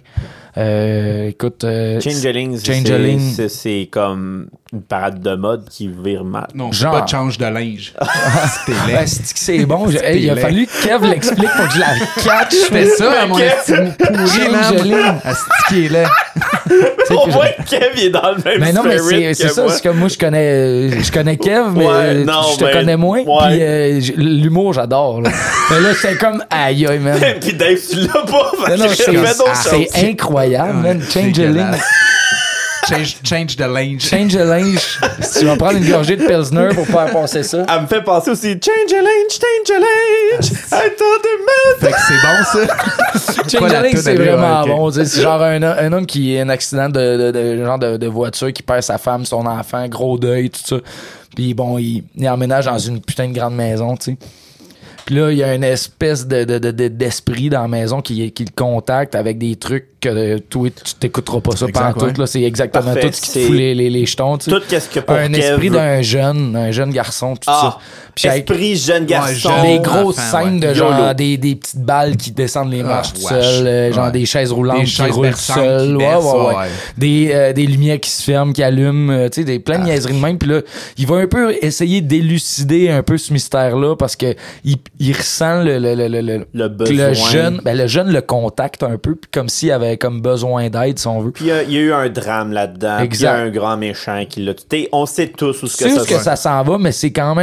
Euh, écoute... euh, Changeling, c'est- Changeling. c'est c'est comme une parade de mode qui vire mal. Non, c'est Genre. pas de change de linge. C'était Ah, laid. c'est que c'est bon. J'ai- hey, il a laid. fallu que Kev l'explique pour que je la catch. C'était ça, à mon estime pourri, Changeling. man. Asti qui est laid. sais, Au que moins, Kev, il est dans le même Mais non, mais spirit c'est c'est que ça, moi. c'est que moi, je connais, euh, je connais Kev, mais Ouais, euh, non, je te mais- connais moins. ouais. Puis euh, j- l'humour, j'adore. là. Mais là, c'est comme aïe, aïe, man. Puis Dave, tu l'as pas. Non, non, fait que c'est fais d'autres c'est choses. incroyable, man. Ouais, Change the dégueulasse. link. Change, change the linge. Change the linge. Si tu vas prendre une gorgée de Pilsner pour faire passer ça. Elle me fait penser aussi Change a lane, change a lane. I told the Fait que c'est bon, ça. Pas Change la the link, toune, c'est elle est- vraiment ok. bon. tu sais, C'est genre un, un homme qui a un accident de, de, de- genre de, de voiture, qui perd sa femme, son enfant, gros deuil, tout ça. Puis bon, il, il emménage dans une putain de grande maison, tu sais. Puis là, il y a une espèce de, de, de- de- d'esprit dans la maison qui, qui le contacte avec des trucs que euh, toi, tu t'écouteras pas ça Exact, pantoute. ouais. Là, c'est exactement Parfait, tout ce qui te c'est- fout les, les, les jetons. Tu sais. Tout qu'est-ce que pour un Kev esprit veut. d'un jeune, un jeune garçon, tout Ah, ça. Puis avec esprit jeune garçon. jeune. des Oh, grosses enfant, scènes ouais. de genre YOLO. des, des petites balles qui descendent les marches Ah, tout wesh. seules, euh, genre Ouais. des chaises roulantes Des qui chaises roulent berçantes seules, qui ouais, bercent, ouais, ouais. ouais. Des, euh, des lumières qui se ferment, qui allument, euh, tu sais, des plein de niaiseries de même. Puis là, il va un peu essayer d'élucider un peu ce mystère-là parce que il, il ressent le, le, le, le, le, Le que besoin. le jeune, ben le jeune le contacte un peu, puis comme s'il avait comme besoin d'aide, si on veut. Puis il y a- il y a eu un drame là-dedans. Puis il y a Exact. un grand méchant qui l'a tué. On sait tous où ce que C'est ça où ce que va. ça s'en va, mais c'est quand même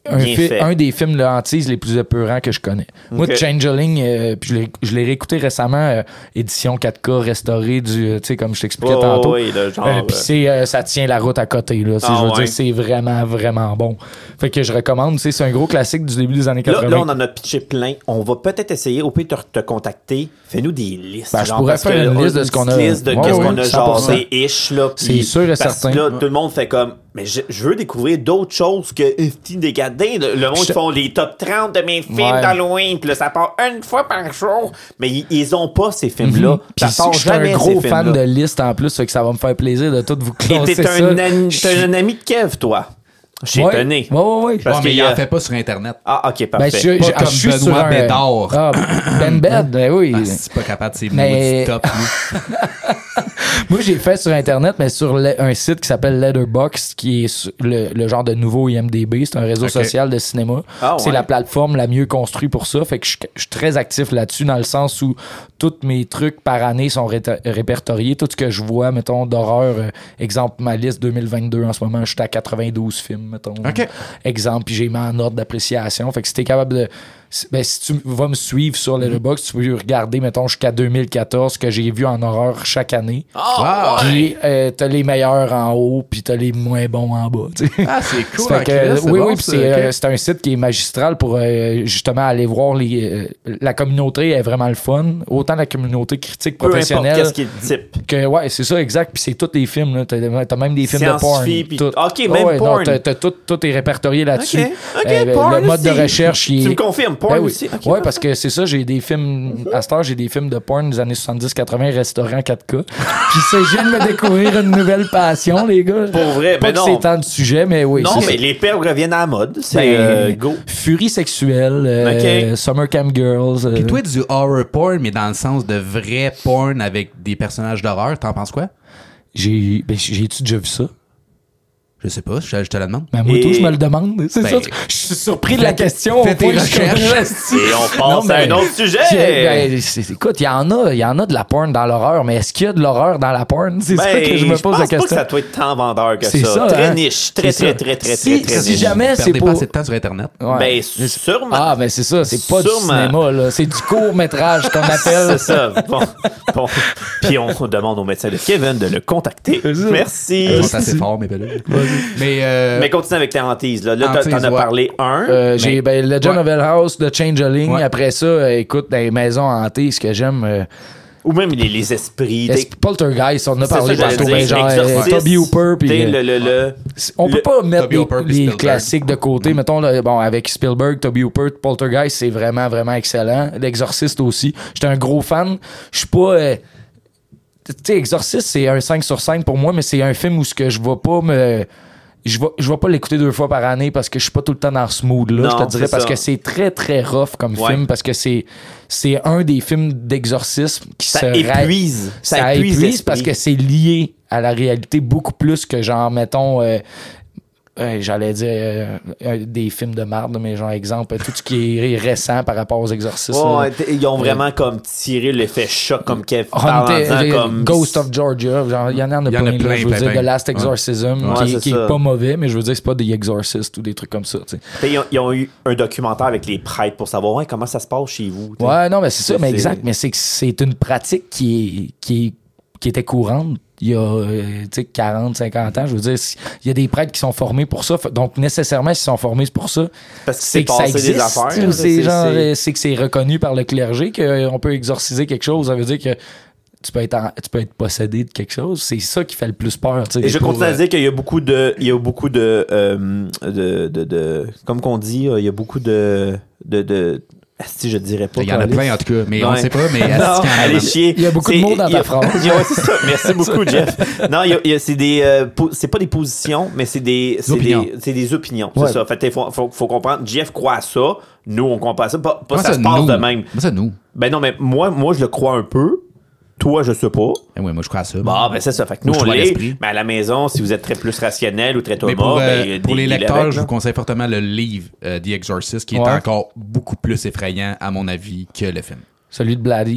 un, fi- un des films de hantise les plus épeurants que je connais. Okay. Moi, Changeling, euh, puis je l'ai, je l'ai réécouté récemment, euh, édition quatre K restaurée, du, euh, tu sais, comme je t'expliquais oh, tantôt. Oui, le genre, euh, puis c'est, euh, ça tient la route à côté. Là, ah, je veux ouais. dire, c'est vraiment, vraiment bon. Fait que je recommande. C'est un gros classique du début des années quatre-vingts. Là, là on en a pitché plein. On va peut-être essayer, au pire, de te, te contacter. Fais-nous des listes. Ben, genre, je pourrais faire une liste de ce qu'on a. Liste de ouais, qu'est-ce ouais, qu'on a jasé ish. Là, c'est sûr et certain. Là, tout le monde fait comme... Mais je, je veux découvrir d'autres choses que F T Dégadin. Le monde je... font les top trente de mes films ouais. d'Halloween. Puis là, ça part une fois par jour. Mais ils, ils ont pas ces films-là. Mm-hmm. Ça part jamais. Je suis un gros fan de liste en plus. Fait que ça va me faire plaisir de tout vous classer ça. Et t'es un, je... un ami de Kev, toi. Je suis ouais. étonné. Oui, oui, oui. Parce ouais, mais il en fait pas sur Internet. Ah, OK, parfait. Ben, je, pas je, comme je suis Benoît sur un... Bédard. Ah, Ben Bed, ben oui. Ah, c'est pas capable de ces mais... mots top. Moi, j'ai fait sur Internet, mais sur le, un site qui s'appelle Letterboxd, qui est le, le genre de nouveau I M D B. C'est un réseau okay. social de cinéma. Ah, c'est ouais. la plateforme la mieux construite pour ça. Fait que je, je suis très actif là-dessus, dans le sens où tous mes trucs par année sont ré- répertoriés. Tout ce que je vois, mettons, d'horreur. Euh, exemple, ma liste deux mille vingt-deux, en ce moment, je suis à quatre-vingt-douze films, mettons. OK. Exemple, puis j'ai mis en ordre d'appréciation. Fait que si t'es capable de... Ben, si tu vas me suivre sur Letterboxd, tu peux regarder, mettons, jusqu'à deux mille quatorze, que j'ai vu en horreur chaque année. Oh, wow. Puis euh, t'as les meilleurs en haut, puis t'as les moins bons en bas. T'sais. Ah, c'est cool. Fait que, okay, c'est oui, bon, oui, puis c'est, okay. euh, c'est un site qui est magistral pour euh, justement aller voir les... Euh, la communauté est vraiment le fun. Autant la communauté critique professionnelle... Peu importe qu'est-ce qui est le type. Que, ouais, c'est ça, exact. Puis c'est tous les films. Là. T'as, t'as même des films de porn. Puis... Tout. OK, même oh, ouais, porn. Non, t'as, t'as tout, tout est répertorié là-dessus. OK, OK, euh, porn le mode aussi. de recherche... Il est... Tu me confirmes, porn ben, oui. aussi? Okay, ouais, parce que c'est ça, j'ai des films... À cette heure, j'ai des films de porn des années soixante-dix quatre-vingts, restaurant quatre K. Puis c'est, je viens de me découvrir une nouvelle passion, les gars. Pour vrai, pas mais que non. c'est tant de sujets, mais oui. Non, c'est mais ça. les perles reviennent à la mode. C'est ben, euh, go. Furie sexuelle, euh, okay. Summer Camp Girls. Euh... Puis toi, du horror porn, mais dans le sens de vrai porn avec des personnages d'horreur, t'en penses quoi? J'ai... Ben, j'ai-tu déjà vu ça? Je sais pas, je, je te la demande. Ben, moi, Et... tout, je me le demande. C'est ben, ça. Je suis surpris de la question. Fais tes recherches. Et on passe non, à un autre sujet. Ben, c'est, écoute, il y en a, il y en a de la porn dans l'horreur, mais est-ce qu'il y a de l'horreur dans la porn? C'est ben, ça que je me pose la question. Je pense pas que ça doit être tant vendeur que c'est ça. ça. Très hein? niche. Très, très, très, très, si, très, très, si niche. jamais c'est pour... pas assez de temps sur Internet. Ouais. Ben, sûrement. Ah, ben c'est ça. C'est pas sûrement. du cinéma, là. C'est du court-métrage qu'on appelle. C'est ça. Bon. bon. Puis on demande au médecin de Kevin de le contacter. Merci. C'est assez fort, mais ben Mais, euh... mais continue avec tes hantises. Là, là Hantise, t'en as ouais. parlé un. Euh, j'ai mais... ben, Legend ouais. of Hell House de Changeling. Ouais. Après ça, euh, écoute, dans les maisons hantées, ce que j'aime... Euh, ou même les, les esprits. Es- Poltergeist, on en a parlé ça, tantôt, mais genre euh, Toby Hooper. Pis, le, le, le, on peut le, pas mettre les, Hooper, les classiques de côté. Mm. Mettons, là, bon, avec Spielberg, Toby Hooper, Poltergeist, c'est vraiment, vraiment excellent. L'Exorciste aussi. J'étais un gros fan. Je suis pas... Euh, tu sais, Exorcist, c'est un cinq sur cinq pour moi, mais c'est un film où ce que je vais pas me... Je vais, je vais pas l'écouter deux fois par année parce que je suis pas tout le temps dans ce mood-là, non, je te dirais, parce ça. que c'est très, très rough comme ouais. film, parce que c'est, c'est un des films d'exorcisme qui ça se... épuise. Ra- ça, ça épuise. épuise parce que c'est lié à la réalité beaucoup plus que genre, mettons... Euh, Euh, j'allais dire euh, des films de marde, mais genre exemple, tout ce qui est récent par rapport aux exorcistes. Oh, ils ont vraiment euh, comme tiré l'effet choc comme Kev parle comme Ghost of Georgia. Il y en a, en a, plein, plein, là, je veux plein, dire, plein. The Last Exorcism, ouais. qui, ouais, qui est pas mauvais, mais je veux dire, c'est pas The Exorcist ou des trucs comme ça. Ils ont, ils ont eu un documentaire avec les prêtres pour savoir ouais, comment ça se passe chez vous. T'sais. Ouais, non, mais c'est ça, mais exact, mais c'est que c'est une pratique qui est, qui est, qui était courante. Il y a euh, quarante, cinquante ans, je veux dire, il y a des prêtres qui sont formés pour ça. Donc, nécessairement, s'ils sont formés pour ça, parce que c'est, c'est que ça existe. Des affaires, c'est, c'est, genre, c'est... c'est que c'est reconnu par le clergé qu'on peut exorciser quelque chose. Ça veut dire que tu peux être, en, tu peux être possédé de quelque chose. C'est ça qui fait le plus peur. Et je continue à dire qu'il y a beaucoup de... Il y a beaucoup de... Euh, de, de, de comme qu'on dit, il y a beaucoup de... de, de si je dirais pas. Il y en a plein en tout cas, mais ouais. on sait pas. Mais non, allez chier. Il y a beaucoup c'est, de mots dans ta a, phrase. Il y a, c'est ça. Merci beaucoup, Jeff. Non, il y a, il y a, c'est des, euh, po- c'est pas des positions, mais c'est des, c'est opinions. des, c'est des opinions. Ouais. C'est ça. Fait, faut, faut, faut comprendre. Jeff croit à ça. Nous, on croit pas à ça. Pas, pas ça se passe nous. de même. Moi, ça nous. Ben non, mais moi, moi, je le crois un peu. Toi, je sais pas. Eh oui, moi, je crois à ça. Bon, ben c'est ça. Fait que nous, on l'est. Mais à la maison, si vous êtes très plus rationnel ou très Thomas, pour, euh, ben, pour des, les lecteurs, avec, je vous conseille fortement le livre euh, The Exorcist, qui ouais. est encore beaucoup plus effrayant, à mon avis, que le film. Celui de Blatty.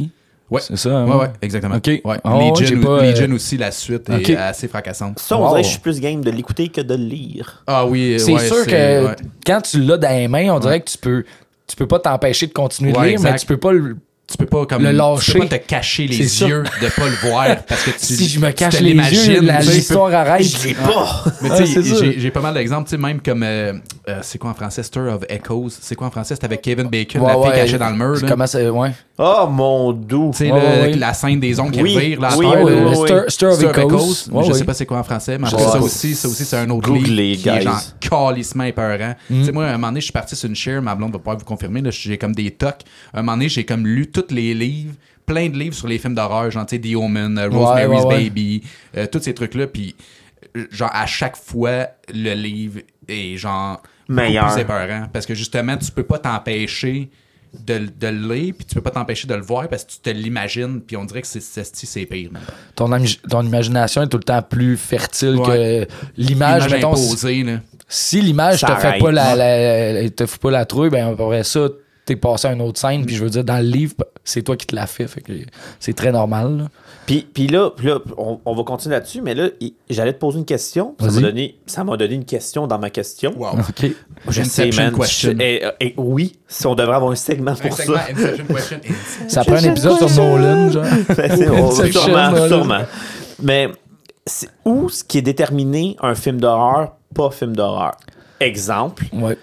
Ouais. C'est ça. Hein? Ouais, ouais, exactement. OK. Ouais. Oh, Legion, j'ai pas, Legion euh, aussi, la suite OK. est assez fracassante. Ça, on Wow. dirait que je suis plus game de l'écouter que de le lire. Ah oui, C'est ouais, sûr c'est- que ouais. quand tu l'as dans les mains, on dirait que tu peux, tu peux pas t'empêcher de continuer de Ouais, lire, mais exact. tu peux pas le. Tu peux pas comme Le tu lâcher. peux pas te cacher C'est les ça. yeux de pas le voir parce que tu Si je me tu cache te les yeux, l'imagines, la- tu sais. l'histoire arrête. Je l'ai pas! Mais Ah, tu sais, c'est ça. j'ai j'ai pas mal d'exemples, tu sais, même comme euh, euh, c'est quoi en français, Stir of Echoes, c'est quoi en français, c'était avec Kevin Bacon, Ouais, la fille ouais, cachée dans le mur, là. Comment c'est. Ouais. Oh mon doux! Tu sais, Ouais, le- ouais. la scène des ongles qui Oui, revirent, là, à oui, terre, oui, là. oui, Stir, Stir of Stir of Echoes. Echoes, Ouais, je sais ouais. pas c'est quoi en français, mais en tout Ouais. cas, ça aussi, ça aussi c'est un autre Googlez, livre qui est guys. genre calissement épeurant. Mm. Tu sais, moi, à un moment donné, je suis parti sur une share, ma blonde va pouvoir vous confirmer, là, j'ai comme des tocs. À un moment donné, j'ai comme lu tous les livres, plein de livres sur les films d'horreur, genre, tu sais, The Omen, euh, Rosemary's Ouais, ouais, ouais. Baby, euh, tous ces trucs-là, puis euh, genre, à chaque fois, le livre est genre beaucoup Meilleur. plus épeurant, parce que justement, tu peux pas t'empêcher de, de le lire, puis tu peux pas t'empêcher de le voir parce que tu te l'imagines, puis on dirait que c'est c'est, c'est pire. man. Ton, ami- ton imagination est tout le temps plus fertile Ouais. que l'image. L'image Mettons, si, imposée, là. si l'image Ça te fait arrête. pas la, la, la- te fout pas la trouille, ben après ça, t'es passé à une autre scène. Puis je veux dire, dans le livre, c'est toi qui te l'as fait. Fait que c'est très normal. là. Puis, puis là, puis là on, on va continuer là-dessus, mais là, il- j'allais te poser une question. Ça m'a Vas-y. donné, ça m'a donné une question dans ma question. Wow. OK. Je sais, Inception man. question. Je- et, et oui, si on devrait avoir un segment pour Un segment, ça. Inception question. Ça prend un épisode sur Nolan, genre. Ben, c'est- on- Inception, sûrement, voilà. sûrement. Mais c'est où ce qui est déterminé un film d'horreur, pas film d'horreur? Exemple, Ouais.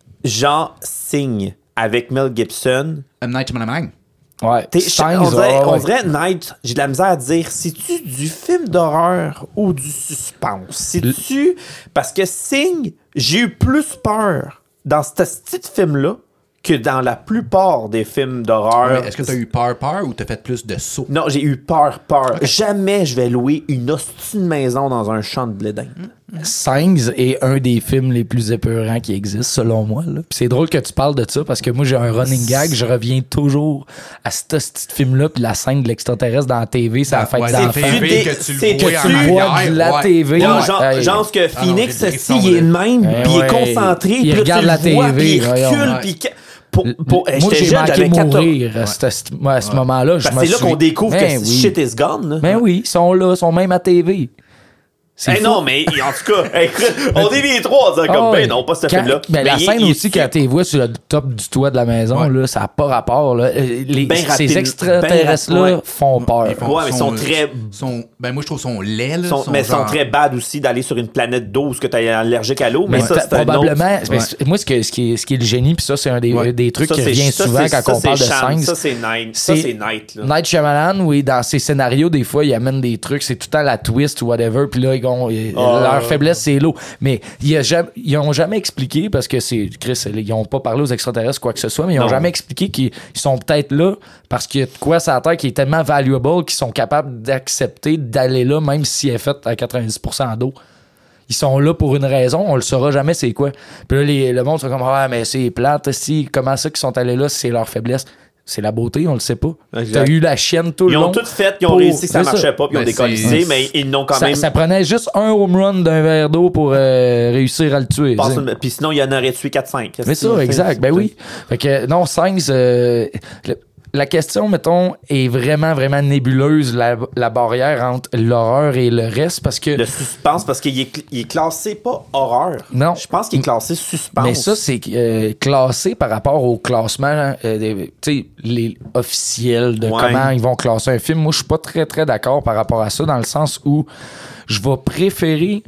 Jean Signe avec Mel Gibson. M. Night Shyamalan. Ouais. T'es- Signs, on, dirait, ouais, on ouais. dirait Night, j'ai de la misère à dire, c'est-tu du film d'horreur ou du suspense? C'est-tu... Parce que Signe, j'ai eu plus peur dans ce petit film-là que dans la plupart des films d'horreur. Ouais, Est-ce que t'as eu peur, peur ou t'as fait plus de sauts? Non, j'ai eu peur, peur. Jamais je vais louer une hostie de maison dans un champ de blé d'Inde. Signs est un des films les plus épeurants qui existent, selon moi. Là. Puis c'est drôle que tu parles de ça parce que moi, j'ai un running gag. Je reviens toujours à ce petit film-là. Puis la scène de l'extraterrestre dans la T V, ça a fait Ouais, d'enfants. c'est T V des- que tu le c'est- vois que en tu vois arrière, de la ouais. T V. Non, Ouais. genre, Hey. genre ce que Ah non, Phoenix, j'ai des si, il est de même, Eh puis il est ouais. concentré, Il puis là, regarde tu la le vois, T V, puis il voyons. recule, Ouais. puis que- pour, pour, hey, Moi, j'étais j'ai jeune, manqué j'avais quatorze. mourir à ce, à ce moment-là. Je Parce me que c'est là suis- qu'on découvre Ben que oui. shit is gone. là. Ben oui, ils sont là, ils sont même à T V. C'est Eh fou. non, mais en tout cas, hey, on est les trois, on dit comme, Ah ouais. ben non, pas ce Quand- film-là. ben, la Mais il- scène il- aussi, quand tu les vois sur le top du toit de la maison, Ouais. là, ça n'a pas rapport. Là. Euh, Les, Ben ces rapide, extraterrestres-là ben rapide, ouais. font peur. Ils font- Ouais, mais ils sont très- sont- ben moi, je trouve sont laids, là. sont- mais ils sont genre- très bad aussi d'aller sur une planète d'eau où tu es allergique à l'eau, mais Mais ça, t'as- c'est un autre. probablement. mais Ouais. c'est- Moi, ce, que, ce, qui est, ce qui est le génie, puis ça, c'est un des, Ouais. des trucs Ça, qui c'est- revient ça, souvent c'est- quand ça, on parle de c'est Sham, Signs. Ça, c'est Night. Ça, C'est- c'est Night. là. Night Shyamalan, oui, dans ses scénarios, des fois, il amène des trucs, c'est tout le temps la twist ou whatever, puis là, ils ont, Ah. leur faiblesse, c'est l'eau. Mais il a jamais, ils ont jamais expliqué, parce que c'est, Chris, ils ont pas parlé aux extraterrestres, quoi que ce soit, mais ils ont Non. jamais expliqué qu'ils ils sont peut-être là parce qu'il y a de quoi sur la Terre qui est tellement valuable qu'ils sont capables d'accepter d'aller là, même si elle est faite à quatre-vingt-dix pour cent d'eau. Ils sont là pour une raison, on le saura jamais c'est quoi. Puis là, les- le monde sont comme, ah, mais c'est plate, si, comment ça qu'ils sont allés là, c'est leur faiblesse. C'est la beauté, on le sait pas. Exact. T'as eu la chienne tout le Ils long. ont tout fait, ils ont pour- réussi que ça c'est ça. marchait pas, puis ils ont Ben, décollissé, c'est- mais ils n'ont quand Ça, même. ça prenait juste un home run d'un verre d'eau pour euh, réussir à le tuer. passe tu sais. une- Puis sinon, il y en aurait tué quatre cinq. Mais ça, exact. Ben oui. Fait que, non, Signs, euh, le- la question, mettons, est vraiment, vraiment nébuleuse, la, la barrière entre l'horreur et le reste, parce que. Le suspense, parce qu'il est, cl- il est classé pas horreur. Non. Je pense qu'il est classé suspense. Mais ça, c'est euh, classé par rapport au classement euh, des- tu sais, les officiels de Ouais. comment ils vont classer un film. Moi, je suis pas très, très d'accord par rapport à ça, dans le sens où je vais préférer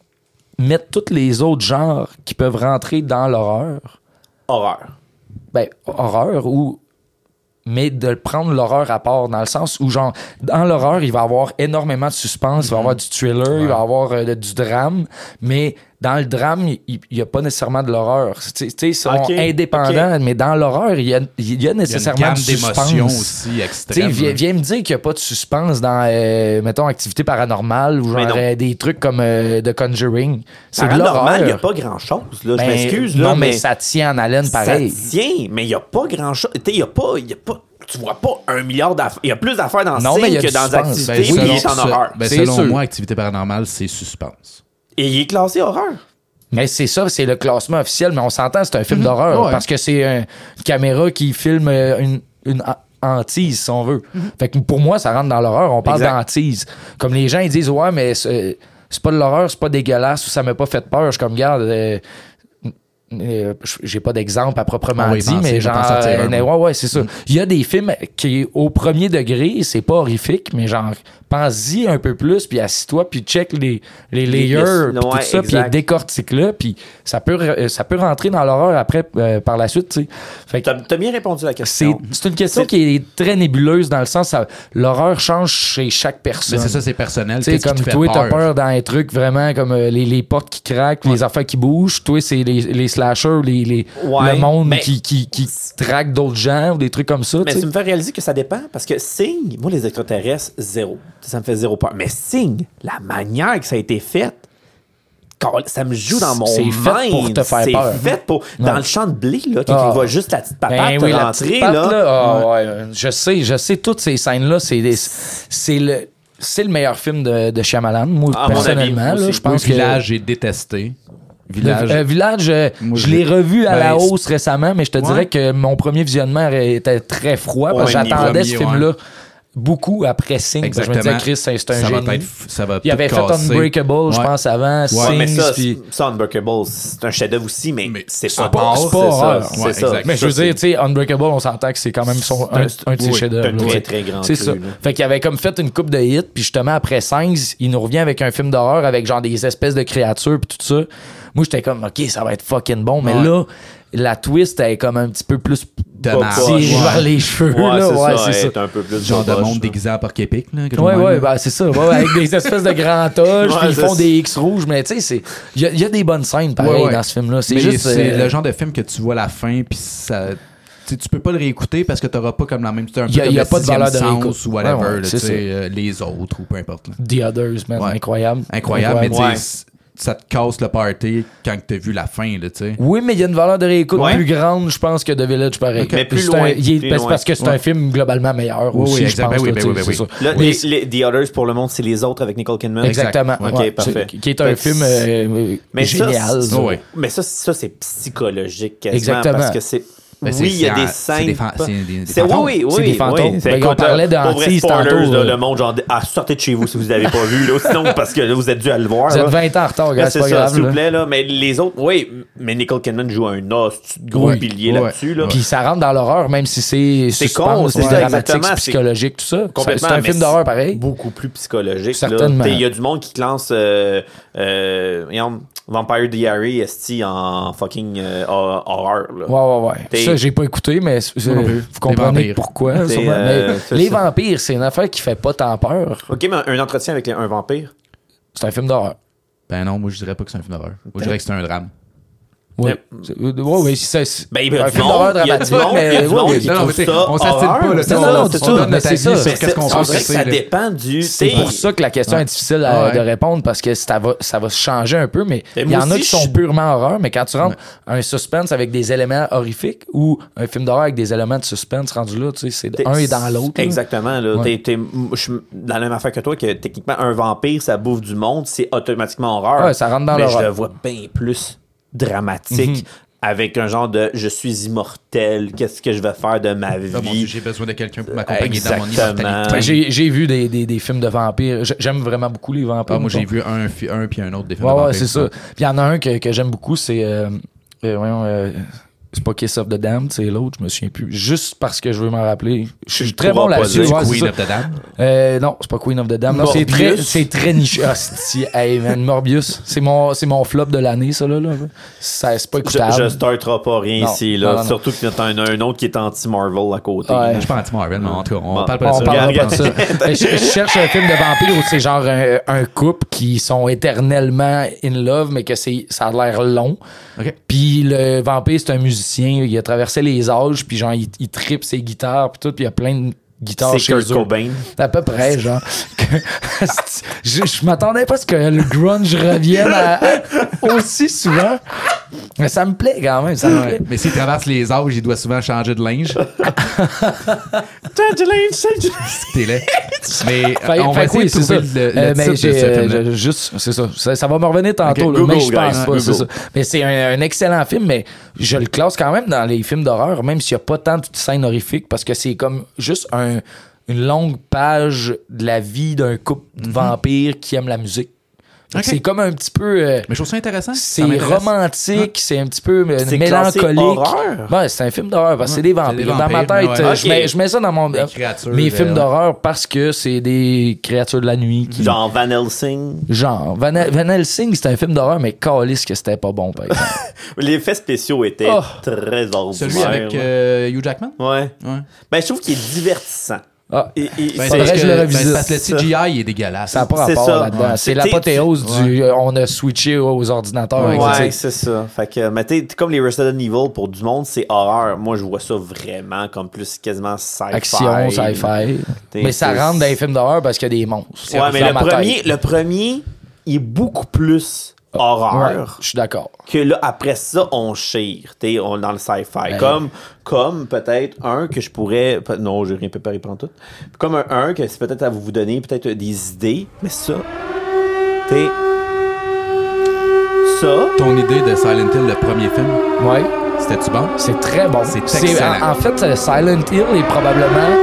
mettre tous les autres genres qui peuvent rentrer dans l'horreur. horreur. Ben, horreur ou. Mais de prendre l'horreur à part, dans le sens où, genre, dans l'horreur, il va y avoir énormément de suspense, il va y avoir du thriller, il va y avoir euh, du drame, mais dans le drame, il n'y a pas nécessairement de l'horreur. Tu sais, tu sais, ils sont Ok, indépendants, mais dans l'horreur, il y a, il y a Il y a une nécessairement gamme du suspense. d'émotions aussi Tu sais, extrêmes. viens, viens me dire qu'il n'y a pas de suspense dans, euh, mettons, Activité paranormale ou Mais genre non. euh, des trucs comme euh, The Conjuring. C'est de l'horreur. Paranormal, il n'y a pas grand-chose. Là. Ben, je m'excuse. Là, non, mais, mais ça tient en haleine pareil. Ça tient, mais il n'y a pas grand-chose. Tu sais, il n'y a pas. il Y a pas tu vois pas un milliard d'affaires. Il y a plus d'affaires dans Non, Signe mais il y a que du dans suspense. Activité, Ben, puis il est selon, en horreur. ben, C'est selon sûr. moi, activité paranormale, c'est suspense. Et il est classé horreur. Mais c'est ça, c'est le classement officiel, mais on s'entend, c'est un film Mhm. d'horreur Ouais. parce que c'est un- une caméra qui filme euh, une, une, hantise, si on veut. Mm-hmm. Fait que pour moi, ça rentre dans l'horreur. On parle Exact. d'hantise. Comme les gens, ils disent, ouais, mais c'est, c'est pas de l'horreur, c'est pas dégueulasse, ou ça m'a pas fait peur. Je suis comme, regarde, euh, euh, j'ai pas d'exemple à proprement On va y dit, penser, mais on va genre, t'en sortir un, euh, moi. ouais, ouais, c'est ça. Il y a des films qui, au premier degré, c'est pas horrifique, mais genre, pense-y un peu plus, puis assis-toi, puis check les, les layers, Les- puis tout ouais, ça, puis exact. décortique-là, puis ça peut, euh, ça peut rentrer dans l'horreur après, euh, par la suite, tu sais. Fait que T'as, t'as bien répondu à la c'est, question. c'est une question C'est- qui est très nébuleuse dans le sens, ça, l'horreur change chez chaque personne. Mais c'est ça, c'est personnel. Tu sais, Qu'est-ce qui comme te fait toi, t'as peur? peur dans les trucs vraiment comme euh, les, les portes qui craquent, les affaires qui bougent. Toi, c'est les, les slashers, les, les, Ouais, le monde mais- qui, qui, qui traque d'autres gens ou des trucs comme ça. Mais tu sais. tu me fais réaliser que ça dépend parce que Sing, moi, les extraterrestres, zéro. Ça me fait zéro peur. Mais Sing, la manière que ça a été fait, quand- ça me joue dans mon C'est fait pour mind. te faire C'est peur. fait pour. Dans Ouais. le champ de blé, là, quand Ah. il voit juste la petite patate Ben oui, la rentrer, petite patte, là. là, ah, ouais, je sais, je sais, toutes ces scènes-là, c'est, des- c'est le. C'est le meilleur film de, de Shyamalan, moi, À mon avis, personnellement. moi là, aussi. je pense Le que Village, j'ai détesté. Le- Village. euh, Village, euh, Moi, je je l'ai l'ai- revu à Ben, la c'est- hausse récemment, mais je te Ouais. dirais que mon premier visionnement était très froid parce que Ouais, ni j'attendais ce premier, film-là beaucoup après Sing. parce que Je me disais, Exactement. Chris, c'est, c'est un ça génie. va être, ça va Il avait tout fait casser. Unbreakable, je Ouais. pense, avant, Ouais, mais Sing, ça, puis... ça, Unbreakable, c'est un chef-d'œuvre aussi, mais, Mais c'est à pas part, c'est pas c'est horreur. ça, c'est Ouais, ça. exact. Mais je veux Ça, dire, tu sais, Unbreakable, on s'entend que c'est quand même son, un, c'est- un de ses oui, chefs-d'œuvre. c'est un là. très, très grand C'est cru, ça. là. Fait qu'il avait comme fait une coupe de hits, puis justement, après cinq, il nous revient avec un film d'horreur avec genre des espèces de créatures, puis tout ça. Moi, j'étais comme, OK, ça va être fucking bon, mais Ouais. là, la twist, elle est comme un petit peu plus Dommage. tirée Ouais. vers les cheveux, Ouais, là. c'est Ouais, ça, c'est ça. être un peu plus Genre de boboche, monde là. déguisé en porc épic. Là, quelque Ouais, chose de ouais, même, là. ben, c'est ça. Ouais, ouais, avec des espèces de grands toges, Ouais, puis ils c'est font ça. des X rouges, mais tu sais, c'est- il y, a- il y a des bonnes scènes, pareil, Ouais, ouais. dans ce film-là. C'est Mais juste. c'est euh, le genre de film que tu vois à la fin, puis ça. Tu sais, tu peux pas le réécouter parce que t'auras pas comme la même. C'est un peu Il y a- comme il y a le pas de sixième valeur de sens réécoute. ou whatever, Ouais, ouais, là, c'est tu sais, ça. euh, les autres ou peu importe. là. The Others, man. Ouais. Incroyable. Incroyable, mais tu sais, Ouais. c- ça te casse le party quand t'as vu la fin, là, tu sais. Oui, mais il y a une valeur de réécoute Ouais. plus grande, je pense, que The Village, pareil. Mais plus C'est un- loin, il est- plus parce, loin. parce que c'est Ouais. un film globalement meilleur Oui, aussi, oui, je exactement. pense. Oui, là, ben tu oui, sais, ben c'est oui. ça. Là, Mais les, les- The Others, pour le monde, c'est les autres avec Nicole Kidman. Exactement. Ok, ouais. parfait. C'est- Qui est un Fait que film c'est- euh, Mais génial. Ça, c'est- Ouais. mais ça, ça c'est psychologique quasiment. Exactement. Parce que c'est. Ben, c'est- oui, il y a c'est des un- scènes. c'est des fan- c'est des- des C'est- fantômes. oui, oui, C'est oui. des fantômes. oui. Ben, Écoute, on parlait là, pour vrai, d'Antise spoilers, tantôt, là, euh. le monde, genre, ah, sortez de chez vous si vous l'avez pas vu, là, sinon, parce que là, vous êtes dû à le voir. Vous êtes là. vingt ans en retard, gars, Là, c'est c'est pas ça, grave. s'il vous là. plaît, là. Mais les autres, oui, mais Nicole Kidman joue un os, gros Oui. pilier Ouais. là-dessus, là. Puis ça rentre dans l'horreur, même si c'est C'est suspense, con, c'est c'est ça, dramatique, exactement, c'est c'est- psychologique, tout ça. Complètement, C'est un mais film c'est d'horreur pareil. Beaucoup plus psychologique. Certainement. là. Il y a du monde qui classe euh, euh, voyons, Vampire Diary esti en fucking euh, hor- horreur. Là. Ouais, ouais, ouais. T'es- Ça, j'ai pas écouté, mais c'est- Moi non plus. vous Des comprenez vampires. pourquoi. T'es, sûrement. euh, Mais c'est les ça. vampires, c'est une affaire qui fait pas tant peur. Ok, mais un entretien avec les- un vampire. C'est un film d'horreur. Ben non, moi je dirais pas que c'est un film d'horreur. Moi je dirais que c'est un drame. Oui. Yep. Oui, oui, c'est c'est- Ben, il y a un du film monde, d'horreur il y a du dramatique, monde, il y a mais du oui, monde oui. qui Non, non, trouve mais t'sais, ça on s'attire horreur. pas, là, Non, t'sais, non, on- non, on c'est donne ça, notre mais c'est avis ça. sur Mais qu'est-ce qu'on On pense dirait que que ça c'est, là. dépend du. C'est t'sais, pour ça que la question est difficile à- Ouais. de répondre parce que ça va, ça va se changer un peu, mais Mais il y moi en a aussi, qui sont je- purement horreur, mais quand tu rentres un suspense avec des éléments horrifiques ou un film d'horreur avec des éléments de suspense rendu là, tu sais, c'est T'es- un est dans l'autre. là. Exactement. Là. Ouais. T'es, t'es- je suis dans la même affaire que toi, que techniquement, un vampire, ça bouffe du monde, c'est automatiquement horreur. Ouais, ça rentre dans Mais l'horreur. je le vois bien plus dramatique, avec un genre de je suis immortel, qu'est-ce que je vais faire de ma Ah, mon Dieu, vie. j'ai besoin de quelqu'un pour m'accompagner dans mon Exactement. immortalité. Ben, j'ai, j'ai vu des, des, des films de vampires. J'ai- J'aime vraiment beaucoup les vampires. Ah, moi j'ai mettons. vu un, fi- un puis un autre des films Ouais, de ouais, vampires. c'est ça. Puis il y en a un que, que j'aime beaucoup, c'est. Euh, euh, voyons, euh, c'est pas Kiss of the Damned, c'est l'autre, je me souviens plus. Juste parce que je veux m'en rappeler. Je suis Tu très pourras bon pas là-dessus. dire Ouais, c'est Queen ça. of the Damned. Euh, non, c'est pas Queen of the Damned. Non, c'est Morbius. très, c'est très niché. Ah, c'est, hey, man, Morbius. C'est mon, c'est mon flop de l'année, ça, là. là. Ça, c'est pas Je, écoutable. je starterai pas rien Non. ici, là. Non, non, non. Surtout qu'il y en a un, un autre qui est anti-Marvel à côté. Ouais. Je suis pas anti-Marvel, mais en tout cas, on Bon. parle pas de On ça. parlera Regarde, pas de ça. Mais je, je cherche un film de vampire où c'est genre un, un couple qui sont éternellement in love, mais que c'est, ça a l'air long. Ok. Puis le vampire, c'est un musicien. Il a traversé les âges, puis genre, il, il tripe ses guitares, puis tout, puis il y a plein de guitares C'est chez Kurt eux. Cobain. C'est à peu près, genre. que- je je m'attendais pas à ce que le grunge revienne à- à- aussi souvent. Mais ça me plaît quand même, ça me plaît. Mais s'il traverse les âges, il doit souvent changer de linge. T'es laid. Mais Fait- on va fait que essayer oui, de c'est trouver ça. le, le Euh, mais titre de j'ai, ce euh, film-là. je- juste, c'est ça. ça. Ça va me revenir tantôt, Ok, là, mais Google, je pense guys, pas, c'est Google. ça. Mais c'est un, un excellent film, mais je le classe quand même dans les films d'horreur, même s'il n'y a pas tant de scènes horrifiques, parce que c'est comme juste un, une longue page de la vie d'un couple de vampires qui aime la musique. Fait que Ok. C'est comme un petit peu... euh, Mais je trouve ça intéressant. c'est Ça m'intéresse. romantique, c'est un petit peu euh, C'est classé mélancolique. horreur? Ouais, c'est un film d'horreur parce que c'est des vampires. des Dans ma vampires, tête, ouais. euh, Ok. je, mets, je mets ça dans mon, Des créatures, mes euh, films ouais. d'horreur parce que c'est des créatures de la nuit qui... Genre Van Helsing. Genre, Van, Van Helsing, c'était un film d'horreur, mais calisse que c'était pas bon, par exemple. Les effets spéciaux étaient Oh. très ordinaires. Celui avec là. euh, Hugh Jackman? Ouais. Ouais. Ben, je trouve qu'il est divertissant. Ah, Et- et- Ben, c'est- Faudrait parce que je le ben, revisite. c'est parce que le C G I il est dégueulasse. ça n'a pas c'est rapport ça. là-dedans. Ouais. C'est T'es- l'apothéose t'es- du... euh, On a switché aux ordinateurs. Ouais, Ouais, tu sais. c'est ça. Fait que, mais t'es t'es comme les Resident Evil pour du monde, c'est horreur. Moi, je vois ça vraiment comme plus quasiment sci-fi. Action, sci-fi. T'es- Mais ça c'est- rentre dans les films d'horreur parce qu'il y a des monstres. Ouais, mais Dans le ma premier, tête. le premier, il est beaucoup plus Ouais, horreur. je suis d'accord. Que là, après ça, on chire, t'sais, on dans le sci-fi. Ben. Comme, comme peut-être un que je pourrais. pe- Non, j'ai rien préparé pendant tout. Comme un, un que c'est peut-être à vous donner peut-être des idées, mais ça. T'es. Ça. Ton idée de Silent Hill, le premier film, Ouais. c'était-tu bon? C'est très bon. C'est excellent. En, en fait, euh, Silent Hill est probablement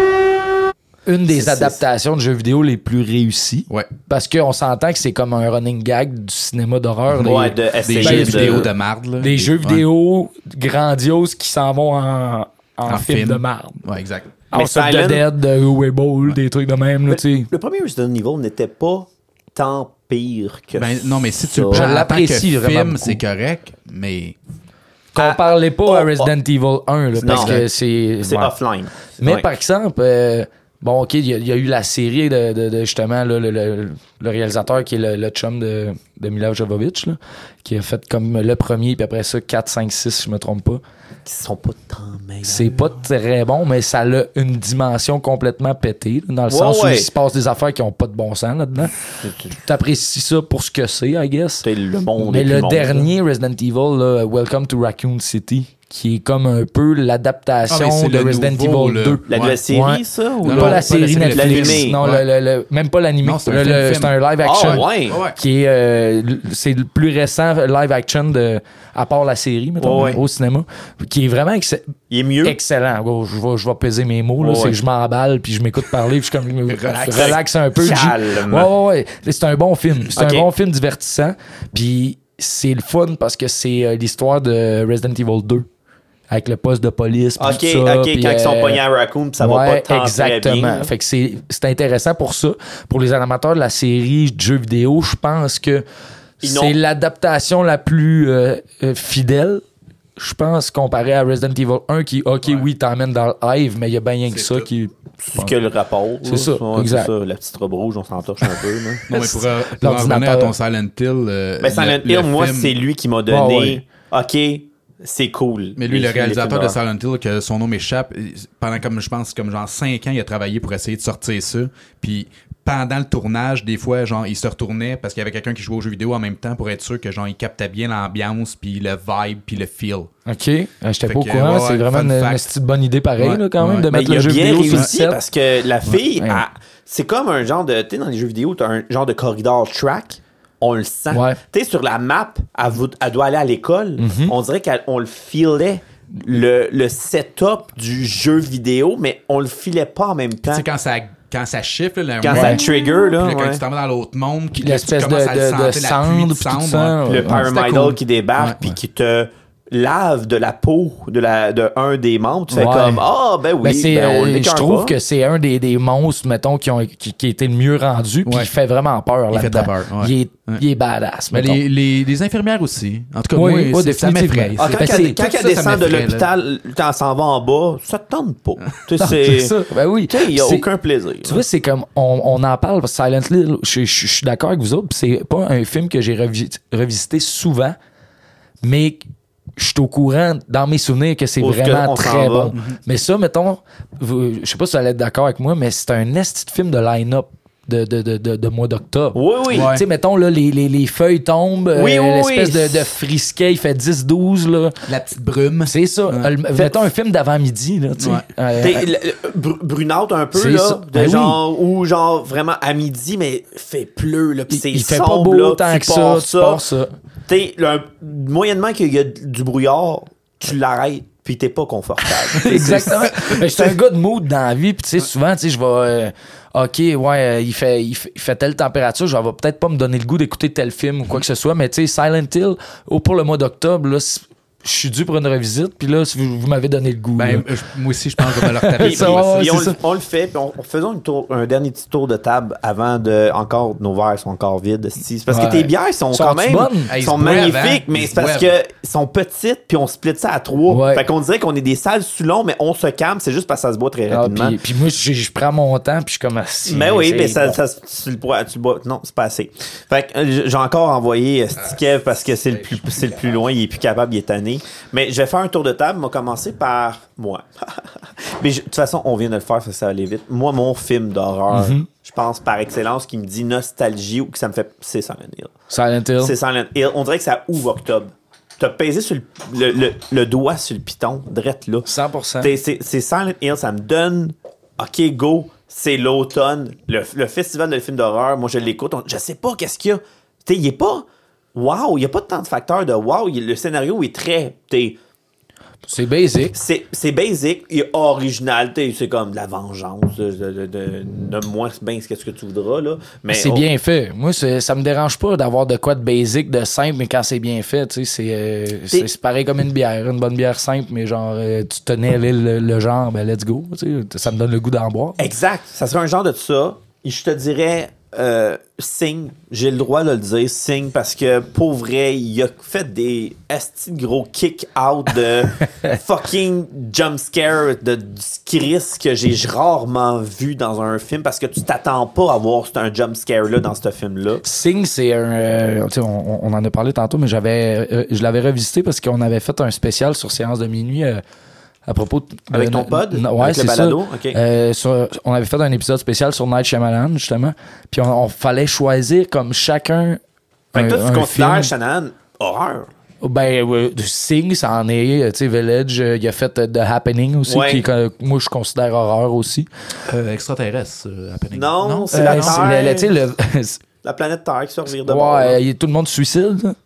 une des C'est- adaptations de jeux vidéo les plus réussies. Ouais. Parce qu'on s'entend que c'est comme un running gag du cinéma d'horreur. des- Ouais, de Des essayer jeux de- vidéo de marde. Là. Des jeux Ouais. vidéo grandioses qui s'en vont en, en, En film, film. de marde. Ouais, exact. Mais House of Silent- the Dead, de Weeble, des trucs de même. Là, tu sais. Le premier Resident Evil n'était pas tant pire que Ben, non, mais si tu ça. le prends Je en tant que l'apprécie vraiment film, beaucoup. c'est correct, mais Comparez pas oh, à Resident Evil un, là, parce Non. que c'est... C'est ouais. offline. Mais Ouais. par exemple, euh, bon, OK, il y, a- il y a eu la série de, de- de, justement là, le, le- le réalisateur qui est le, le chum de, de Mila Jovovich, là, qui a fait comme le premier, puis après ça, quatre, cinq, six, si je me trompe pas. Qui sont pas tant meilleurs. C'est pas très bon, mais ça a une dimension complètement pétée, là, dans le Ouais, sens où ouais. il se passe des affaires qui ont pas de bon sens là-dedans. T'apprécies ça pour ce que c'est, I guess. C'est le monde. Mais et puis le monde, dernier Resident Evil, là, Welcome to Raccoon City, qui est comme un peu l'adaptation Ah, mais c'est de le Resident nouveau, Evil là. deux. La Ouais. nouvelle série, Ouais. ça? Ou Non, Pas non, la pas série la série Netflix. Netflix. Non, Ouais. le- le- le- même pas l'animé. Non, c'est un Le- film, le- film. c'est un live action. Ah, ouais. Ouais. Qui est, euh, l- c'est le plus récent live action de, à part la série, mettons, Ouais, ouais. au cinéma, qui est vraiment ex- Il est mieux. excellent. Gros, je, vais, je vais peser mes mots, là, Ouais, c'est ouais. que je m'emballe, puis je m'écoute parler, puis je suis comme, Relax. relax un peu. Calme. Ouais, ouais, ouais. C'est un bon film. C'est Ok. un bon film divertissant. Puis c'est le fun parce que c'est euh, l'histoire de Resident Evil deux. Avec le poste de police. puis Ok, tout ça, ok, puis, quand ils sont euh, pognés à Raccoon, pis ça va ouais, pas tant exactement. très bien. Fait que c'est, c'est intéressant pour ça. Pour les amateurs de la série de jeux vidéo, je pense que Ils c'est n'ont- l'adaptation la plus euh, euh, fidèle. Je pense, comparé à Resident Evil un qui, ok, oui, t'emmène dans le hive, mais il y a bien rien que C'est ça tout. qui. C'est que le rapport. C'est là. ça, Ouais, exact. c'est ça. La petite robe rouge, on s'en torche un peu. Là. Non, mais pour, euh, pour en L'ordinateur. revenir à ton Silent Hill. euh, Ben, Silent le- Hill, le moi, film- c'est lui qui m'a Ouais, donné. Ok, c'est cool. Mais lui, Les- le les réalisateur films de Silent Hill, que son nom m'échappe, pendant comme je pense comme genre cinq ans, il a travaillé pour essayer de sortir ça. Puis pendant le tournage, des fois, genre, il se retournait parce qu'il y avait quelqu'un qui jouait aux jeux vidéo en même temps pour être sûr que genre il captait bien l'ambiance, puis le vibe, puis le feel. Ok, euh, j'étais Fait pas au que, courant. ouais, c'est ouais, vraiment fun une, fact. une petite bonne idée pareil, Ouais, là, quand même, ouais. de Mais mettre il le a jeu bien vidéo sur le réussi set. parce que la fille, Ouais. elle- c'est comme un genre de. Tu sais, dans les jeux vidéo, t'as un genre de corridor track. On le sent. Ouais. Tu sais, sur la map, elle, vou- elle doit aller à l'école. On dirait qu'on le filait. Le, le setup du jeu vidéo, mais on le filait pas en même temps. Tu sais, quand ça, quand ça chiffre, là, le Quand ouais. ça trigger, là, Puis là, quand ouais. tu t'en vas dans l'autre monde, qui L'espèce là, tu de, commences à le de, de sentir, la pluie cendre, de puis tout cendre, ça. ouais. le ouais. Pyramidal c'était cool. qui débarque Ouais, puis ouais. qui te lave de la peau de, la, de un des membres. Tu fais Ouais. comme ah, ben oui, Ben, c'est, ben, on euh, je l'écœure trouve pas. que c'est un des, des monstres, mettons, qui, ont, qui, qui a été le mieux rendu, puis Ouais. il fait vraiment peur Il fait là-dedans. peur, ouais. il, est, Ouais. il est badass, Mais mettons. les, les, les infirmières aussi. En tout cas, Oui, moi, oui, c'est- ça définitivement. m'effraie. Ah, C'est- quand Ben, elle, c'est- quand tout elle ça, ça descend de m'effraie, là. l'hôpital, quand elle s'en va en bas, ça te tente pas. Tu sais, C'est c'est. ça, ben oui. Tu sais, il n'y a C'est- aucun plaisir. Tu vois, c'est comme, on, on en parle, parce que Silent Hill, je, je- je suis d'accord avec vous autres, puis c'est pas un film que j'ai revi- revisité souvent, mais je suis au courant dans mes souvenirs que c'est Où est-ce vraiment qu'on très s'en va. bon. Mais ça, mettons, vous- je sais pas si vous allez être d'accord avec moi, mais c'est un esti de film de line-up de, de, de, de, de mois d'octobre. Oui, oui. Ouais. Tu sais, mettons, là, les, les, les feuilles tombent, Oui, euh, oui, l'espèce oui. de, de frisquet, il fait dix douze, là. La petite brume. C'est ça. Euh, le- mettons un film d'avant-midi, là, tu sais. Ouais. Euh, T'es le- le- br- brunâtre un peu, C'est là. ça. De Ben oui. genre, ou genre vraiment à midi, mais fait pleu, là. Pis il, c'est il fait pas sombre, beau là, tant tu que ça, pars tu pars ça. T'sais, le- moyennement qu'il y a du brouillard, tu l'arrêtes, puis t'es pas confortable. Exactement. Ben, je suis un gars de mood dans la vie, puis tu sais, souvent, tu sais, je vais. euh, OK, ouais, euh, il, fait, il, fait, il fait telle température, je vais peut-être pas me donner le goût d'écouter tel film ou quoi que ce soit, mais tu sais, Silent Hill, oh, pour le mois d'octobre, là, c'est- je suis dû pour une revisite, puis là, vous, vous m'avez donné le goût. Ben, là. euh, je- moi aussi, je pense qu'on va leur taper. Puis- Ça, ouais, ouais, puis on, c'est le- ça. on le fait, puis on, on faisons une tour, un dernier petit tour de table avant de. Encore, nos verres sont encore vides. C'est parce Ouais. que tes bières sont, Sont-tu quand même. bonnes? Hey, ils sont se boivent, magnifiques, hein? mais Ils c'est se parce boivent. qu'ils sont petites, puis on split ça à trois. Ouais. Fait qu'on dirait qu'on est des sales Soulons, mais on se calme, c'est juste parce que ça se boit très Ah, rapidement. puis, puis moi, je, je prends mon temps, puis je suis comme assis. Mais oui, mais ça, bon. ça, tu le bois, tu le bois. Non, c'est pas assez. Fait que euh, j'ai encore envoyé euh, Stikev parce que c'est le plus, c'est le plus loin, il est plus capable, il est tanné. Mais je vais faire un tour de table. On va commencer par moi. Mais je- de toute façon, on vient de le faire, ça, ça va aller vite. Moi, mon film d'horreur, je pense par excellence, qui me dit nostalgie ou que ça me fait, c'est Silent Hill. Silent Hill. C'est Silent Hill. On dirait que ça ouvre octobre. T'as pesé sur le, le, le, le doigt sur le piton, drette là. cent pour cent. C'est, c'est, c'est Silent Hill, ça me donne OK, go, c'est l'automne, le, le festival de films d'horreur, moi je l'écoute, on- je sais pas qu'est-ce qu'il y a. Tu sais, il est pas wow, il y a pas tant de facteurs de wow, il- le scénario est très t'sais, C'est basic. c'est, c'est basic et original, t'sais, c'est comme de la vengeance, de, de, de, de nomme-moi bien ce que tu voudras là, mais C'est on- bien fait. Moi, c'est- ça me dérange pas d'avoir de quoi de basic, de simple, mais quand c'est bien fait, tu sais, c'est, euh, c'est, c'est pareil comme une bière. Une bonne bière simple, mais genre, euh, tu tenais le, le, le genre, ben let's go. Tu sais, ça me donne le goût d'en boire. Exact. Ça serait un genre de ça. Et je te dirais, euh, Sing, j'ai le droit de le dire, Sing, parce que pour vrai, il a fait des asti de gros kick-out de fucking jump-scare de du Chris que j'ai rarement vu dans un film parce que tu t'attends pas à voir un jump-scare-là dans ce film-là. Sing, c'est un. euh, tu sais, on, on en a parlé tantôt, mais j'avais, euh, je l'avais revisité parce qu'on avait fait un spécial sur Séance de minuit euh, à propos. de- Avec de- ton pod? n- Ouais, Avec le c'est ça. balado? Ok. Euh, sur- on avait fait un épisode spécial sur Night Shyamalan, justement. Puis on, on fallait choisir comme chacun. Fait que toi, un- tu un considères film. Shanahan horreur. Ben, ouais, Sing, ça en est. euh, Tu sais, Village, euh, il a fait euh, The Happening aussi, Ouais. qui est, que moi, je considère horreur aussi. Euh, extraterrestre, euh, happening. Non, c'est Euh, la c'est Terre. le- tu sais, le- La planète Terre qui se revire de bord. Ouais, là. euh, y a- tout le monde se suicide. là.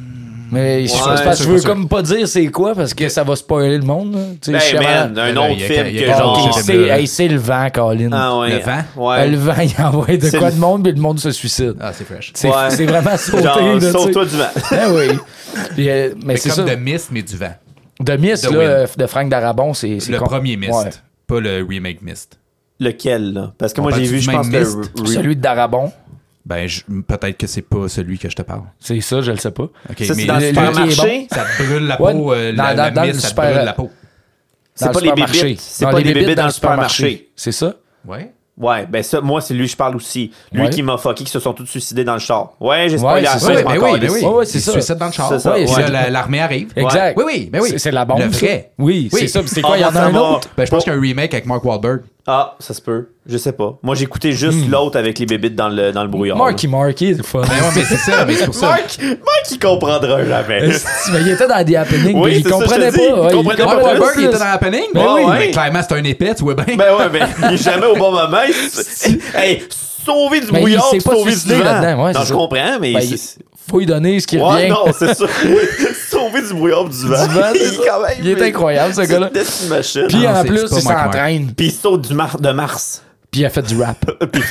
Mais je, Ouais, c'est parce que c'est je pas veux sûr. comme pas dire c'est quoi parce que ça va spoiler le monde. là. Tu sais, Ben, Shyamalan- man, un Là, autre il y a- film il y a- que Ah, Ah, genre... ok, j'ai- c'est hey, c'est le vent, Colin. Ah ouais. Le vent? Ouais. Euh, le vent, il envoie de C'est quoi le- de monde, puis le monde se suicide. Ah, c'est fresh. C'est Ouais. c'est vraiment sauté. Genre, là, tu sais. sauve-toi du vent. Ah oui. Puis, euh, mais Mais c'est comme ça. de Mist, mais du vent. De Mist, The là, Wind. euh, de Frank Darabon, c'est c'est Le con- premier Mist, Ouais. pas le remake Mist. Lequel, là? Parce que On moi, j'ai parle-tu vu, du je même pense que... Mist? le- Celui de Darabon, Ben, je- peut-être que c'est pas celui que je te parle. c'est ça, je le sais pas. OK, Ça, c'est mais dans le le- supermarché? ça te brûle la Ouais, peau, euh, dans- la, dans- la dans mist, le ça te super- brûle la peau. C'est Dans pas le les supermarché. bébites. C'est Non, pas les des bébites dans le supermarché. C'est ça? Ouais. Ouais, ben ça, moi, c'est lui que je parle aussi. Lui Ouais. qui m'a fucké, qui se sont tous suicidés dans le char. Ouais, j'ai Ouais, spoilé à c'est ça, ça. je Ouais, m'en ben oui, ben calisse. oui. Ouais, ouais, c'est Il ça. se suicide dans le char. C'est ça, Ouais, Puis c'est- là, la- l'armée arrive. Exact. Oui, oui, ben oui. C'est- C'est la bombe. Le ça. vrai. Oui, Oui. c'est ça. Puis c'est Ah, quoi? Il y en a ça un va. autre? Ben, je pense qu'il y a un remake avec Mark Wahlberg. Ah, ça se peut. Je sais pas. Moi, j'ai écouté juste Hmm. l'autre avec les bébites dans le, dans le brouillard. Marky Marky, c'est le fun. Ben ouais, mais c'est ça, mais c'est pour ça. Mark, Mark, il comprendra jamais. Esti, mais il était dans The Happening, Oui, mais il c'est ça, comprenait je te pas. dis. Il ouais, comprenait pas. Mark Ouais, Wahlberg, ça. il était dans Happening? Ben oui. Mais clairement, c'est un épée, tu vois bien. Ben ouais, ben, il est jamais au bon moment. Il- Hey, sauver du Mais il brouillard, s'est puis pas sauver du suicidé vent. là-dedans, ouais, non, c'est je ça. comprends, mais... Ben, c'est- il faut lui donner ce qui Ouais, revient. non, c'est ça. Sauver du brouillard pis du vent. Du vent, il, c'est est ça. quand même, Il est incroyable, ce gars-là. C'est une machine. Puis Non, en c'est- plus, c'est pas il Mark Mark. s'entraîne. Puis il saute du mar- de Mars. Puis il a fait du rap. Puis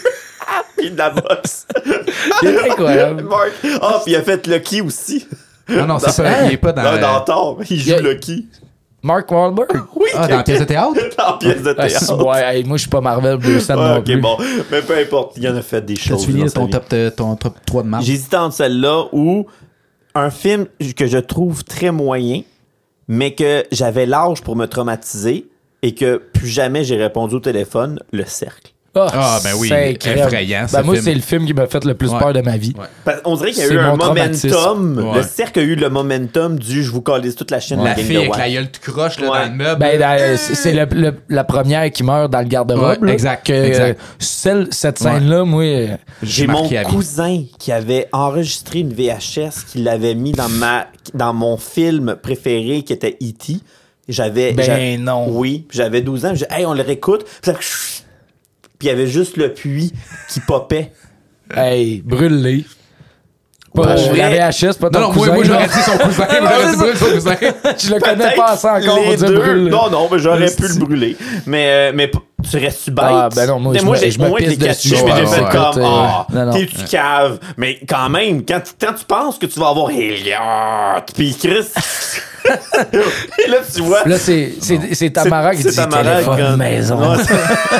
il de la boxe. Il est incroyable. Mark. Ah, puis il a fait Lucky aussi. Non, non, c'est pas, il est pas dans. Dans, dans Thor, il joue Il y a- Lucky. Mark Wahlberg? Oui, Ah, dans la pièce de théâtre? dans la pièce de Ah, c'est- théâtre. ouais, hey, moi, je suis pas Marvel deux cents Ouais, non ok, plus. bon. Mais peu importe, il en a fait des choses. T'as-tu fini dans sa ton vie. top, euh, ton top trois de mars? J'hésitais entre celle-là ou un film que je trouve très moyen, mais que j'avais l'âge pour me traumatiser et que plus jamais j'ai répondu au téléphone, Le Cercle. Oh, Ah, ben oui, c'est incroyable. effrayant, ce Ben moi, film. c'est le film qui m'a fait le plus Ouais. peur de ma vie. Ouais. Parce- On dirait qu'il y a C'est eu un mon traumatisme. momentum. Ouais. Le cercle a eu le momentum du je vous calise toute la chaîne La de gang fille de avec Watt. la gueule tout croche là, Ouais. dans le meuble. Ben, dans- c'est c'est le- le- la première qui meurt dans le garde-robe. Ouais, là, exact, que, exact. euh, celle, cette scène-là, moi... euh, J'ai J'ai mon marqué à vie. cousin qui avait enregistré une V H S qu'il l'avait mis dans ma dans mon film préféré qui était E T. J'avais Ben j'avais- non. Oui, puis j'avais douze ans, j'ai dit, hey, on le réécoute. Puis là, chut. Puis il y avait juste le puits qui popait. Hey, brûle-les. Pas Ouais, la je V H S, pas ton Non, non, moi, cousin. moi là. j'aurais dit son cousin. Moi, j'aurais dit brûle son cousin. Je le connais Peut-être pas assez encore les pour dire deux. brûle. Non, non, mais j'aurais pu Esti. le brûler. Mais, euh, mais p- tu restes-tu bête? Ah, ben non, moi, Mais je moi, me- j'ai, je me moi, pisse j'ai catché, dessus. je m'étais Ouais, fait ouais, comme, ouais. ah, Non, non. t'es-tu cave? Mais quand même, quand, quand tu penses que tu vas avoir Elliot, pis Chris... Et là, tu vois... Là, c'est, c'est, c'est Tamara qui c'est dit Tamara téléphone quand- maison. Ouais,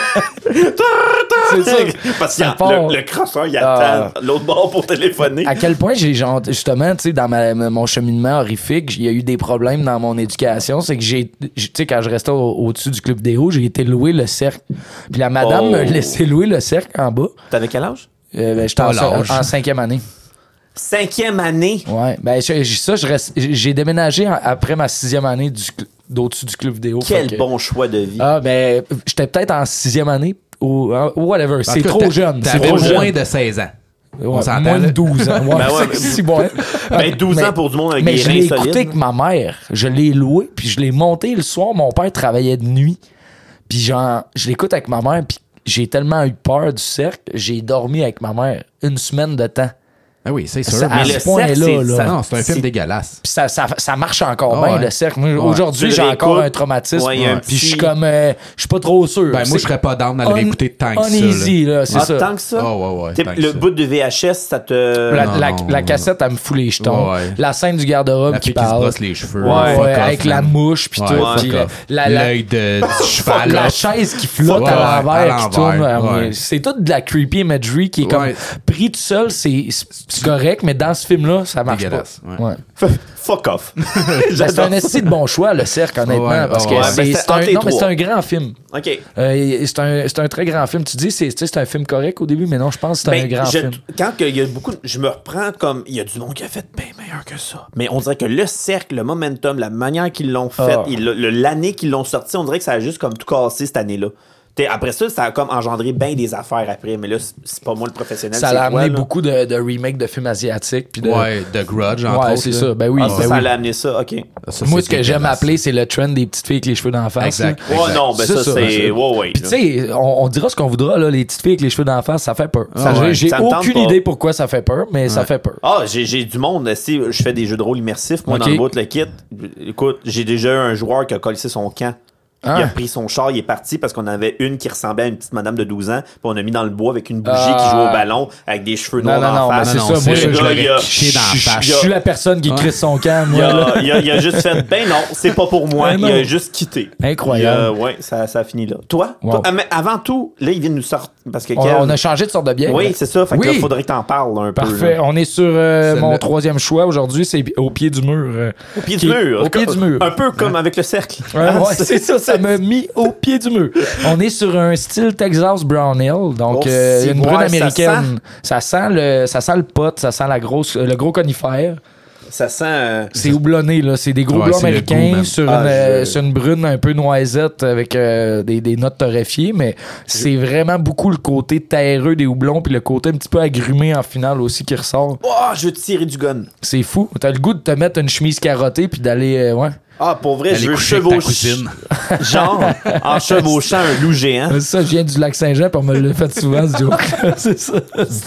C'est ça. Parce que Ça part. le, le crosseur, il Ah. attend l'autre bord pour téléphoner. À quel point j'ai genre, justement, tu sais, dans ma, mon cheminement horrifique, il y a eu des problèmes dans mon éducation. C'est que j'ai, tu sais, quand je restais au- au-dessus du club des hauts, j'ai été louer le cercle. Puis la madame Oh. me laissait louer le cercle en bas. T'avais quel âge? Euh, ben, j'étais Pas en, l'âge. en cinquième année. Cinquième année. Ouais. Ben, je- je- ça, je reste, j'ai déménagé en- après ma sixième année du, cl- d'au-dessus du club vidéo. Quel Fait que- bon choix de vie. Ah, ben, j'étais peut-être en sixième année ou hein, whatever. En C'est tout cas, trop t'a- jeune. C'est T'avais trop moins jeune. de seize ans. Ouais, On s'entend, moins de là. douze ans. Ouais, Ben ouais, c'est si bon. Ben, douze Mais- ans pour du monde avec mais des je reins l'ai écouté solides. avec ma mère. Je l'ai loué, puis je l'ai monté le soir. Mon père travaillait de nuit. Puis genre, je l'écoute avec ma mère, puis j'ai tellement eu peur du cercle, j'ai dormi avec ma mère une semaine de temps. Ah oui, c'est sûr. Ça- mais à le- ce point-là, cercle, c'est- là. ça- Non, c'est un film c'est- dégueulasse. Puis ça, ça, ça marche encore Ah bien, ouais. le cercle. Moi, Ouais. Aujourd'hui, Tu le j'ai encore réécoutes. un traumatisme. Ouais, il y a un Puis je suis petit- comme... euh, je suis pas trop sûr. Ben, moi, C'est je serais pas down dans le réécouter tant que ça. uneasy, là, c'est Ah, ça. tant que ça? Ah, ouais, ouais, T'es- tant que le ça. bout de V H S, ça te... La, Non, la- non, la non, cassette, elle me fout les jetons. Ouais. La scène du garde-robe La qui fille qui se parle. brosse les cheveux. Ouais, Fuck ouais, off, avec man. la mouche puis Ouais, tout. fuck puis la- off. la- la- L'œil de, du cheval. la là. chaise qui flotte Ouais, à l'envers, à qui tourne. l'envers, euh, ouais. C'est toute de la creepy imagery qui est comme Ouais. pris tout seul, c'est c'est correct, mais dans ce film-là, ça marche pas. Dégueulasse, ouais. Ouais. Fuck off. Ben, c'est un esti de bon choix, le cercle, honnêtement, Ouais, parce que ouais, c'est ben, c'est c'est un, entre les non, mais trois. c'est un grand film. OK. Euh, c'est un, c'est un très grand film. Tu dis, c'est tu sais, c'est un film correct au début, mais non, je pense que c'est Ben, un grand je- film. Quand que il y a beaucoup, de- je me reprends comme il y a du monde qui a fait bien meilleur que ça. Mais on dirait que le cercle, le momentum, la manière qu'ils l'ont fait, Ah. ils- le- le- l'année qu'ils l'ont sorti, on dirait que ça a juste comme tout cassé cette année-là. T'sais, après ça, ça a comme engendré bien des affaires après, mais là, c'est- c'est pas moi le professionnel. Ça c'est a toi, amené là. beaucoup de, de remakes de films asiatiques. Puis de, Ouais, The Grudge, entre Ouais, autres. c'est là. ça. Ben oui, Ah, ben ça, ça oui. allait amener ça, OK. Ça, Moi, c'est ce que j'aime dégueulasse. appeler, c'est le trend des petites filles avec les cheveux d'en face. Exact. là. Ouais, non, ben C'est ça, ça, c'est. c'est- Ouais, ouais. Puis là. tu sais, on, on dira ce qu'on voudra, là, les petites filles avec les cheveux d'en face, ça fait peur. Ça, Ah j'ai ouais. j'ai Ça me tente aucune pas. idée pourquoi ça fait peur, mais ça fait peur. Ah, j'ai, j'ai du monde. Si je fais des jeux de rôle immersifs, moi, Ok. dans le bout, le kit. Écoute, j'ai déjà eu un joueur qui a collé son camp. Ah. Il a pris son char, il est parti parce qu'on avait une qui ressemblait à une petite madame de douze ans. Puis on a mis dans le bois avec une bougie Ah. qui jouait au ballon avec des cheveux Non, noirs non, en non, mais face. c'est non, ça. c'est Moi, le je, gars, je- il a- Chier dans la je- face. je suis la personne qui crisse son camp, Il moi. là. a, il, a, il a juste fait, ben non, c'est pas pour moi. Ben Il a non. juste quitté. Incroyable. Il a- ouais, ça, ça a fini là. Toi, Wow. toi, ah, mais avant tout, là, il vient de nous sortir. Parce que On, Kev- on a changé de sorte de bière. Oui, c'est ça. Fait que Oui. là, il faudrait que t'en parles un peu. Parfait. là. On est sur euh, Celle-là. mon troisième choix aujourd'hui, c'est au pied du mur. euh, Au pied qui- du mur. Au pied du mur. Un peu comme avec le cercle. Ouais, Hein, ouais, c'est ça, ça m'a mis au pied du mur. On est sur un style Texas Brown Ale, donc Oh, euh, si, une ouais, brune ça américaine. Ça sent, le, ça sent le pot, ça sent la grosse, le gros conifère. Ça sent. euh, C'est houblonné, là. C'est des gros Ouais, blonds c'est le américains goût, man. sur, Ah, une, euh, je- sur une brune un peu noisette avec euh, des, des notes torréfiées, mais c'est vraiment beaucoup le côté terreux des houblons puis le côté un petit peu agrumé en finale aussi qui ressort. Oh, je veux te tirer du gun. C'est fou. T'as le goût de te mettre une chemise carottée puis d'aller, euh, ouais. Ah, pour vrai, Aller je veux coucher avec ta chevaucher. cousine. Genre, en chevauchant un loup géant. C'est ça, je viens du lac Saint-Jean puis on me l'a fait souvent, ce joke. C'est ça.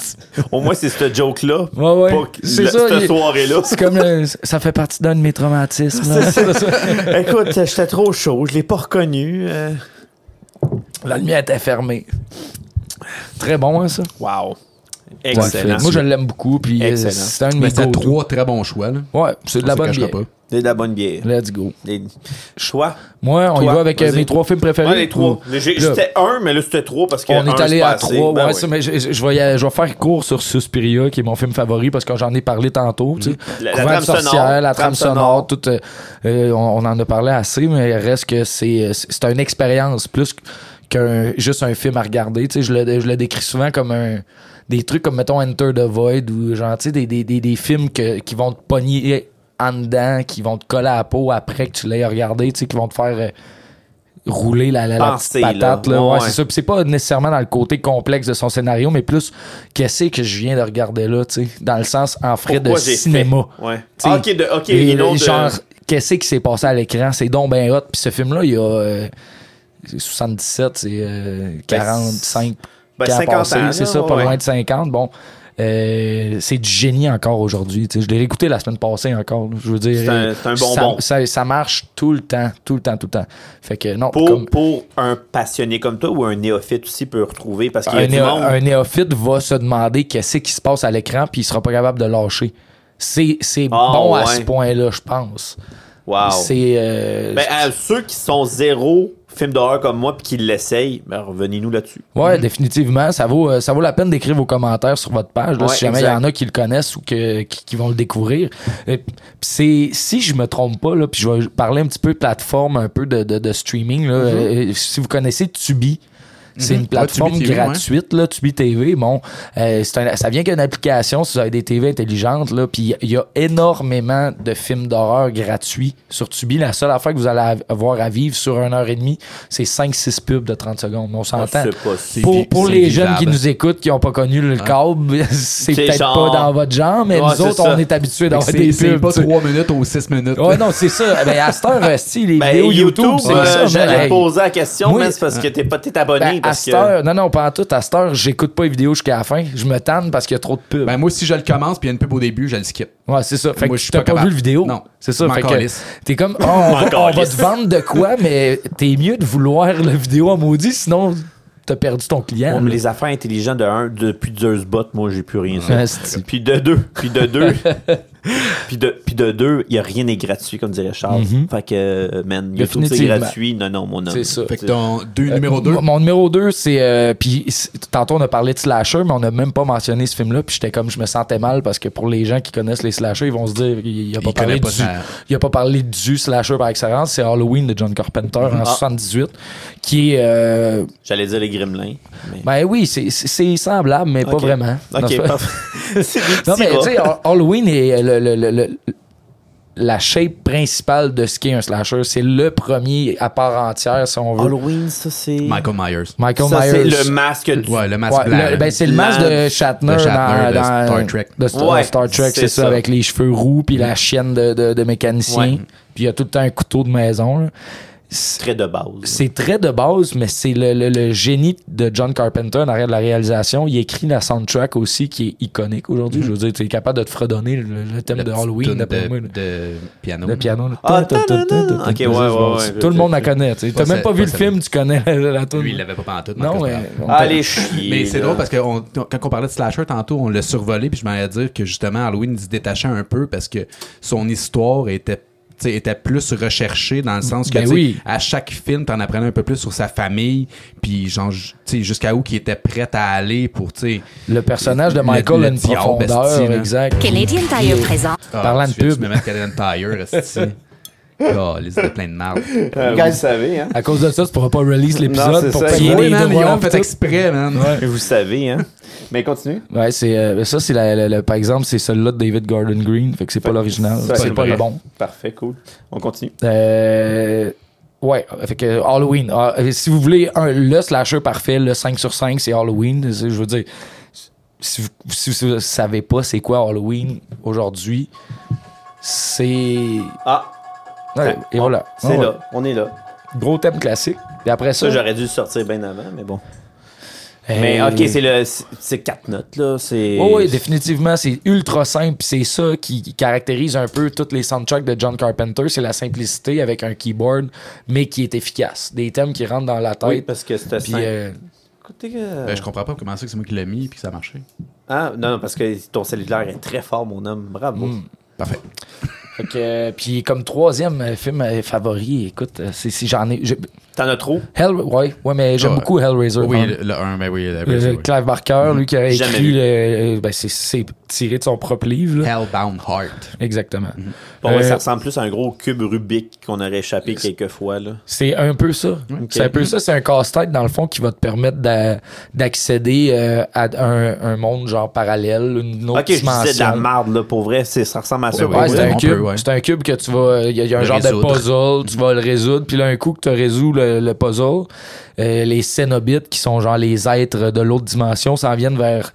Au moins, c'est ce joke-là. Ouais, ouais. Pas que- C'est le- ça, cette il- soirée-là. C'est comme, euh, ça fait partie d'un de mes traumatismes. là. C'est ça. Écoute, j'étais trop chaud, je l'ai pas reconnu. euh. La lumière était fermée. Très bon, hein, ça. Wow. Ouais, Excellent. moi, je l'aime beaucoup. Puis euh, Excellent. c'est un de Mais mes c'était go-to. Ben, trois très bons choix. Là. Ouais, c'est de la On se bonne cachera bière. pas. C'est de la bonne bière. Let's go. Des choix. Moi, on y Toi, va avec euh, vas-y. mes trois films préférés. Ouais, les trois. Ou- J'ai- Là, C'était un, mais là, c'était trois parce que. on un, est allé c'est à pas assez. trois. Ben ouais, oui. ça, mais je, je- je vais, y aller- je vais faire court sur Suspiria, qui est mon film favori, parce que j'en ai parlé tantôt. tu sais. La- la Couvent trame de sorcière, sonore, la trame trame sonore, sonore. tout, euh, euh, on, on en a parlé assez, mais il reste que c'est, c'est une expérience plus qu'un juste un film à regarder. Tu sais, je le, je le décris souvent comme un des trucs comme mettons Enter the Void ou genre tu sais des, des, des, des films que, qui vont te pogner en dedans, qui vont te coller à la peau après que tu l'aies regardé, tu sais, qui vont te faire euh, rouler la, la, la petite patate. Là. Là. Ouais, ouais. C'est ça. Puis c'est pas nécessairement dans le côté complexe de son scénario, mais plus qu'est-ce que je viens de regarder là, tu sais, dans le sens en frais de cinéma. Ouais. Ah, ok, de, ok. Et, et genre, de... qu'est-ce qui s'est passé à l'écran? C'est donc ben hot. Puis ce film-là, il y a euh, soixante-dix-sept, c'est euh, quarante-cinq ben, ben, cinquante passé, ans. C'est ça, ouais. pas loin de cinquante. Bon. Euh, c'est du génie encore aujourd'hui. Je l'ai réécouté la semaine passée encore. Je veux dire, c'est un, c'est un bonbon. Ça, ça, ça marche tout le temps, tout le temps, tout le temps. Fait que non. Pour, comme, pour un passionné comme toi ou un néophyte aussi peut retrouver parce qu'il y a un, du néo, monde. un néophyte va se demander qu'est-ce qui se passe à l'écran puis il sera pas capable de lâcher. C'est, c'est oh, bon ouais. à ce point-là, je pense. Wow. C'est. Euh, ben, à ceux qui sont zéro film d'horreur comme moi puis qui l'essayent, ben revenez-nous là-dessus. Ouais, mm-hmm. définitivement. Ça vaut, ça vaut la peine d'écrire vos commentaires sur votre page, là, ouais, si jamais il y en a qui le connaissent ou que, qui, qui vont le découvrir. Et, c'est, si je me trompe pas, là, puis je vais parler un petit peu de plateforme, un peu de, de, de streaming. Là, mm-hmm. euh, si vous connaissez Tubi, c'est mm-hmm. une plateforme ouais, Tubi T V, gratuite, ouais. là, Tubi T V. Bon, euh, c'est un, ça vient qu'une application si vous avez des T V intelligentes. Là, puis il y a énormément de films d'horreur gratuits sur Tubi. La seule affaire que vous allez avoir à vivre sur une heure et demie, c'est cinq six pubs de trente secondes. On s'entend. Pas, c'est pour pour c'est les vivable. Jeunes qui nous écoutent, qui n'ont pas connu le câble, ouais. c'est, c'est peut-être genre... pas dans votre genre, mais ouais, nous autres, ça. On est habitués d'avoir des c'est pubs. C'est pas trois minutes ou six minutes. Ouais, non, c'est ça. Ben, à cette heure, si, les ben, vidéos YouTube, YouTube c'est euh, ça. J'allais hey. poser la question, oui. mais c'est parce que t'es pas t'es abonné. Ben, parce à cette que... heure, non, non, pas en tout. À cette heure, j'écoute pas les vidéos jusqu'à la fin. Je me tanne parce qu'il y a trop de pubs. Ben, moi, si je le commence puis il y a une pub au début, je le skip. Ouais, c'est ça. Fait moi, que tu t'as pas, pas vu le vidéo. Non. C'est ça. Fait que t'es comme, oh, on, va, on va te vendre de quoi, mais t'es mieux de vouloir la vidéo en maudit, sinon t'as perdu ton client. Ouais, mais les affaires intelligentes de un, depuis Zeusbot, moi, j'ai plus rien. Ouais, puis de deux, puis de deux, puis de, puis de deux, il y a rien n'est gratuit, comme dirait Charles. Mm-hmm. Fait que, man, YouTube, c'est gratuit. Non, non, mon homme. C'est ça. Fait que ton deux, euh, numéro deux. Mon, mon numéro deux, c'est, euh, puis tantôt, on a parlé de slasher, mais on n'a même pas mentionné ce film-là, puis j'étais comme, je me sentais mal parce que pour les gens qui connaissent les slashers, ils vont se dire, il a pas, parlé, pas, du, ça. il a pas parlé du slasher par excellence, c'est Halloween de John Carpenter mm-hmm. en ah. soixante-dix-huit, qui est. Euh, J'allais dire les Gremlins. Mais... Ben oui, c'est, c'est, c'est semblable, mais okay. pas vraiment. Ok, non, parfait. C'est non, mais tu sais, Halloween est le, le, le, le, la shape principale de ce qu'est un slasher. C'est le premier à part entière, si on veut. Halloween, ça, c'est... Michael Myers. Michael ça, Myers. c'est le masque du... Ouais, le masque ouais, blanc. Le, ben, c'est le masque de Shatner, de Shatner dans, de dans Star Trek. De Star, ouais, Star Trek, c'est, c'est ça, ça, avec les cheveux roux puis la chienne de, de, de mécanicien. Ouais. Puis il y a tout le temps un couteau de maison, là. C'est très de base. C'est très de base, mais c'est le, le, le génie de John Carpenter en arrière de la réalisation. Il écrit la soundtrack aussi qui est iconique aujourd'hui. Mm-hmm. Je veux dire, tu es capable de te fredonner le, le thème le de Halloween. De, moi, de piano. Le piano. Ah, ok, ouais, ouais, ouais. Tout le monde la connaît. Tu n'as même pas vu le film, tu connais la tune. Lui, il l'avait pas pantoute. Non, mais... Allez, chier. Mais c'est drôle parce que on, quand on parlait de slasher tantôt, on l'a survolé, puis je m'en allais dire que justement, Halloween se détachait un peu parce que son histoire était était plus recherché dans le sens que ben oui. à chaque film t'en apprenais un peu plus sur sa famille puis genre jusqu'à où qu'il était prêt à aller pour t'sais, le personnage de Michael a une profondeur bestie, exact. Canadian Tire présent ah, parlant de pub me mettre Canadian Tire oh, les idées plein de marde. Euh, vous le savez, hein. À cause de ça, tu pourras pas release l'épisode non, pour ça. payer oui, les man, droits. Ils ont fait exprès, man. Ouais. Vous savez, hein. Mais continue. Ouais, c'est euh, ça, c'est la, la, la, par exemple, c'est celui-là de David Gordon Green, fait que c'est fait, pas l'original, ça, c'est, c'est pas le bon. Parfait, cool. On continue. Euh, ouais, fait que Halloween. Euh, si vous voulez un, le slasher parfait, le cinq sur cinq, c'est Halloween. C'est, je veux dire, si vous, si vous savez pas c'est quoi Halloween aujourd'hui, c'est. Ah! Ouais, et on, voilà. C'est oh, là, ouais. on est là. Gros thème classique. Et après ça, ça j'aurais dû le sortir bien avant, mais bon. Hey. Mais ok, c'est le c'est quatre notes là, c'est. Oui, oui, définitivement, c'est ultra simple. C'est ça qui, qui caractérise un peu toutes les soundtracks de John Carpenter, c'est la simplicité avec un keyboard, mais qui est efficace. Des thèmes qui rentrent dans la tête. Oui, parce que c'était puis, simple. Euh... Écoutez, euh... ben, je comprends pas comment ça que c'est moi qui l'ai mis puis que ça a marché. Ah non, non, parce que ton cellulaire est très fort, mon homme. Bravo. Mm. Parfait. Fait que, euh, puis comme troisième euh, film euh, favori, écoute, euh, c'est si j'en ai. Je... T'en as trop? Hell, ouais, ouais, mais j'aime oh, beaucoup Hellraiser. Oui, le un, mais oui, Hellraiser, euh, oui. Clive Barker, mm-hmm. lui qui a écrit, le, ben c'est, c'est tiré de son propre livre. Là. Hellbound Heart. Exactement. Mm-hmm. Bon, ouais, Euh, ça ressemble plus à un gros cube Rubik qu'on aurait échappé quelques fois. Là. C'est un peu ça. Okay. C'est un peu ça. C'est un casse-tête, dans le fond, qui va te permettre d'a- d'accéder euh, à un, un monde genre parallèle, une autre Ok, je dimension. disais de la marde, là, pour vrai. C'est, ça ressemble à ça. Ouais, pour c'est vrai. un on cube. peut, ouais. C'est un cube que tu vas. Il y a, y a un Le genre résoudre. de puzzle, tu vas le résoudre, puis là, un coup que tu résous le, le puzzle, euh, les Cénobites, qui sont genre les êtres de l'autre dimension, s'en viennent vers.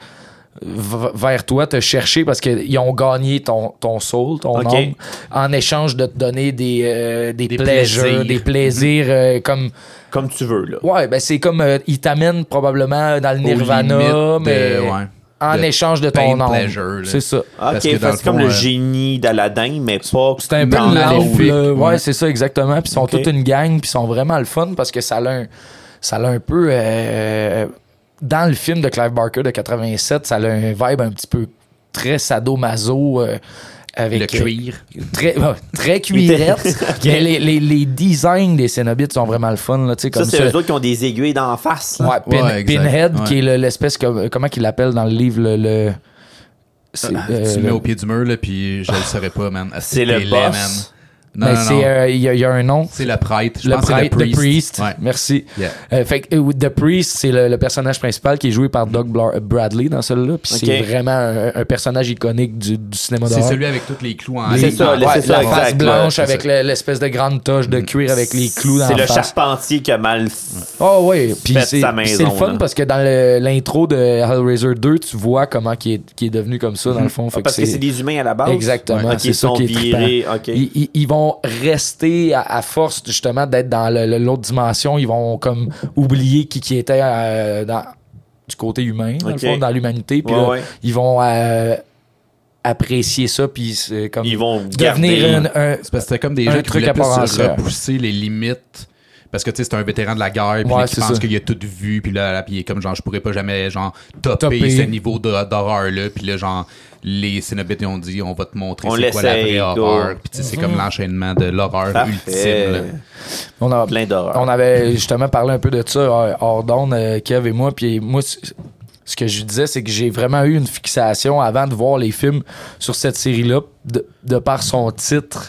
v- vers toi te chercher parce qu'ils ont gagné ton, ton soul, ton Ok. âme, en échange de te donner des, euh, des, Des pleasures, plaisirs. des plaisirs euh, comme... Comme tu veux, là. Ouais, ben c'est comme... euh, ils t'amènent probablement dans le Aux nirvana, limites mais de- ouais. en de échange de pain ton âme. pleasure, là. C'est ça. Ok, Parce que fait dans que le c'est comme fond, le euh, génie d'Aladin, mais pas... C'est un peu dans une la lampe, vie. là. Ouais, Ouais. c'est ça, exactement. Puis ils sont Ok. toute une gang, puis ils sont vraiment le fun parce que ça a un, ça a un peu... euh, dans le film de Clive Barker de quatre-vingt-sept, ça a un vibe un petit peu très sadomaso euh, avec... Le cuir. euh, très, ouais, très cuirette. Mais les, les, les designs des Cénobites sont vraiment le fun, là, tu sais, Ça, comme c'est ça. eux autres qui ont des aiguilles d'en face. là. Ouais, Pin- Ouais, exact. Pinhead, Ouais. qui est le- l'espèce... comme- comment qu'il l'appelle dans le livre, le... le- c'est, Ah, euh, tu le le- mets au pied du mur, là, puis je le saurais pas, man. Ah, C'est le laid, boss. man. Non, mais non, c'est, non. euh, il y, a- il y a un nom. C'est le prêtre. Je Le pense que c'est prêtre, The Priest. Ouais. Merci. Yeah. Euh, fait que euh, The Priest, c'est le, le personnage principal qui est joué par Doug Bla- Bradley dans celui-là. Puis Ok. c'est vraiment un, un personnage iconique du, du cinéma C'est d'horreur. celui avec tous les clous en C'est ligne. ça, Ouais, là, c'est Ouais, ça, la face exact, blanche ouais, avec c'est le- l'espèce de grande toche de cuir avec les clous dans C'est la le face. charpentier qui a mal... Oh oui, puis Fait c'est sa puis maison, c'est le fun là. parce que dans le- l'intro de Hellraiser deux, tu vois comment il est, qu'il est devenu comme ça dans le fond. Fait Parce que c'est des humains à la base. Exactement, Ok, c'est ils ça sont qui est virés. Ok. Ils, ils- ils vont rester à, à force justement d'être dans le- le- l'autre dimension, ils vont comme oublier qui, qui était euh, dans, du côté humain, dans, Ok. le fond, dans l'humanité, puis Ouais, là, ouais. ils vont euh, apprécier ça, puis c'est comme Ils vont devenir garder... un, un- C'est parce que c'était comme des Un gens qui truc voulaient à part plus entière. repousser les limites. Parce que tu sais, c'est un vétéran de la guerre, puis Ouais, là, qui c'est pense ça. qu'il a tout vu, puis là, là, puis il est comme genre, je pourrais pas jamais genre topper, Topper. ce niveau de- d'horreur-là, puis là, genre, les Cénobites ils ont dit, on va te montrer On c'est quoi la l'essaye, vraie go. horreur. Puis tu sais, c'est comme l'enchaînement de l'horreur Parfait. ultime. là. on a, Plein d'horreur. on avait justement parlé un peu de ça euh, hors d'onde, euh, Kev et moi, puis moi, c- ce que je disais, c'est que j'ai vraiment eu une fixation avant de voir les films sur cette série-là, de, de par son titre.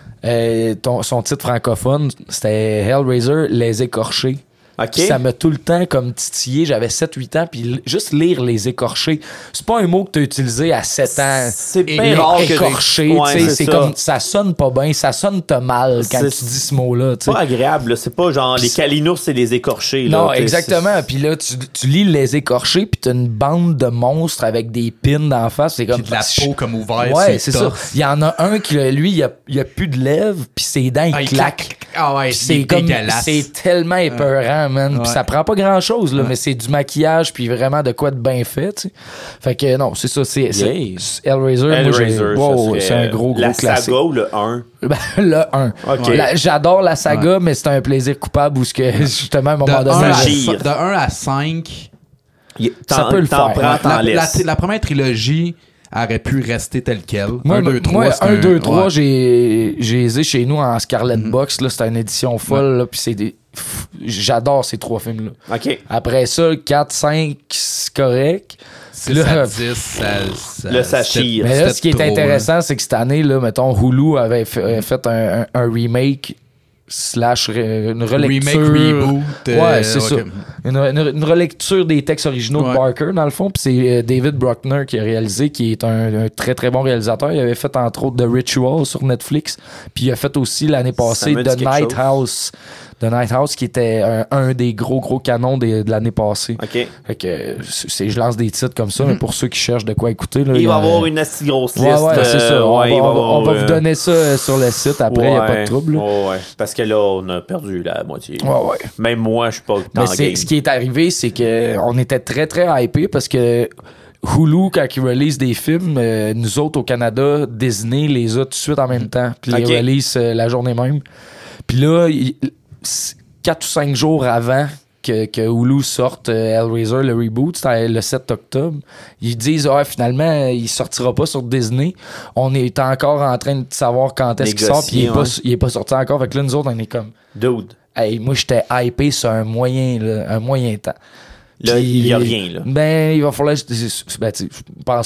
Euh, ton- son titre francophone, c'était Hellraiser, Les Écorchés. Ok. Puis ça m'a tout le temps comme titillé. J'avais sept huit ans, puis l- juste lire Les Écorchés, c'est pas un mot que tu as utilisé à sept ans. C'est Et- bien rare que... écorché, Ouais, tu sais, c'est c'est ça. comme ça sonne pas bien, ça sonne te mal quand C'est- tu dis ce mot-là, tu sais. pas agréable, là. C'est pas genre les calinours, c'est les écorchés. là. Non, T'sais, exactement. Puis là, tu, tu lis Les Écorchés, puis t'as une bande de monstres avec des pins d'en face. C'est comme Puis de la peau comme ouverte. Ouais, sur c'est le ça. torse. Il y en a un qui, lui, il a, il a plus de lèvres, puis ses dents, ils Ah, il claquent. claque. Ah ouais, Puis c'est c'est comme dégueulasse. c'est tellement épeurant, man. Puis Ouais. ça prend pas grand chose là, mais c'est du maquillage puis vraiment de quoi de bien fait, tu sais. Fait que non, c'est ça, c'est c'est- Yeah. c'est Hellraiser, moi, j'ai- Hellraiser, ça wow, serait, c'est un gros gros la classique. saga ou le un? Ben, le un. Ok. La- j'adore la saga, mais c'est un plaisir coupable où ce que justement à un De moment donné, un à je- gire. cin- de un à cinq, Il- Ça t'en- peut le t'en faire. prends, t'en la, la, laisses. la première trilogie aurait pu rester telle quelle. Moi, un, deux, trois, moi, c'est un, deux, un- trois, ouais. j'ai, j'ai les ai chez nous en Scarlet Mhm. Box. Là, c'est une édition folle. Là, puis c'est des... pff, j'adore ces trois films-là. OK. Après ça, quatre, cinq, c'est correct. six Là, à dix, ça, ça, Là, ça c'était- chire. mais là, c'était ce qui est trop, intéressant, c'est que cette année, là, mettons, Hulu avait fait, euh, fait un, un- un remake slash re- une là. relecture. Remake, reboot. euh, Ouais, c'est ça. ok. Une, une- une relecture des textes originaux Ouais. de Barker, dans le fond. Puis c'est euh, David Bruckner qui a réalisé, qui est un, un très très bon réalisateur. Il avait fait entre autres The Ritual sur Netflix. Puis il a fait aussi l'année passée me dit The quelque Night chose. House. The Night House qui était un, un des gros gros canons des- de l'année passée. OK. Fait que euh, c'est, je lance des titres comme ça, mais pour ceux qui cherchent de quoi écouter. Là, Il y va y a- avoir une assez grosse liste. Ouais, ouais, c'est ça. euh, On, ouais, va, il on va- avoir, on va euh, vous donner ça euh, sur le site après, il n'y a pas de trouble. là. Ouais, ouais. Parce que là, on a perdu la moitié. Ouais, ouais. Même moi, je suis pas dans Mais le c'est, game. ce qui est arrivé, c'est que on était très, très hypés parce que Hulu, quand ils release des films, euh, nous autres au Canada, Disney les a tout de suite en même temps. Puis Ok. les release euh, la journée même. Puis là, il- c'est quatre ou cinq jours avant que, que Hulu sorte euh, Hellraiser, le reboot, c'était le sept octobre, ils disent ah, finalement, il sortira pas sur Disney. On est encore en train de savoir quand est-ce qu'il sort, puis il est, Négocier, pas, ouais. il est pas sorti encore. Fait que là, nous autres, on est comme. Dude. Hey, moi, j'étais hypé sur un moyen, là, un moyen temps. Là, Puis, il y a rien, là. Ben, il va falloir. Je, ben, tu sais, je pense.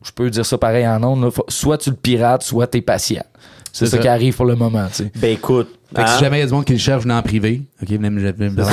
je peux dire ça pareil en ondes, là, faut- soit tu le pirates, soit t'es patient. C'est, C'est ça, ça. qui arrive pour le moment, tu sais. Ben écoute. Fait que hein? si jamais il y a du monde qui le cherche, venez en privé. OK, venez me venez me-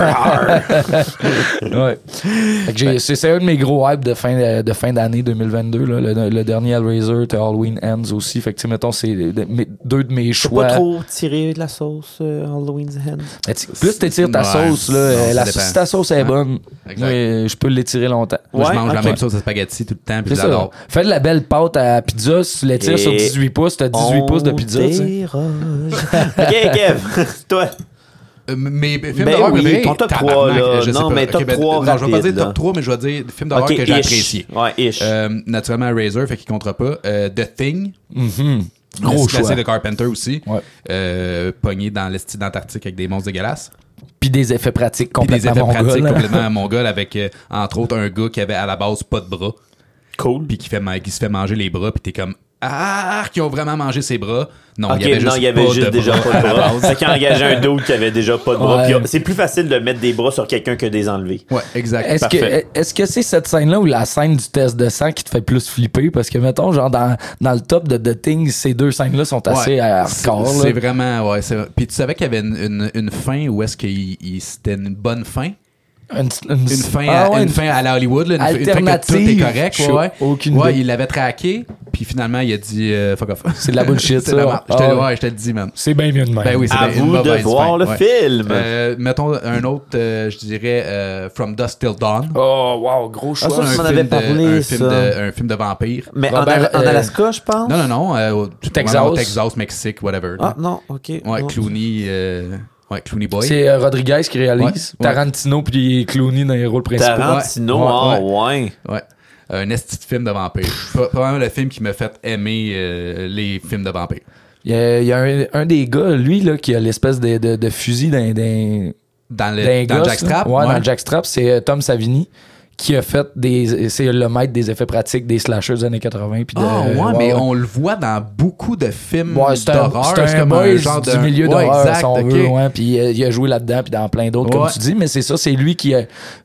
Ouais. Fait que j'ai- c'est, c'est un de mes gros hypes de fin, de, de fin d'année deux mille vingt-deux. Là. Le, le dernier Hellraiser, t'as Halloween Ends aussi. Fait que, tu sais, mettons, c'est de- mes- deux de mes Faut choix. pas trop tirer de la sauce euh, Halloween's Hand. Mais tu- plus t'étires ta Ouais. sauce, là, Non, euh, ça la, dépend. si ta sauce est Ouais. bonne, Exact. moi, je peux l'étirer longtemps. Moi, je Ouais, mange la ok. même sauce à spaghetti tout le temps, puis C'est je ça. l'adore. Fais de la belle pâte à pizza, si tu l'étires Et sur dix-huit pouces, t'as dix-huit pouces de pizza. tu sais. déroge. OK, Kev, toi. Euh, Mes mes films Ben d'horreur oui, préférés, ton top tabarnak, trois, là. euh, je sais Non, pas. mais Ok, top ben, trois non, je vais pas rapide, dire top là. trois, mais je vais dire films d'horreur OK, que j'ai ish. appréciés. Ouais, ish. Euh, naturellement, Razor, fait qu'il comptera pas. Euh, The Thing. Mhm. Gros Gros choix. choix. de Carpenter aussi. Ouais. Euh, pogné dans l'esti d'Antarctique avec des monstres dégueulasses. Puis des effets pratiques Puis des complètement effets pratiques mongols. complètement mongols avec, euh, entre autres, un gars qui avait à la base pas de bras. Cool. Puis qui, fait, ma- qui se fait manger les bras. Puis t'es comme, ah, qui ont vraiment mangé ses bras. Non, OK, il y avait non, juste, il y avait pas juste de déjà bras pas à de la bras. base. C'est qu'il a engagé un dude qui avait déjà pas de bras. Ouais. Puis, c'est plus facile de mettre des bras sur quelqu'un que des enlever. Ouais, exact. Est-ce que, Parfait. est-ce que c'est cette scène-là ou la scène du test de sang qui te fait plus flipper? Parce que, mettons, genre, dans, dans le top de The Thing, ces deux scènes-là sont assez Ouais, hardcore. c'est, là. c'est vraiment, ouais. C'est... Puis tu savais qu'il y avait une, une, une fin où est-ce que il- il- c'était une bonne fin? Une, une- Une fin, Ah à, ouais, une fin à la Hollywood, là, une, une fin que tout est alternative. correct. Je sais Ouais, aucune ouais idée. il l'avait traqué, puis finalement, il a dit euh, fuck off. C'est de la bullshit, c'est ça. de la merde. Je te, Ah ouais, ouais. je te le dis, man. C'est bien mieux de même. Ben oui, c'est À bien une vous de mauvaise voir fin, le ouais. film. Euh, mettons un autre, euh, je dirais euh, From Dusk Till Dawn. Oh, wow, gros choix. Ah, ça, un, tu m'en film avais de, parlé, un, ça. film de, un film de vampire. Mais en, Robert, en euh, Alaska, je pense. Non, non, non. Euh, au- Texas. vraiment au Texas, Mexique, whatever. Ah, non, OK. ouais, Non. Clooney, euh, ouais, Clooney Boy. C'est euh, Rodriguez qui réalise. Ouais, ouais. Tarantino puis Clooney dans les rôles principaux. Tarantino, Ouais, ah, ouais. ouais. Ouais. Un esti de film de vampire. Pas- Probablement le film qui m'a fait aimer euh, les films de vampires. Il y a, il y a un, un des gars, lui, là, qui a l'espèce de, de, de fusil dans, dans, Dans le, dans les dans le gosses, Jackstrap. là. Ouais, dans le Jackstrap, c'est euh, Tom Savini qui a fait des. C'est le maître des effets pratiques des slashers des années quatre-vingts. Puis de, Ah ouais, mais ouais. on le voit dans beaucoup de films Ouais, c'est un, d'horreur. c'est un comme boy genre du de- milieu Ouais, d'horreur, exact, si on ok. veut. Ouais, puis euh, il a joué là-dedans, puis dans plein d'autres, Ouais. comme tu dis. Mais c'est ça, c'est lui qui a.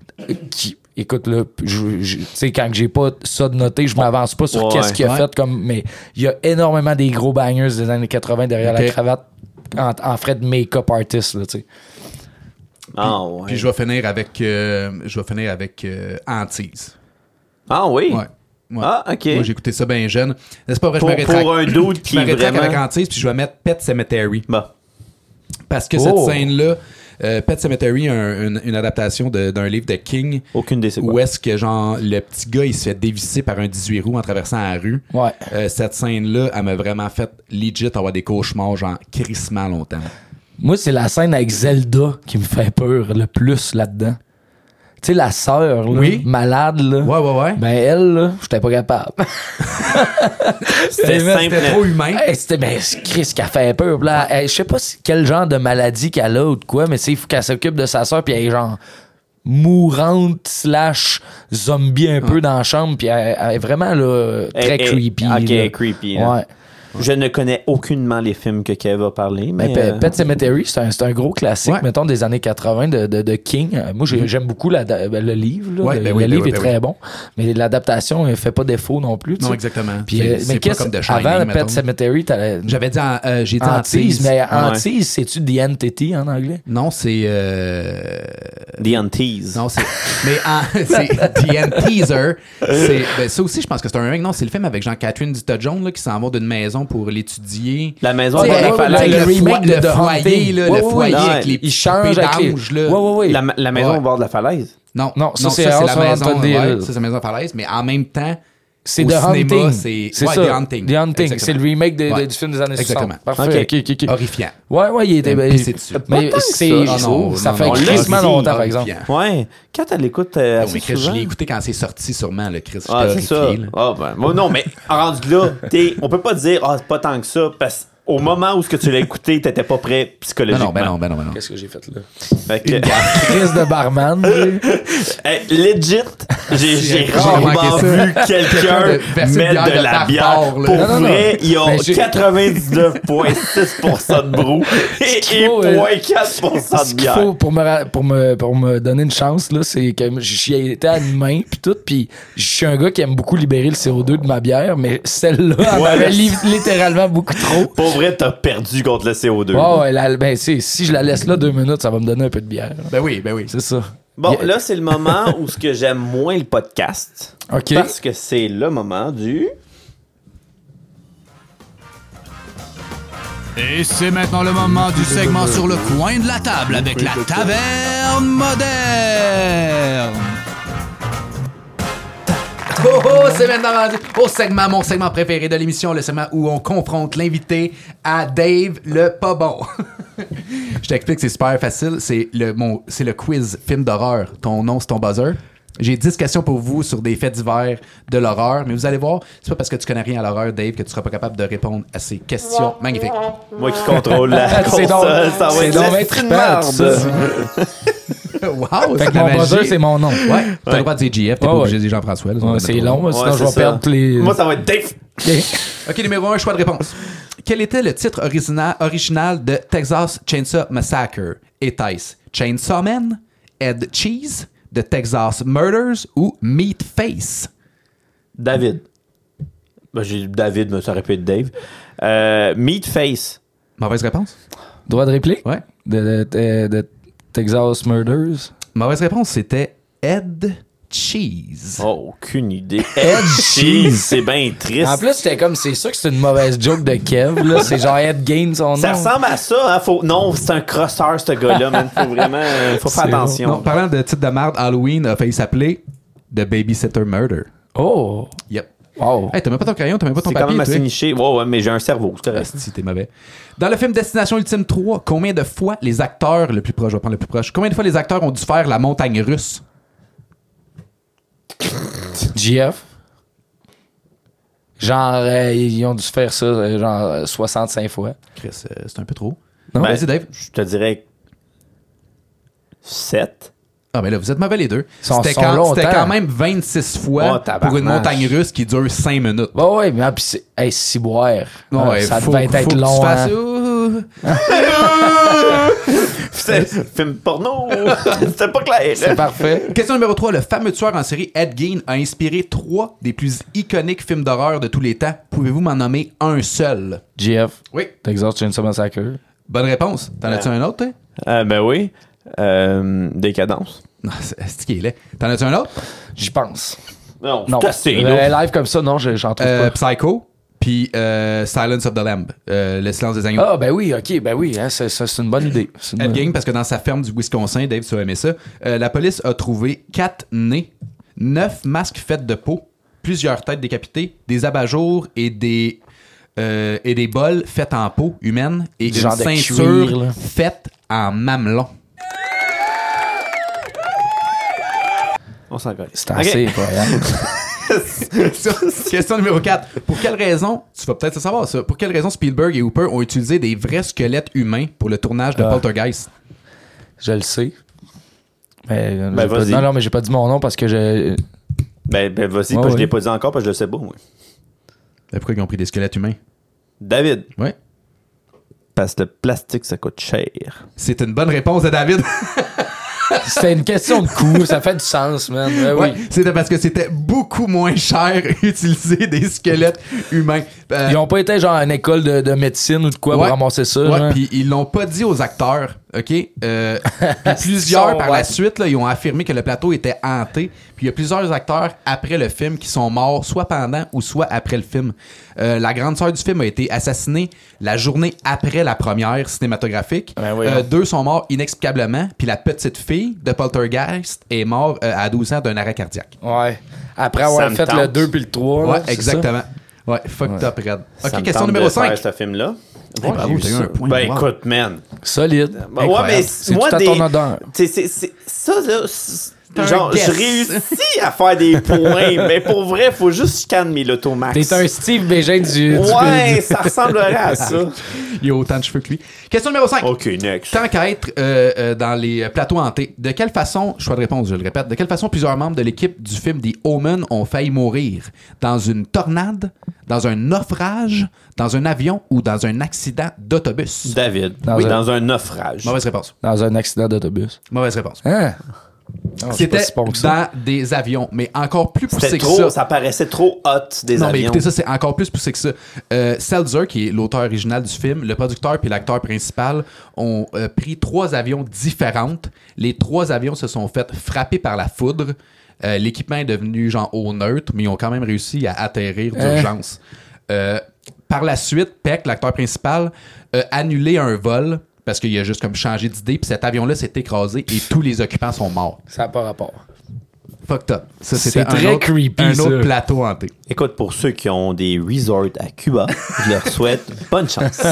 Qui, écoute, là, je- je- tu sais, quand j'ai pas ça de noter, je m'avance pas sur Ouais, qu'est-ce qu'il a ouais. fait. comme Mais il y a énormément des gros bangers des années quatre-vingts derrière Ok. la cravate en, en frais de make-up artist, là, tu sais. Ah, ouais. Puis je vais finir avec, euh, je vais finir avec euh, Antise. Ah, oui. Ouais. Ouais. Ah, OK. Moi, j'ai écouté ça bien jeune. C'est pas vrai, Pour, je me rétracte. pour un dude qui je me rétracte vraiment... avec Antise, puis je vais mettre Pet Sematary. Bah. Parce que Oh. cette scène-là, euh, Pet Sematary, un- une, une adaptation de- d'un livre de King, Aucune idée, c'est où quoi. est-ce que genre le petit gars il se fait dévisser par un dix-huit roues en traversant la rue. Ouais. Euh, cette scène-là, elle m'a vraiment fait legit avoir des cauchemars genre crissement longtemps. Moi, c'est la scène avec Zelda qui me fait peur le plus là-dedans. Tu sais, la sœur, là, Oui. malade, là. Ouais, ouais, ouais. Ben, elle, là, j'étais pas capable. C'était Eh, man, simple. C'était trop humain. Hey, c'était, ben, c'est Chris qui a fait peur. Puis Là, hey, je sais pas si- quel genre de maladie qu'elle a ou de quoi, mais c'est, il faut qu'elle s'occupe de sa sœur, puis elle est genre mourante slash zombie un peu dans la chambre, puis elle, elle est vraiment là, très Eh, eh, creepy. OK, là. creepy. là. Ouais. Je ne connais aucunement les films que Kev a parlé, mais... Mais Pe- euh, Pet Sematary, c'est un, c'est un gros classique, Ouais. mettons, des années quatre-vingts de, de, de King. Euh, Moi, j'ai- j'aime beaucoup la- ben, le livre. Là. Ouais, le ben le oui, ben livre oui, est ben très oui. bon, mais l'adaptation ne fait pas défaut non plus. tu Non, sais. exactement. Puis, C'est- euh, c'est mais pas qu'est-ce comme de Shining, avant mettons. Pet Sematary, t'as J'avais dit, en- euh, j'ai dit Antise, Antise. mais Ouais. Antise, c'est-tu The Entity en anglais? Non, c'est. euh, The Antease. Non, c'est. Mais en- c'est The Anteaser. C'est, ben, ça aussi, je pense que c'est un remake. Non, c'est le film avec Jean-Catherine Zeta-Jones là, qui s'en va d'une maison pour l'étudier. La maison Tu sais, à la ouais, falaise. ouais, le, le remake foi- de le The foyer, Haunting. là, Ouais, le ouais, foyer ouais. avec les Il petits change poupées avec les... d'ange, là. Ouais, ouais, ouais. La, la maison Ouais. au bord de la falaise. Non, Non, ça, c'est ça, House c'est on la maison. Haunted Ouais, Hill. ça, c'est la maison à falaise, mais en même temps, C'est au The cinéma, Haunting. c'est- C'est ouais, ça. The Haunting. The Haunting. Exactement. C'est le remake de- de- Ouais. du film des années Exactement. soixante. Parfait. Ok. OK, OK, OK. horrifiant. Ouais, ouais, il était... Me pisser dessus. Mais Pas tant que c'est... ça. Ah non, ça non, fait non, crissement on l'a longtemps, dit. par exemple. Horrifiant. Ouais. Quand elle l'écoute euh, Non, assez mais Chris, je souvent... l'ai écouté quand c'est sorti, sûrement, le Chris. J'étais Ah, c'est ça. horrifié, là. Ah, ben, moi, non, mais rendu là, t'es, on peut pas dire, ah, c'est pas tant que ça, parce au moment où ce que tu l'as écouté, t'étais pas prêt Non, psychologiquement. non, ben non, ben non, ben non. Qu'est-ce que j'ai fait là? Fait que, Crise de barman. hey, legit, j'ai, j'ai J'ai rarement remarqué ça. vu quelqu'un Quelqu'un de verser mettre une bière de de la part bière. part, là. Pour Non, non, non. vrai, ils ont Ben, j'ai- quatre-vingt-dix-neuf virgule six pour cent de brou et, et qu'il faut, euh, zéro virgule quatre pour cent Ce de qu'il bière. faut pour me, ra- pour me, pour me donner une chance, là, c'est que j'y ai été à une main, puis tout, puis je suis un gars qui aime beaucoup libérer le C O deux de ma bière, mais celle-là, elle Ouais, m'avait là, li- littéralement beaucoup trop. Pour vrai, t'as perdu contre le C O deux. Ouais, ouais, la- ben, c'est- si je la laisse là deux minutes, ça va me donner un peu de bière. là. Ben oui, ben oui. C'est ça. Bon, Yeah. là, c'est le moment où ce que j'aime moins le podcast. OK. Parce que c'est le moment du... Et c'est maintenant le moment du segment sur le coin de la table avec la taverne moderne. Oh, oh, c'est maintenant rendu au segment, mon segment préféré de l'émission, le segment où on confronte l'invité à Dave le pas bon. Je t'explique, c'est super facile. C'est le, mon, c'est le quiz film d'horreur. Ton nom, c'est ton buzzer. J'ai dix questions pour vous sur des faits divers de l'horreur, mais vous allez voir, c'est pas parce que tu connais rien à l'horreur, Dave, que tu seras pas capable de répondre à ces questions magnifiques. Moi qui contrôle la C'est console, donc- ça va c'est être donc la bien petite trippant, tout ça. merde. Wow, Fait c'est que de la mon buzzer, magie. c'est mon nom. Ouais, t'as le droit de dire J F, t'es Ouais, pas ouais. obligé de dire Jean-François. là, ça va Ouais, mettre c'est trop. long, sinon Ouais, je c'est vais ça. perdre tous les. Moi, ça va être Dave. OK. Ok, numéro un, choix de réponse. Quel était le titre original, original de Texas Chainsaw Massacre? Était-ce Chainsaw Man, Ed Cheese, The Texas Murders ou Meat Face? David. Ben, j'ai David, mais ça aurait pu être Dave. Euh, Meat Face. Mauvaise réponse? Droit de réplique? Ouais. De, de, de- de Texas Murders. Mauvaise réponse, c'était Ed Cheese. Oh, aucune idée. Ed Cheese. C'est bien triste. En plus, c'était comme, c'est sûr que c'est une mauvaise joke de Kev, là. C'est genre Ed Gain, son nom. Ça ressemble à ça, hein? Faut... Non, c'est un crosseur, ce gars-là, man. Faut vraiment... euh, Faut faire C'est attention. Non, parlant de titre de merde, Halloween a failli s'appeler The Babysitter Murder. Oh! Yep. Wow! Hey, t'as même pas ton crayon, t'as même pas ton C'est quand papier. même assez toi. niché. Ouais, ouais, mais j'ai un cerveau, c'est correct. Si t'es mauvais. Dans le film Destination Ultime trois, combien de fois les acteurs, le plus proche, je vais prendre le plus proche, combien de fois les acteurs ont dû faire la montagne russe? G F? Genre, euh, ils ont dû faire ça, euh, genre, euh, soixante-cinq fois. Chris, euh, c'est un peu trop. Non? Ben, Vas-y, Dave. Je te dirais sept. Ah, mais là, vous êtes mauvais les deux. Ils sont- C'était sont quand, longtemps. c'était quand même vingt-six fois Oh, tabarnak. pour une montagne russe qui dure cinq minutes. Bah ouais, mais ah, pis c'est. Hey, ciboire. Ah, Ouais, ça faut- devait faut être que tu long. fasses- hein. Ouh. C'est film porno. C'était pas clair. C'est parfait. Question numéro trois. Le fameux tueur en série Ed Gein a inspiré trois des plus iconiques films d'horreur de tous les temps. Pouvez-vous m'en nommer un seul? G F. Oui. Texas Chainsaw Massacre. Bonne réponse. T'en as-tu un autre, toi? Euh, ben oui. Euh, décadence. Non, c'est c'est qui est laid. T'en as-tu un autre? J'y pense. Non, Non. c'est assez, Euh, là. live comme ça, non, je- j'en trouve Euh, pas. Psycho, puis euh, Silence of the Lamb, euh, Le silence des agneaux. Ah, ben oui, ok, ben oui, hein, c'est, c'est- c'est une bonne idée. C'est une Ed bonne- Gein, parce que dans sa ferme du Wisconsin, Dave, tu vas aimer ça, euh, la police a trouvé quatre nez, neuf masques faits de peau, plusieurs têtes décapitées, des abat-jours et des, euh, et des bols faits en peau humaine et Du une genre de ceinture cuir, là. faite en mamelon. On s'en colle. C'est assez, quoi. hein. Question numéro quatre. Pour quelle raison, tu vas peut-être savoir ça, pour quelle raison Spielberg et Hooper ont utilisé des vrais squelettes humains pour le tournage de Ah. Poltergeist? Je le sais. Mais, euh, Ben, j'ai pas- vas-y. non, non, mais j'ai pas dit mon nom parce que je. Ben, ben vas-y, Ouais, parce que je ouais. l'ai pas dit encore, parce que je le sais pas, moi. Ben, pourquoi ils ont pris des squelettes humains? David. Ouais. Parce que le plastique, ça coûte cher. C'est une bonne réponse de David. C'était une question de coût, ça fait du sens, man. Ouais, Ouais, oui. c'était parce que c'était beaucoup moins cher utiliser des squelettes humains. Euh, Ils ont pas été genre à une école de, de médecine ou de quoi ouais, pour ramasser ça. ouais, genre. puis ils l'ont pas dit aux acteurs, ok. Euh, puis plusieurs Ils sont- par la ouais. suite, là, ils ont affirmé que le plateau était hanté. Puis il y a plusieurs acteurs après le film qui sont morts, soit pendant ou soit après le film. Euh, la grande sœur du film a été assassinée la journée après la première cinématographique. Ben oui, Euh, hein. deux sont morts inexplicablement. Puis la petite fille de Poltergeist est morte euh, à douze ans d'un arrêt cardiaque. Ouais. Après Ça avoir me fait tente. le deux puis le trois. Ouais, là, c'est exactement. Ouais, fucked Ouais. up, Red. Ça Ok, me question tente numéro de faire cinq. ce film-là. Hey, bravo, j'ai t'as vu eu ça. un point. Ben Wow. écoute, man. ça. Solide. Ben, ouais, Incroyable. mais C'est moi, tout à des... ton honneur. t'sais, c'est, c'est, ça, là, c'est- T'as un genre, guess. je réussis à faire des points, mais pour vrai, faut juste que je calme mes Lotomax. T'es un Steve Bégin du. du- Ouais, ça ressemblerait à ça. Il a autant de cheveux que lui. Question numéro cinq. Ok, next. Tant qu'à être euh, euh, dans les plateaux hantés, de quelle façon, choix de réponse, je le répète, de quelle façon plusieurs membres de l'équipe du film The Omen ont failli mourir? Dans une tornade, dans un naufrage, dans un avion ou dans un accident d'autobus? David. Dans oui, un- dans un naufrage. Mauvaise réponse. Dans un accident d'autobus. Mauvaise réponse. Hein? Non, c'est pas C'était si bon que ça. dans des avions, mais encore plus poussé C'était que trop, ça. ça. paraissait trop hot des Non, mais avions. écoutez, ça, c'est encore plus poussé que ça. Euh, Seltzer, qui est l'auteur original du film, le producteur puis l'acteur principal ont euh, pris trois avions différentes. Les trois avions se sont fait frapper par la foudre. Euh, l'équipement est devenu genre au neutre, mais ils ont quand même réussi à atterrir d'urgence. Euh, par la suite, Peck, l'acteur principal, a annulé un vol parce qu'il a juste comme changé d'idée, puis cet avion-là s'est écrasé et tous les occupants sont morts. Ça n'a pas rapport. Fucked up. Ça, C'est c'était un très autre, creepy, un ça. autre plateau hanté. Écoute, pour ceux qui ont des resorts à Cuba, je leur souhaite bonne chance.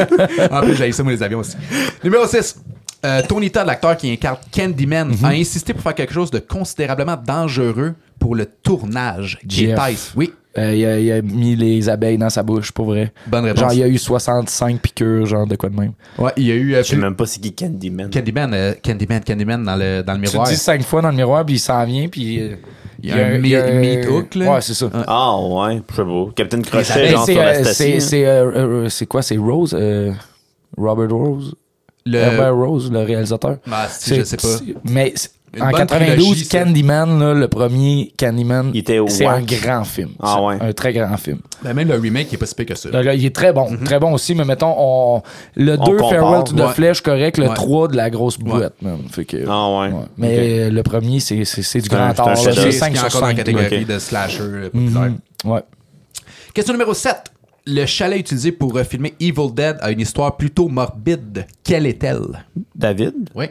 En plus, j'ai ça, moi, les avions aussi. Numéro six. Euh, Tony Todd, l'acteur qui incarne Candyman, a insisté pour faire quelque chose de considérablement dangereux pour le tournage. Qui est Jeff. Tice. Oui, Euh, il, a, il a mis les abeilles dans sa bouche, pour vrai. bonne réponse. Genre, il y a eu soixante-cinq piqûres, genre de quoi de même. Ouais, il y a eu euh, Je sais plus- même pas c'est qui Candyman. Candyman, euh, Candyman, Candyman dans le, dans le Tu miroir. le dis cinq fois dans le miroir, puis il s'en vient, puis. euh, Il y a un meat- meat hook, là. Ouais, c'est ça. Ah ouais, je sais pas. Captain Crochet, Ben, genre c'est, sur la euh, station. c'est, c'est, euh, euh, c'est quoi? C'est Rose? euh, Robert Rose? Le... Herbert Rose, le réalisateur. Bah, si, je sais pas. c'est- Mais c'est- Une en bonne quatre-vingt-douze, trilogie, ça. Candyman, là, le premier Candyman, Il était c'est whack. un grand film. Ah C'est ouais. Un très grand film. Ben, même le remake, il est pas si pire que ça. Là, là, il est très bon. Très bon aussi, mais mettons, on, le On deux compare, Farewell to the ouais. Flesh, correct. Le Ouais. trois de la grosse boîte, man. Fait que, Ah ouais. ouais. Mais euh, le premier, c'est, c'est, c'est du C'est un- grand art. c'est un là. chef-d'œuvre. C'est C'est cinq qui est sur encore dans la cinq. catégorie ok. de slasher euh, populaire. Mhm. Ouais. Question numéro sept. Le chalet utilisé pour euh, filmer Evil Dead a une histoire plutôt morbide. Quelle est-elle? David? Oui.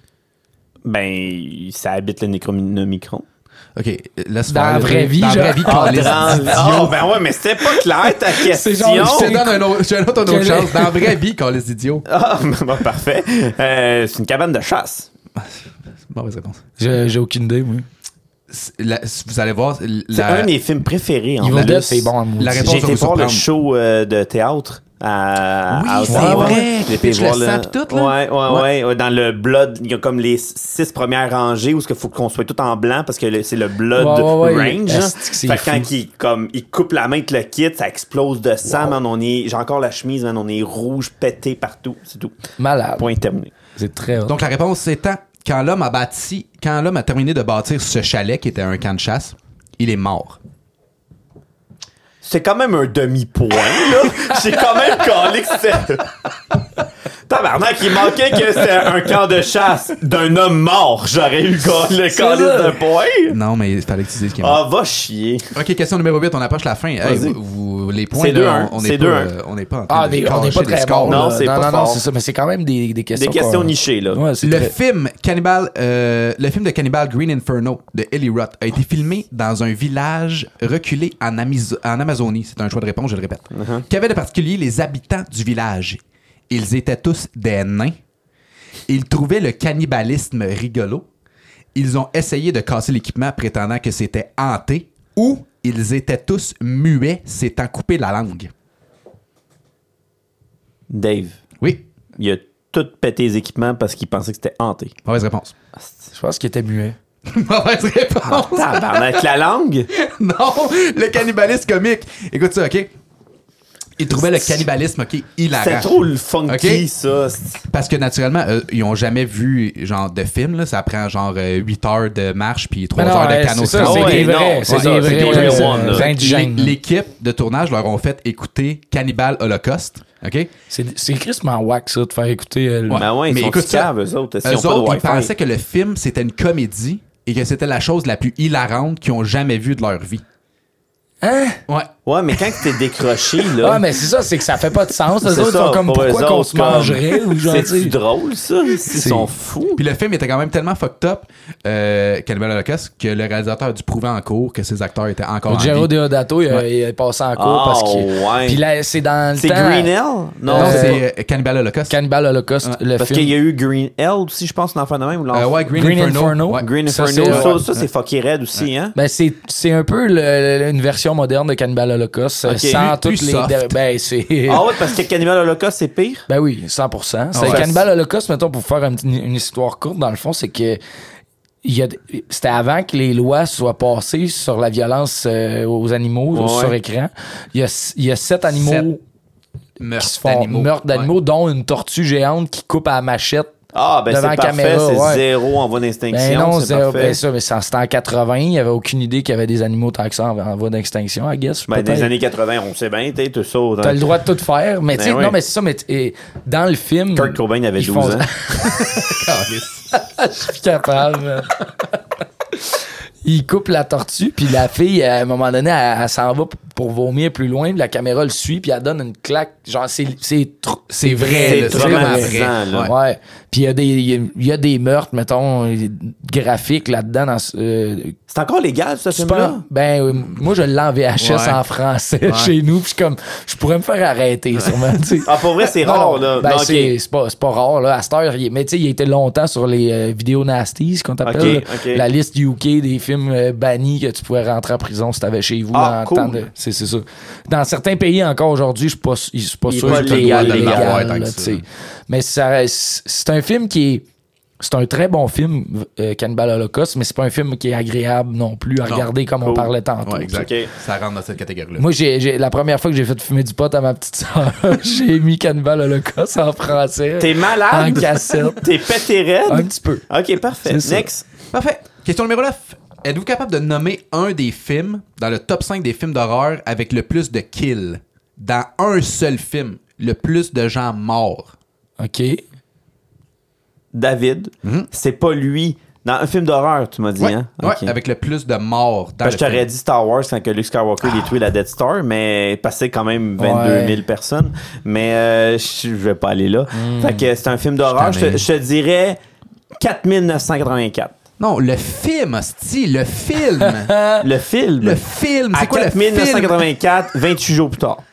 Ben, ça habite le Necronomicron. OK, laisse Dans faire. la vraie vie, Dans la genre. vraie vie, Ah, câlisse, dans- idiot. ah, ben ouais, mais c'était pas clair ta question. C'est genre, Je te donne un autre, je te donne une autre Quelle est- chance. Dans la vraie vie, quand les idiots. Ah, bon, parfait. Euh, c'est une cabane de chasse. Mauvaise réponse. J'ai, j'ai aucune idée, moi. C'est- la- vous allez voir. C'est La, un de mes films préférés en Evil Dead, plus. c'est bon à mourir. La réponse J'ai va été vous voir le surprendre. show euh, de théâtre à Oui, à c'est Ottawa. vrai. J'ai été Pitch le voir sang pis tout, là. Ouais, ouais, ouais, ouais. Dans le Blood, il y a comme les six premières rangées où il faut qu'on soit tout en blanc parce que le- c'est le Blood Ouais, ouais, ouais. range. Est-ce hein. que c'est Fait que quand fou. il, comme, il coupe la main, te le quitte, ça explose de sang, man. On est, j'ai encore la chemise, man. On est rouge, pété partout. C'est tout. Malade. Point terminé. C'est très hot. Donc la réponse étant quand l'homme a bâti, quand l'homme a terminé de bâtir ce chalet qui était un camp de chasse, il est mort. C'est quand même un demi-point, là. J'ai quand même calé que c'était... Tabarnak, il manquait que c'était un camp de chasse d'un homme mort. J'aurais eu le calice de point. Non, mais il fallait que tu dises qu'il est mort. Ah, va chier. OK, question numéro huit, on approche la fin. Hey, Vas-y. vous, vous- les points, C'est deux là, un. on C'est n'est deux pas, un. euh, on n'est pas en train Ah, de des- on n'est cacher pas des très scores, bon. là. Non, là. c'est non, pas non, non, fort. c'est ça. Mais c'est quand même des, des questions. Des questions qu'on- nichées, là. Ouais, c'est Le très- film Cannibal, euh, le film de Cannibal Green Inferno de Eli Roth a été filmé dans un village reculé en, Amiz- en Amazonie. C'est un choix de réponse, je le répète. Qu'avaient de particulier les habitants du village? Ils étaient tous des nains. Ils trouvaient le cannibalisme rigolo. Ils ont essayé de casser l'équipement prétendant que c'était hanté. Ou ils étaient tous muets, s'étant coupé la langue. Dave, Oui, il a tout pété les équipements parce qu'il pensait que c'était hanté. mauvaise réponse. Je pense qu'il était muet. Mauvaise réponse. Tabarnak, la langue? Non, le cannibalisme comique. Écoute ça, OK? Ils trouvaient le cannibalisme, OK, hilarant. C'est trop le funky, Ok. ça. Parce que naturellement, euh, ils ont jamais vu genre de film, là. Ça prend genre euh, huit heures de marche puis trois Mais non, heures ouais, de canot. c'est ça, Ah c'est ouais, des non, vrais. c'est C'est ça, des c'est vrais. des là, real c'est one, là. c'est indigène, là. L'équipe de tournage leur ont fait écouter Cannibal Holocaust, OK? C'est c'est crissement wack, ça, de faire écouter. euh, le- Ouais. Ben ouais, ils Mais sont écoute ça, caves, eux autres. S'ils Eux ont pas de autres, ils Wi-Fi. pensaient que le film, c'était une comédie et que c'était la chose la plus hilarante qu'ils ont jamais vue de leur vie. Hein? Ouais. Ouais, mais quand t'es décroché, là. Ah, mais c'est ça, c'est que ça fait pas de sens. Les c'est autres ça, sont comme pour eux pourquoi qu'on autres, se mangerait ou genre, tu C'est sais. drôle, ça. Ils sont fous. Puis le film était quand même tellement fucked up, euh, Cannibal Holocaust, que le réalisateur a dû prouver en cours que ses acteurs étaient encore en Gero vie. Deodato, il, a- Ouais. il est passé en cours Ah, parce que. ouais. Puis là, c'est dans le C'est temps. Green Hell? Non, Euh, c'est euh, Cannibal Holocaust. Cannibal Holocaust, Ouais. le Parce film. qu'il y a eu Green Hell aussi, je pense, l'enfant de même. Ou l'enfant- Euh, ouais, Green, Green Inferno. Inferno. Ouais. Green Ça, Inferno. c'est- Ça, ouais. ça, c'est fucké raide aussi, hein? Ben, c'est, c'est un peu le- une version moderne de Cannibal Holocaust, Ok. sans Plus- toutes plus les. soft. Ben, c'est. Ah ouais, parce que Cannibal Holocaust, c'est pire? Ben oui, cent pour cent. C'est ouais. Cannibal Holocaust, mettons, pour faire une, une histoire courte, dans le fond, c'est que il y a, c'était avant que les lois soient passées sur la violence euh, aux animaux Ouais. sur écran. Il y a, il y a sept animaux Sept qui Meurtre se font d'animaux. meurtre d'animaux, Ouais. dont une tortue géante qui coupe à la machette. Ah, ben Devant c'est la parfait, caméra, c'est ouais. zéro en voie d'extinction, Ben non, c'est c'est parfait. ben ça, mais c'est en- c'était en quatre-vingts. Il n'y avait aucune idée qu'il y avait des animaux tant que ça en, en voie d'extinction, I guess. Ben, dans les peut-être. années quatre-vingts, on sait bien, t'es tout ça. dans- T'as le droit de tout faire, mais tu sais, Ben oui. non, mais c'est ça, mais t- et dans le film. Kurt Cobain avait ils douze font- ans. Je suis capable. man. Il coupe la tortue, puis la fille, à un moment donné, elle, elle s'en va p- pour vomir plus loin, puis la caméra le suit, puis elle donne une claque. Genre, c'est, c'est, tr- c'est vrai. C'est là, traumatisant, vrai. là. Ouais. Puis il y, a des- il y a- il y a des meurtres, mettons, graphiques là-dedans. Dans, ce- euh, C'est encore légal, ce super- film-là? ben, euh, moi, je l'ai en V H S Ouais. en français Ouais. chez nous, puis je suis comme, je pourrais me faire arrêter, sûrement, tu sais. Ah, pour vrai, c'est Non, rare, non, là. ben, Non, ok. c'est, c'est pas, c'est pas rare, là. À cette heure, il- mais tu sais, il a été longtemps sur les euh, vidéos nasties, qu'on t'appelle. Ok, là. ok. La liste U K des films euh, bannis que tu pouvais rentrer en prison si t'avais chez vous. Ah, dans le cool. temps de- c'est, c'est ça. Dans certains pays encore aujourd'hui, je suis pas, je suis pas Il est sûr pas que c'est légal, légal, légal, ouais, là, tant que tu ça. sais. Mais ça reste- c'est un film qui est. C'est un très bon film, euh, Cannibal Holocaust, mais c'est pas un film qui est agréable non plus à Non. regarder comme on Cool. parlait tantôt. Ouais, exact. Ok. Ça rentre dans cette catégorie-là. Moi, j'ai, j'ai- la première fois que j'ai fait fumer du pot à ma petite soeur, j'ai mis Cannibal Holocaust en français. T'es En malade? cassette. T'es pété Un raide? petit peu. Ok, parfait. C'est ça. Next. Parfait. Question numéro neuf. Êtes-vous capable de nommer un des films dans le top cinq des films d'horreur avec le plus de kills? Dans un seul film, le plus de gens morts. OK. David, c'est pas lui. Dans un film d'horreur, tu m'as dit, Ouais, hein? ouais, Ok. avec le plus de morts dans Parce le que je t'aurais film. dit Star Wars quand que Luke Skywalker il a tué la Death Star, mais passé quand même vingt-deux mille Ouais. personnes. Mais euh, je je vais pas aller là. Hmm. Fait que c'est un film d'horreur. Je, Je t'en ai. te- je te dirais quatre mille neuf cent quatre-vingt-quatre. Non, le film, hostie, le film. Le film. le film, à c'est quoi le quatre mille neuf cent film? quatre-vingt-quatre, vingt-huit jours plus tard.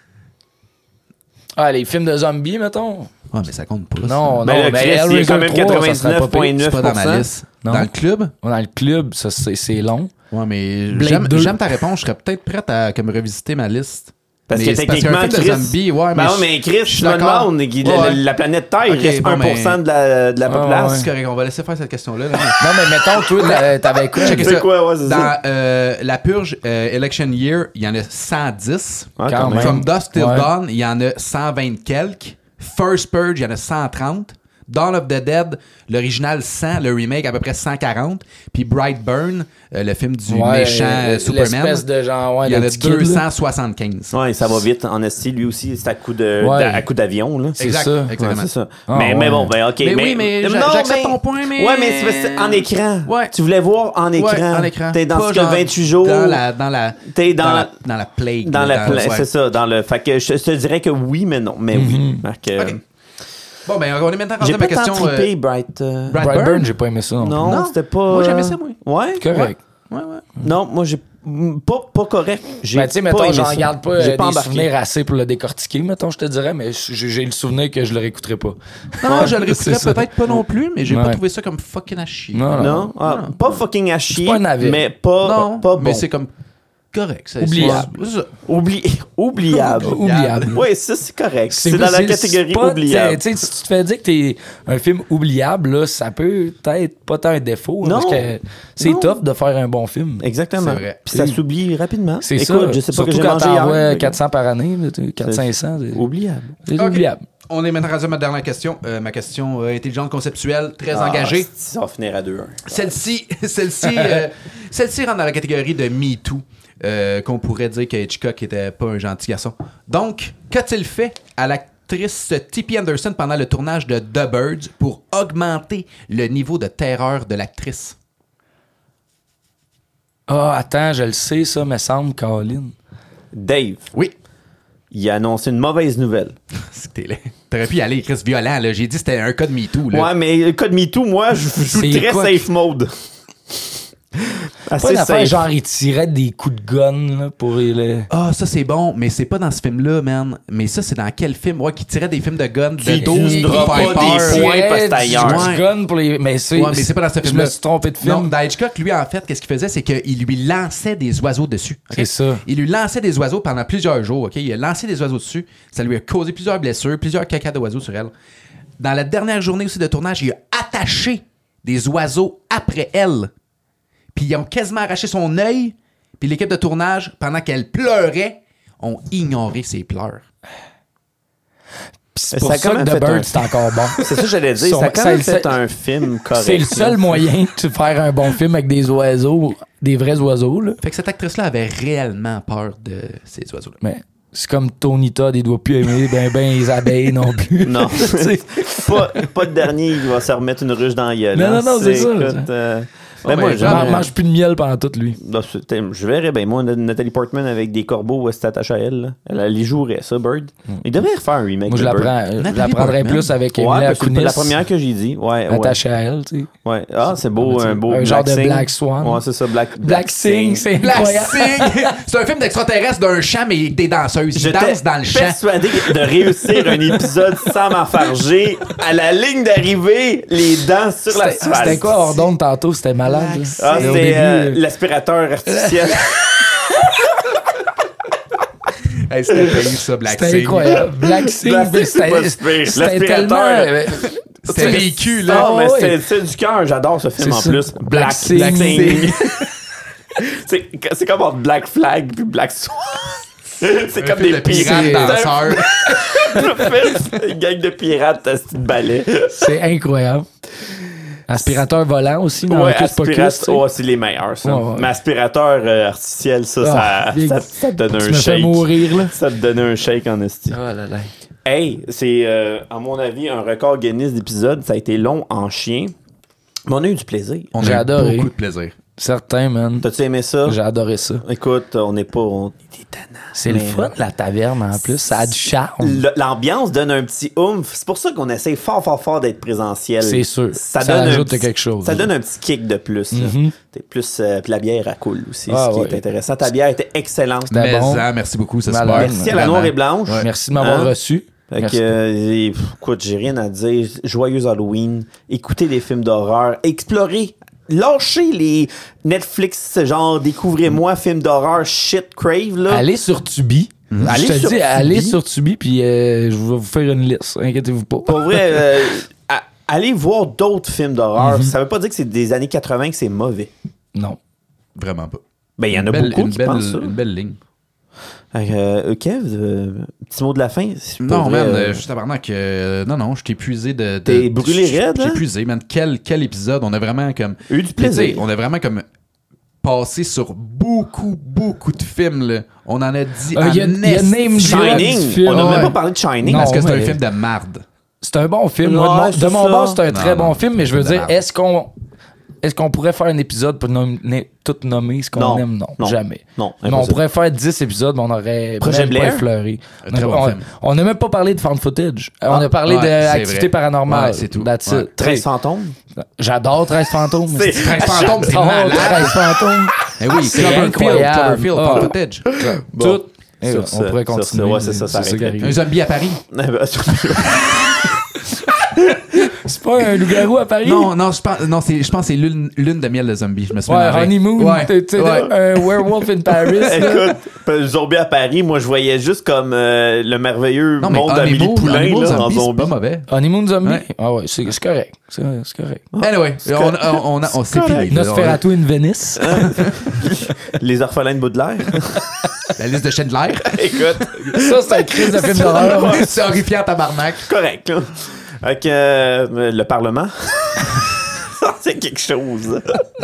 Ah, les films de zombies, mettons? Ouais, mais ça compte pas. ça. Non, non, Mais le mais Chris, il est Hellraiser quand même trois, ça serait pas pire. quatre-vingt-dix-neuf virgule neuf C'est pas dans ma pour cent. liste. Non. Dans le club? Dans le club, ça, c'est, c'est long. Ouais, mais Blade j'aime, deux. j'aime ta réponse. Je serais peut-être prête à comme revisiter ma liste. Parce Mais que c'est techniquement, parce qu'un film Chris. de zombies, ouais, mais Ben je- ouais, mais Chris, je suis tu me d'accord. demandes, Guy, Ouais. la, la planète Terre, Ok, il reste bon, un pour cent mais- de la, de la Ouais, population. ouais. C'est correct, on va laisser faire cette question-là. là. Non, mais mettons, toi, t'a- t'avais quoi? Checker C'est ça. quoi, ouais, c'est Dans ça. euh, la purge euh, Election Year, il y en a cent dix. Ah, quand quand même. même. From Dusk Till Ouais. Dawn, il y en a cent vingt quelques. First Purge, il y en a cent trente. Dawn of the Dead, l'original cent, le remake à peu près cent quarante. Puis Brightburn, euh, le film du Ouais, méchant euh, euh, Superman, l'espèce de genre, ouais, il y en de a petit kid, là. deux cent soixante-quinze. Ouais, ça va vite. En esti, lui aussi, c'est à coup de, Ouais. d'a- à coup d'avion, là. C'est Exact, ça. exactement. Ouais, c'est ça. Ah, mais, ouais. mais bon, ben, ok. Mais oui, mais j'a- j'accepte ton point, mais- Ouais, mais c'est parce que c'est en écran. Ouais. Tu voulais voir en écran. Ouais, en écran. T'es dans Pas ce que genre vingt-huit jours. Dans la, dans la, T'es dans, dans la, dans la plague. dans la pla- ouais. c'est ça, dans le. Fait que je, je te dirais que oui, mais non. Mais oui. Fait que, Ok. Bon, ben, on est maintenant rendu J'ai à ma pas tant question. trippé, euh, Bright. euh, Bright- Brightburn, Brightburn, j'ai pas aimé ça. Non. Non, Non. c'était pas. Moi, j'aimais euh, ça, moi. Ouais. Correct. Ouais, ouais. Non, moi, j'ai. mm, Pas, pas correct. J'ai Ben, tu sais, pas mettons, aimé j'en ça. garde pas J'ai euh, pas des embarqué. souvenirs assez pour le décortiquer, mettons, je te dirais, mais j'ai j'ai le souvenir que je le réécouterai pas. Non, je le C'est réécouterais ça. peut-être pas non plus, mais j'ai pas Ouais. trouvé ça comme fucking à chier. Non, non. Non, ah, pas fucking à chier, pas un navet. mais pas, Non, pas bon. mais c'est comme correct. c'est- Oubliable. c'est- c'est ça. Oubli... oubliable. Oubliable. Oui, ça, c'est correct. C'est dans la c'est- catégorie c'est pas- oubliable. Tu sais, si tu te fais dire que t'es un film oubliable, là, ça peut être pas tant un défaut. hein, Non. Parce que c'est Non. tough de faire un bon film. C'est Exactement. vrai. Puis ça s'oublie rapidement. C'est Écoute, ça. je sais pas Surtout que j'ai quand mangé t'en hier. envoies mais- quatre cents par année, quatre cents cinq cents, c'est Oubliable. c'est Ok. oubliable. On est maintenant rendu à ma dernière question. Euh, ma question euh, intelligente, conceptuelle, très Ah, engagée. Ça va finir à deux un. Celle-ci, celle-ci, euh, celle-ci rentre dans la catégorie de Me Too, euh, qu'on pourrait dire que Hitchcock était pas un gentil garçon. Donc, qu'a-t-il fait à l'actrice Tippi Anderson pendant le tournage de The Birds pour augmenter le niveau de terreur de l'actrice? Ah, attends, je le sais, ça, me semble, Caroline. Dave, Oui. il a annoncé une mauvaise nouvelle. C'était là. T'aurais pu y aller, Chris, violent, là. J'ai dit que c'était un cas de MeToo, là. Ouais, mais le code MeToo, moi, je je joue C'est très quoi safe mode. Pas Assez une affaire, safe. genre, il tirait des coups de gun là, pour les. Ah, ça, c'est bon, mais c'est pas dans ce film-là, man. Mais ça, c'est dans quel film? Ouais, qui tirait des films de guns de Qui douze utilisera pour faire pas des peur. points parce que c'est ailleurs. Du Ouais. gun pour les. Mais c'est. Ouais, mais c'est pas dans ce Je film-là. me suis trompé de film. Non, dans Hitchcock, lui, en fait, qu'est-ce qu'il faisait? C'est qu'il lui lançait des oiseaux dessus. ok? C'est ça. Il lui lançait des oiseaux pendant plusieurs jours, OK? Il a lancé des oiseaux dessus. Ça lui a causé plusieurs blessures, plusieurs cacas d'oiseaux sur elle. Dans la dernière journée aussi de tournage, il a attaché des oiseaux après elle. Puis ils ont quasiment arraché son œil. Puis l'équipe de tournage, pendant qu'elle pleurait, ont ignoré ses pleurs. Puis c'est Ça pour a ça quand que même The fait Bird, un- c'est encore bon. C'est ça que j'allais dire. Son- Ça a quand ça- même ça- fait un film correct. C'est le seul là. moyen de faire un bon film avec des oiseaux, des vrais oiseaux, là. Fait que cette actrice-là avait réellement peur de ces oiseaux-là. Mais c'est comme Tony Todd, il doit plus aimer ben ben les abeilles non plus. Non. Tu sais. pas, pas de dernier qui va se remettre une ruche dans la gueule. Non, hein. non, non, c'est ça. écoute, euh, ben Oh, moi, mais j'aime- Man- mange plus de miel pendant tout, lui. Non, c'était- je verrais bien, moi, Nathalie Portman avec des corbeaux où elle s'est attachée à elle. Là. Elle, elle y jouerait, ça, Bird. Il devrait refaire un remake Moi, je de la, Bird. prends, je la Nathalie prendrais Portman. plus avec Ouais, Emilia parce que c'est Kunis. la première que j'ai dit. Ouais, ouais. Attachée à elle, tu sais. ouais. Ah, c'est beau, un beau Un Black genre de Sing. Black Swan. Ouais, c'est ça, Black, Black Sing, c'est Black incroyable. Sing! C'est un film d'extraterrestre d'un champ, mais des danseuses. Ils J'étais dansent dans le champ. persuadé de réussir un épisode sans m'enfarger. À la ligne d'arrivée, les dents sur la C'était c'était quoi Ordon tantôt? C'était malade. là. Ah, Au c'était début, euh, euh, l'aspirateur artificiel. Hey, c'était payé, ça, Black C'était Sing. incroyable. Black Sing, Black mais Sing, c'est pas si pire. c'était c'était tellement... L'aspirateur. euh, C'était vécu, là. Ah, mais ouais. c'est- c'est du cœur. J'adore ce film C'est en ça. plus. Black Black, Sing. Black Sing. c'est c'est comme entre Black Flag puis Black Swan. C'est comme des de pirates pirates. danseurs. Une gang de pirates à ce petit balai. C'est incroyable. Aspirateur volant aussi, dans Ouais, Hocus Pocus, aspirateur. tu sais. Oh, c'est les meilleurs, ça. Ouais, ouais. Mais aspirateur euh, artificiel, ça, Ah, ça, big. ça, ça te donne Tu un me fais shake. mourir, là. Ça te donne un shake en esti. Oh là là. Hey, c'est, euh, à mon avis, un record Guinness d'épisodes. Ça a été long en chien. Mais on a eu du plaisir. On J'ai a eu adoré. beaucoup de plaisir. Certain, man. T'as-tu aimé ça? J'ai adoré ça. Écoute, on n'est pas... On est étonnant. C'est le fun, la taverne, en plus. Ça a du charme. Le- L'ambiance donne un petit oomph. C'est pour ça qu'on essaie fort, fort, fort d'être présentiel. C'est sûr. Ça, Ça donne un ajoute petit- quelque chose. Ça donne un petit kick de plus. là. Mhm. T'es plus euh, puis la bière à cool aussi, Ah, ce qui ouais. est intéressant. Ta bière était excellente. C'était Mais bon. ça, merci beaucoup, c'est Malade. super. Merci à la noire et blanche. Merci de m'avoir Hein? reçu. Fait que, Merci. euh, et, pff, écoute, j'ai rien à dire. Joyeux Halloween. Écoutez des films d'horreur. Explorez. Lâchez les Netflix, genre, découvrez-moi, films d'horreur, shit, crave, là. Allez sur Tubi. Allez je te sur dis, Tubi. allez sur Tubi, puis euh, je vais vous faire une liste. Inquiétez-vous pas. Pour vrai, euh, à- allez voir d'autres films d'horreur. Mhm. Ça veut pas dire que c'est des années quatre-vingts que c'est mauvais. Non. Vraiment pas. Ben, il y en a Une belle- beaucoup une qui belle, pensent ça. Une belle ligne. Euh, Kev, euh, petit mot de la fin. C'est pour Non, vrai, man, euh, euh, juste tabarnak, euh, non, non, je t'ai épuisé de... de T'es brûlé je- raide, J'ai hein? épuisé, man. Quel, quel épisode. On a vraiment comme... eu du Puis, tu sais, plaisir. on a vraiment comme passé sur beaucoup, beaucoup de films, là. On en a dit Euh, en Il y a, il y a esti. name drop Shining. du film. On n'a Ouais. même pas parlé de Shining. Non, Parce que c'est un mais- film de marde. C'est un bon film. Ouais, Moi, de mon, c'est de mon ça. bord, c'est un Non, très non. bon film, mais je veux De dire, merde. est-ce qu'on est-ce qu'on pourrait faire un épisode pour nommer, tout nommer ce qu'on Non. aime? Non, Non. jamais. Non, Mais on impossible. pourrait faire dix épisodes, mais on aurait Projet même pas Blair? effleuré. Un On très a- bon on- film. On n'a même pas parlé de found footage. on a parlé Ouais, c'est d'activité vrai. paranormale. Ouais, c'est tout. That's Ouais. it. treize fantômes. J'adore treize fantômes. C'est- treize fantômes, c'est J'adore malade. treize fantômes. Eh oui, c'est Cloverfield, incroyable. Cloverfield, Ah. found footage. Bon. Tout. Eh, Sur on ce- pourrait sur continuer. ce, ouais, c'est ça, ça qui arrêterait. arrive. Un zombie à Paris. C'est pas un loup-garou à Paris? Non, non, je pense, non, c'est, je pense que c'est lune, lune de miel de zombie. Je me suis Ouais, mélangé. Honeymoon. Ouais. t'es- t'es Ouais. un werewolf in Paris. là. Écoute, le zombie à Paris, moi je voyais juste comme euh, le merveilleux Non, mais monde d'Amélie Honeymoon, Poulain Honeymoon là, en zombie, c'est zombie. pas mauvais. Honeymoon Zombie? Ouais. Ah ouais, c'est, c'est correct. C'est, c'est correct. Anyway, on, on, on, a- on s'est correct. fini. là. Nosferatu in Venice. Les orphelins de Baudelaire. La liste de Schindler. Écoute, Ça, c'est un crise de film d'horreur. C'est horrifiant, tabarnak. correct. Là. Avec euh, le Parlement. Ça, c'est quelque chose.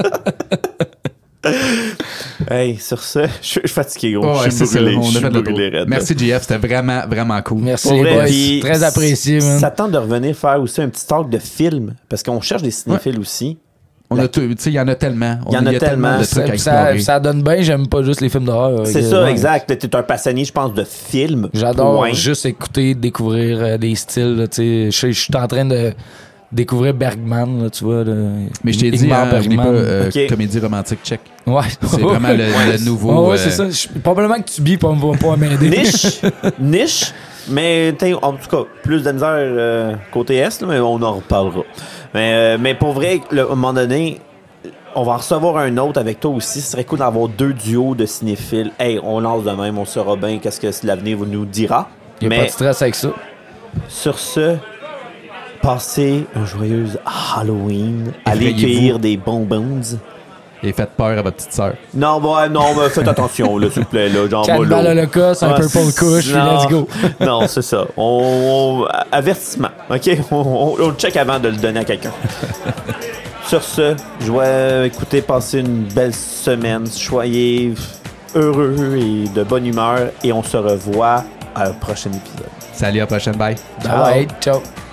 Hey, sur ce, je suis je suis fatigué, gros. Ouais, je c'est suis ça. brûlé. On je a suis fait le brûlé tour. raide. Merci, J F. C'était vraiment, vraiment cool. Merci Pour les vrai, boys. puis Très apprécié, man. Ça tente de revenir faire aussi un petit talk de film, parce qu'on cherche des cinéphiles aussi. On La- a tout, tu sais, il y en a tellement. Il y en a Il tellement. de trucs à Ça, explorer. ça donne bien, j'aime pas juste les films d'horreur. C'est Euh, ça, ouais. exact. T'es un passionné, je pense, de films. J'adore Point. juste écouter, découvrir euh, des styles. là, tu sais. Je je suis en train de découvrir Bergman, là, tu vois. là. Mais je t'ai dit, Ingmar hein, oublie pas, Bergman. euh, Ok. comédie romantique tchèque. Ouais. C'est vraiment le, le nouveau. Ouais, ouais, euh, c'est ça. Je- probablement que tu billes pour me pas m'aider. Niche, niche, mais t'sais, en tout cas, plus de misère euh, côté Est, là, mais on en reparlera. Mais, euh, mais pour vrai, le- à un moment donné, on va en recevoir un autre avec toi aussi. Ce serait cool d'avoir deux duos de cinéphiles. Hey, on lance de même, on saura bien qu'est-ce que l'avenir nous dira. Il n'y a Mais pas de stress avec ça. sur ce, passez un joyeux Halloween. Allez Effrayez-vous. cueillir des bonbons. Et faites peur à votre petite sœur. Non, bah, non, bah, faites attention, là, s'il vous plaît. Là, genre, Quatre mollo. balles holocauste, un Ouais, purple kush, puis non. let's go. Non, c'est ça. On, on- avertissement, OK? On, on, on le check avant de le donner à quelqu'un. Sur ce, je vais écouter, passer une belle semaine. Soyez heureux et de bonne humeur. Et on se revoit à un prochain épisode. Salut, à la prochaine, bye. All right, ciao.